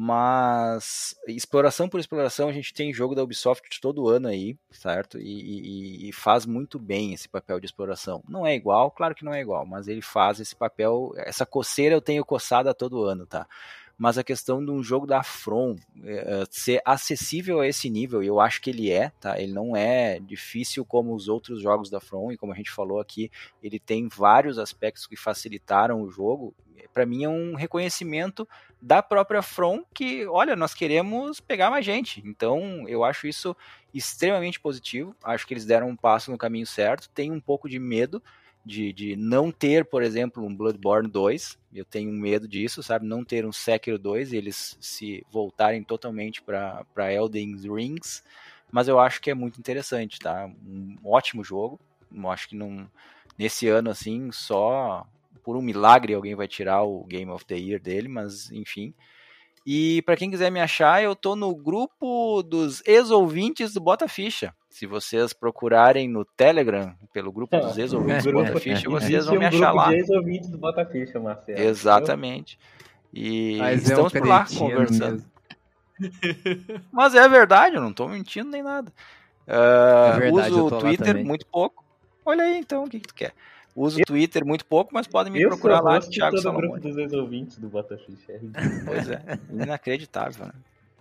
mas exploração por exploração a gente tem jogo da Ubisoft todo ano aí, certo? E, e, e faz muito bem esse papel de exploração. Não é igual, claro que não é igual, mas ele faz esse papel, essa coceira eu tenho coçada todo ano, tá? Mas a questão de um jogo da From é, ser acessível a esse nível, eu acho que ele é, tá? Ele não é difícil como os outros jogos da From, e como a gente falou aqui, ele tem vários aspectos que facilitaram o jogo. Para mim é um reconhecimento da própria From que, olha, nós queremos pegar mais gente. Então eu acho isso extremamente positivo, acho que eles deram um passo no caminho certo, tem um pouco de medo, De, de não ter, por exemplo, um Bloodborne dois, eu tenho medo disso, sabe, não ter um Sekiro dois, eles se voltarem totalmente para Elden Rings, mas eu acho que é muito interessante, tá, um ótimo jogo, eu acho que não, nesse ano, assim, só por um milagre alguém vai tirar o Game of the Year dele, mas enfim. E para quem quiser me achar, eu tô no grupo dos ex-ouvintes do Bota Ficha. Se vocês procurarem no Telegram, pelo grupo dos ex-ouvintes do Bota Ficha, vocês vão me achar lá. Existe um grupo de ex-ouvintes do Bota Ficha, Marcelo. Exatamente. E Mas estamos é um por lá cretino conversando. mesmo. Mas é verdade, eu não tô mentindo nem nada. Uh, É verdade, uso eu o tô lá Twitter também. muito pouco. Olha aí então, o que, que tu quer? Uso o Twitter muito pouco, mas podem me Eu procurar sou lá, host Thiago do grupo Salomone. dos ex-ouvintes do Bota Ficha. É ridículo. Pois é, inacreditável, né?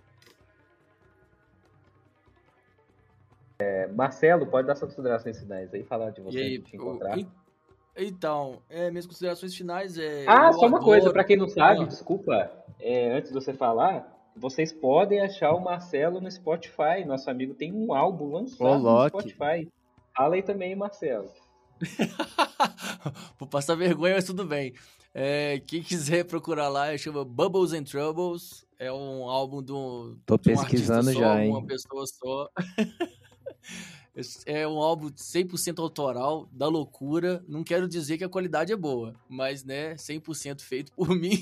É, Marcelo, pode dar suas considerações finais aí, falar de você, E aí, a gente encontrar. o- então, é, minhas considerações finais é. Ah, eu só uma adoro- coisa, pra quem não sabe, Ah. desculpa, é, antes de você falar, vocês podem achar o Marcelo no Spotify. Nosso amigo tem um álbum lançado Ô, no Loki. Spotify. Fala aí também, Marcelo. Vou passar vergonha, mas tudo bem. É, quem quiser procurar lá, chama Bubbles and Troubles. É um álbum do, Tô de um pesquisando artista já, só, hein? uma pessoa só. É um álbum cem por cento autoral, da loucura. Não quero dizer que a qualidade é boa, mas, né, cem por cento feito por mim.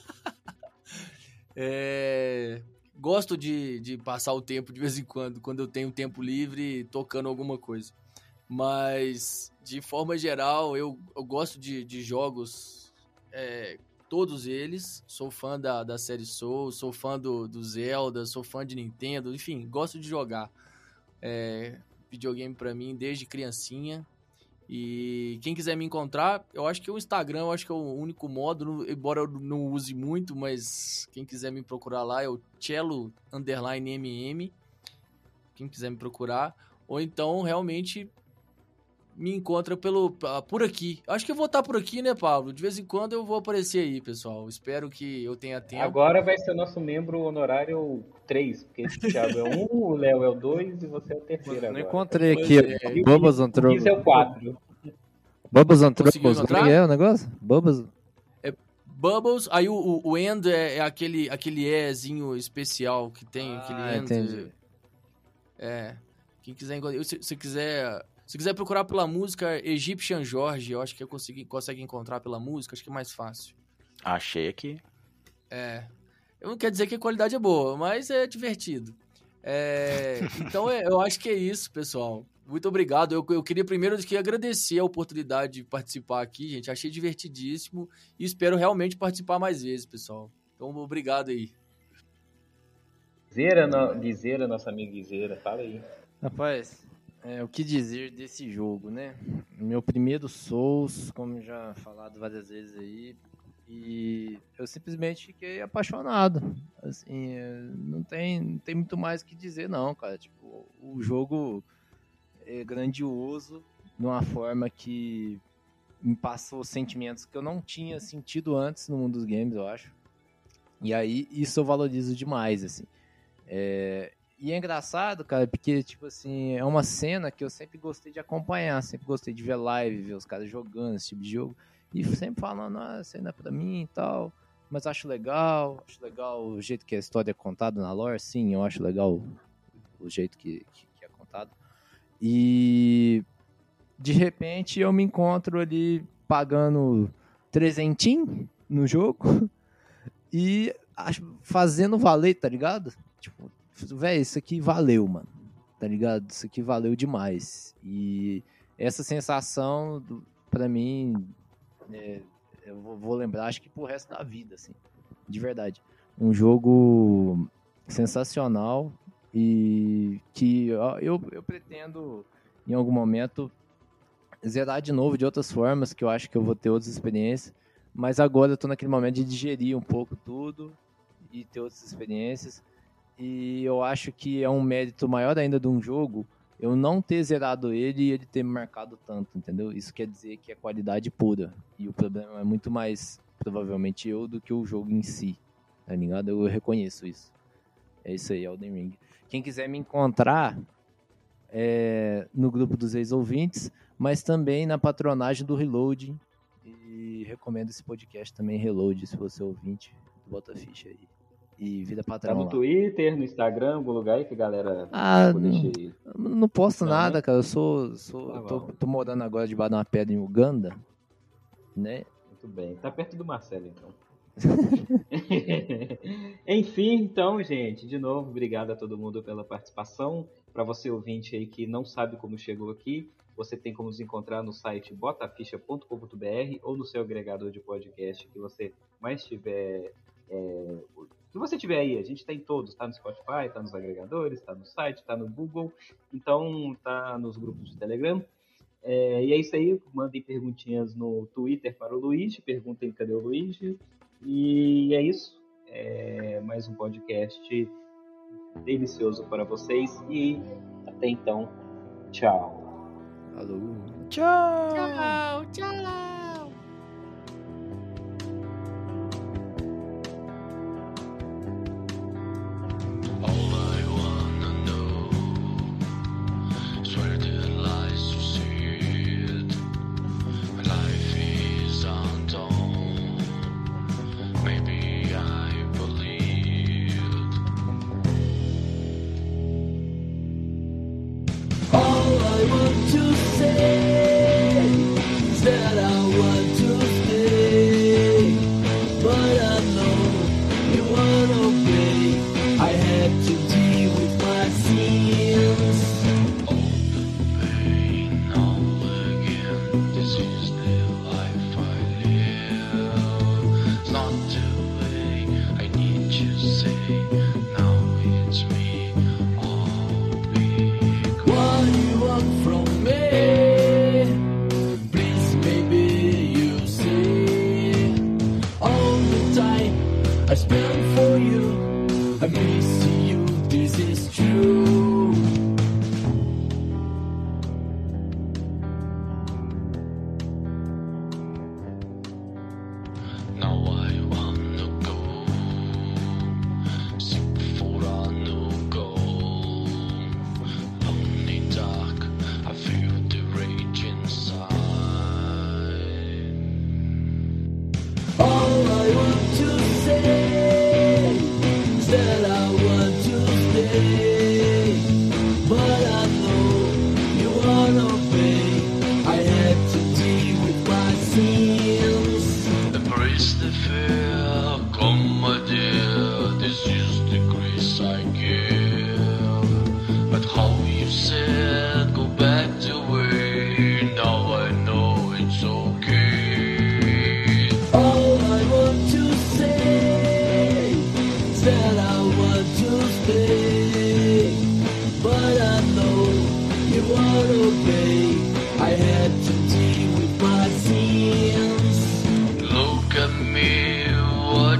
É, gosto de, de passar o tempo de vez em quando, quando eu tenho tempo livre, tocando alguma coisa. Mas, de forma geral, eu, eu gosto de, de jogos, é, todos eles. Sou fã da, da série Soul, sou fã do, do Zelda, sou fã de Nintendo, enfim, gosto de jogar. É, videogame pra mim desde criancinha. E quem quiser me encontrar, eu acho que o Instagram, eu acho que é o único modo, embora eu não use muito, mas quem quiser me procurar lá é o Cello underline mm. Quem quiser me procurar, ou então realmente me encontra pelo, por aqui. Acho que eu vou estar por aqui, né, Pablo? De vez em quando eu vou aparecer aí, pessoal. Espero que eu tenha tempo. Agora vai ser nosso membro honorário três, porque esse Thiago é um, o Léo é o dois e você é o terceiro Não agora. encontrei Pois aqui, é. ó. Bubbles on O Kiz é o Troubles. quatro. Bubbles on Conseguiu Troubles. Como encontrar? é o negócio? Bubbles. Bubbles, aí o, o, o end é, é aquele, aquele Ezinho especial que tem, aquele Ah, end. entendi. É. Quem quiser encontrar. Se, se quiser. Se quiser procurar pela música Egyptian Jorge, eu acho que eu consegui, consegue encontrar pela música, acho que é mais fácil. Achei aqui. É. Eu não quero dizer que a qualidade é boa, mas é divertido. É, então, é, eu acho que é isso, pessoal. Muito obrigado. Eu, eu queria primeiro que agradecer a oportunidade de participar aqui, gente. Achei divertidíssimo e espero realmente participar mais vezes, pessoal. Então, obrigado aí. Guizeira, no... Guizeira, nossa amiga Guizeira, fala aí. Rapaz, é, o que dizer desse jogo, né? Meu primeiro Souls, como já falado várias vezes aí, e eu simplesmente fiquei apaixonado. Assim, não tem, não tem muito mais o que dizer, não, cara. Tipo, o jogo é grandioso de uma forma que me passou sentimentos que eu não tinha sentido antes no mundo dos games, eu acho. E aí, isso eu valorizo demais, assim. É, e é engraçado, cara, porque, tipo assim, é uma cena que eu sempre gostei de acompanhar, sempre gostei de ver live, ver os caras jogando esse tipo de jogo, e sempre falando, ah, isso aí não é pra mim e tal, mas acho legal, acho legal o jeito que a história é contada na lore, sim, eu acho legal o, o jeito que, que, que é contado. E, de repente, eu me encontro ali pagando trezentinho no jogo e fazendo valer, tá ligado? Tipo, velho, isso aqui valeu, mano, tá ligado? Isso aqui valeu demais. E essa sensação, pra mim, é, eu vou lembrar, acho que pro resto da vida, assim, de verdade. Um jogo sensacional e que eu, eu, eu pretendo, em algum momento, zerar de novo de outras formas, que eu acho que eu vou ter outras experiências, mas agora eu tô naquele momento de digerir um pouco tudo e ter outras experiências. E eu acho que é um mérito maior ainda de um jogo eu não ter zerado ele e ele ter me marcado tanto, entendeu? Isso quer dizer que é qualidade pura. E o problema é muito mais, provavelmente, eu do que o jogo em si, tá ligado? Eu reconheço isso. É isso aí, Elden Ring. Quem quiser me encontrar é no grupo dos ex-ouvintes, mas também na patronagem do Reload. E recomendo esse podcast também, Reload, se você é ouvinte, bota a ficha aí. E vira patrão. Tá no lá. Twitter, no Instagram, algum lugar aí que a galera ah, poder não, ir. não posto não, nada, né? cara. Eu sou. sou Ah, tô, tô morando agora debaixo de uma pedra em Uganda, né? Muito bem. Tá perto do Marcelo, então. Enfim, então, gente, de novo, obrigado a todo mundo pela participação. Para você ouvinte aí que não sabe como chegou aqui, você tem como nos encontrar no site botaficha ponto com ponto br ou no seu agregador de podcast que você mais tiver. É, se você tiver aí, a gente está em todos, está no Spotify, está nos agregadores, está no site, está no Google, então está nos grupos de Telegram. É, e é isso aí, mandem perguntinhas no Twitter para o Luigi, perguntem cadê o Luigi. E é isso, é mais um podcast delicioso para vocês e até então, tchau. Alô. Tchau! Tchau, tchau! All I want to say is that I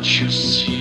you see?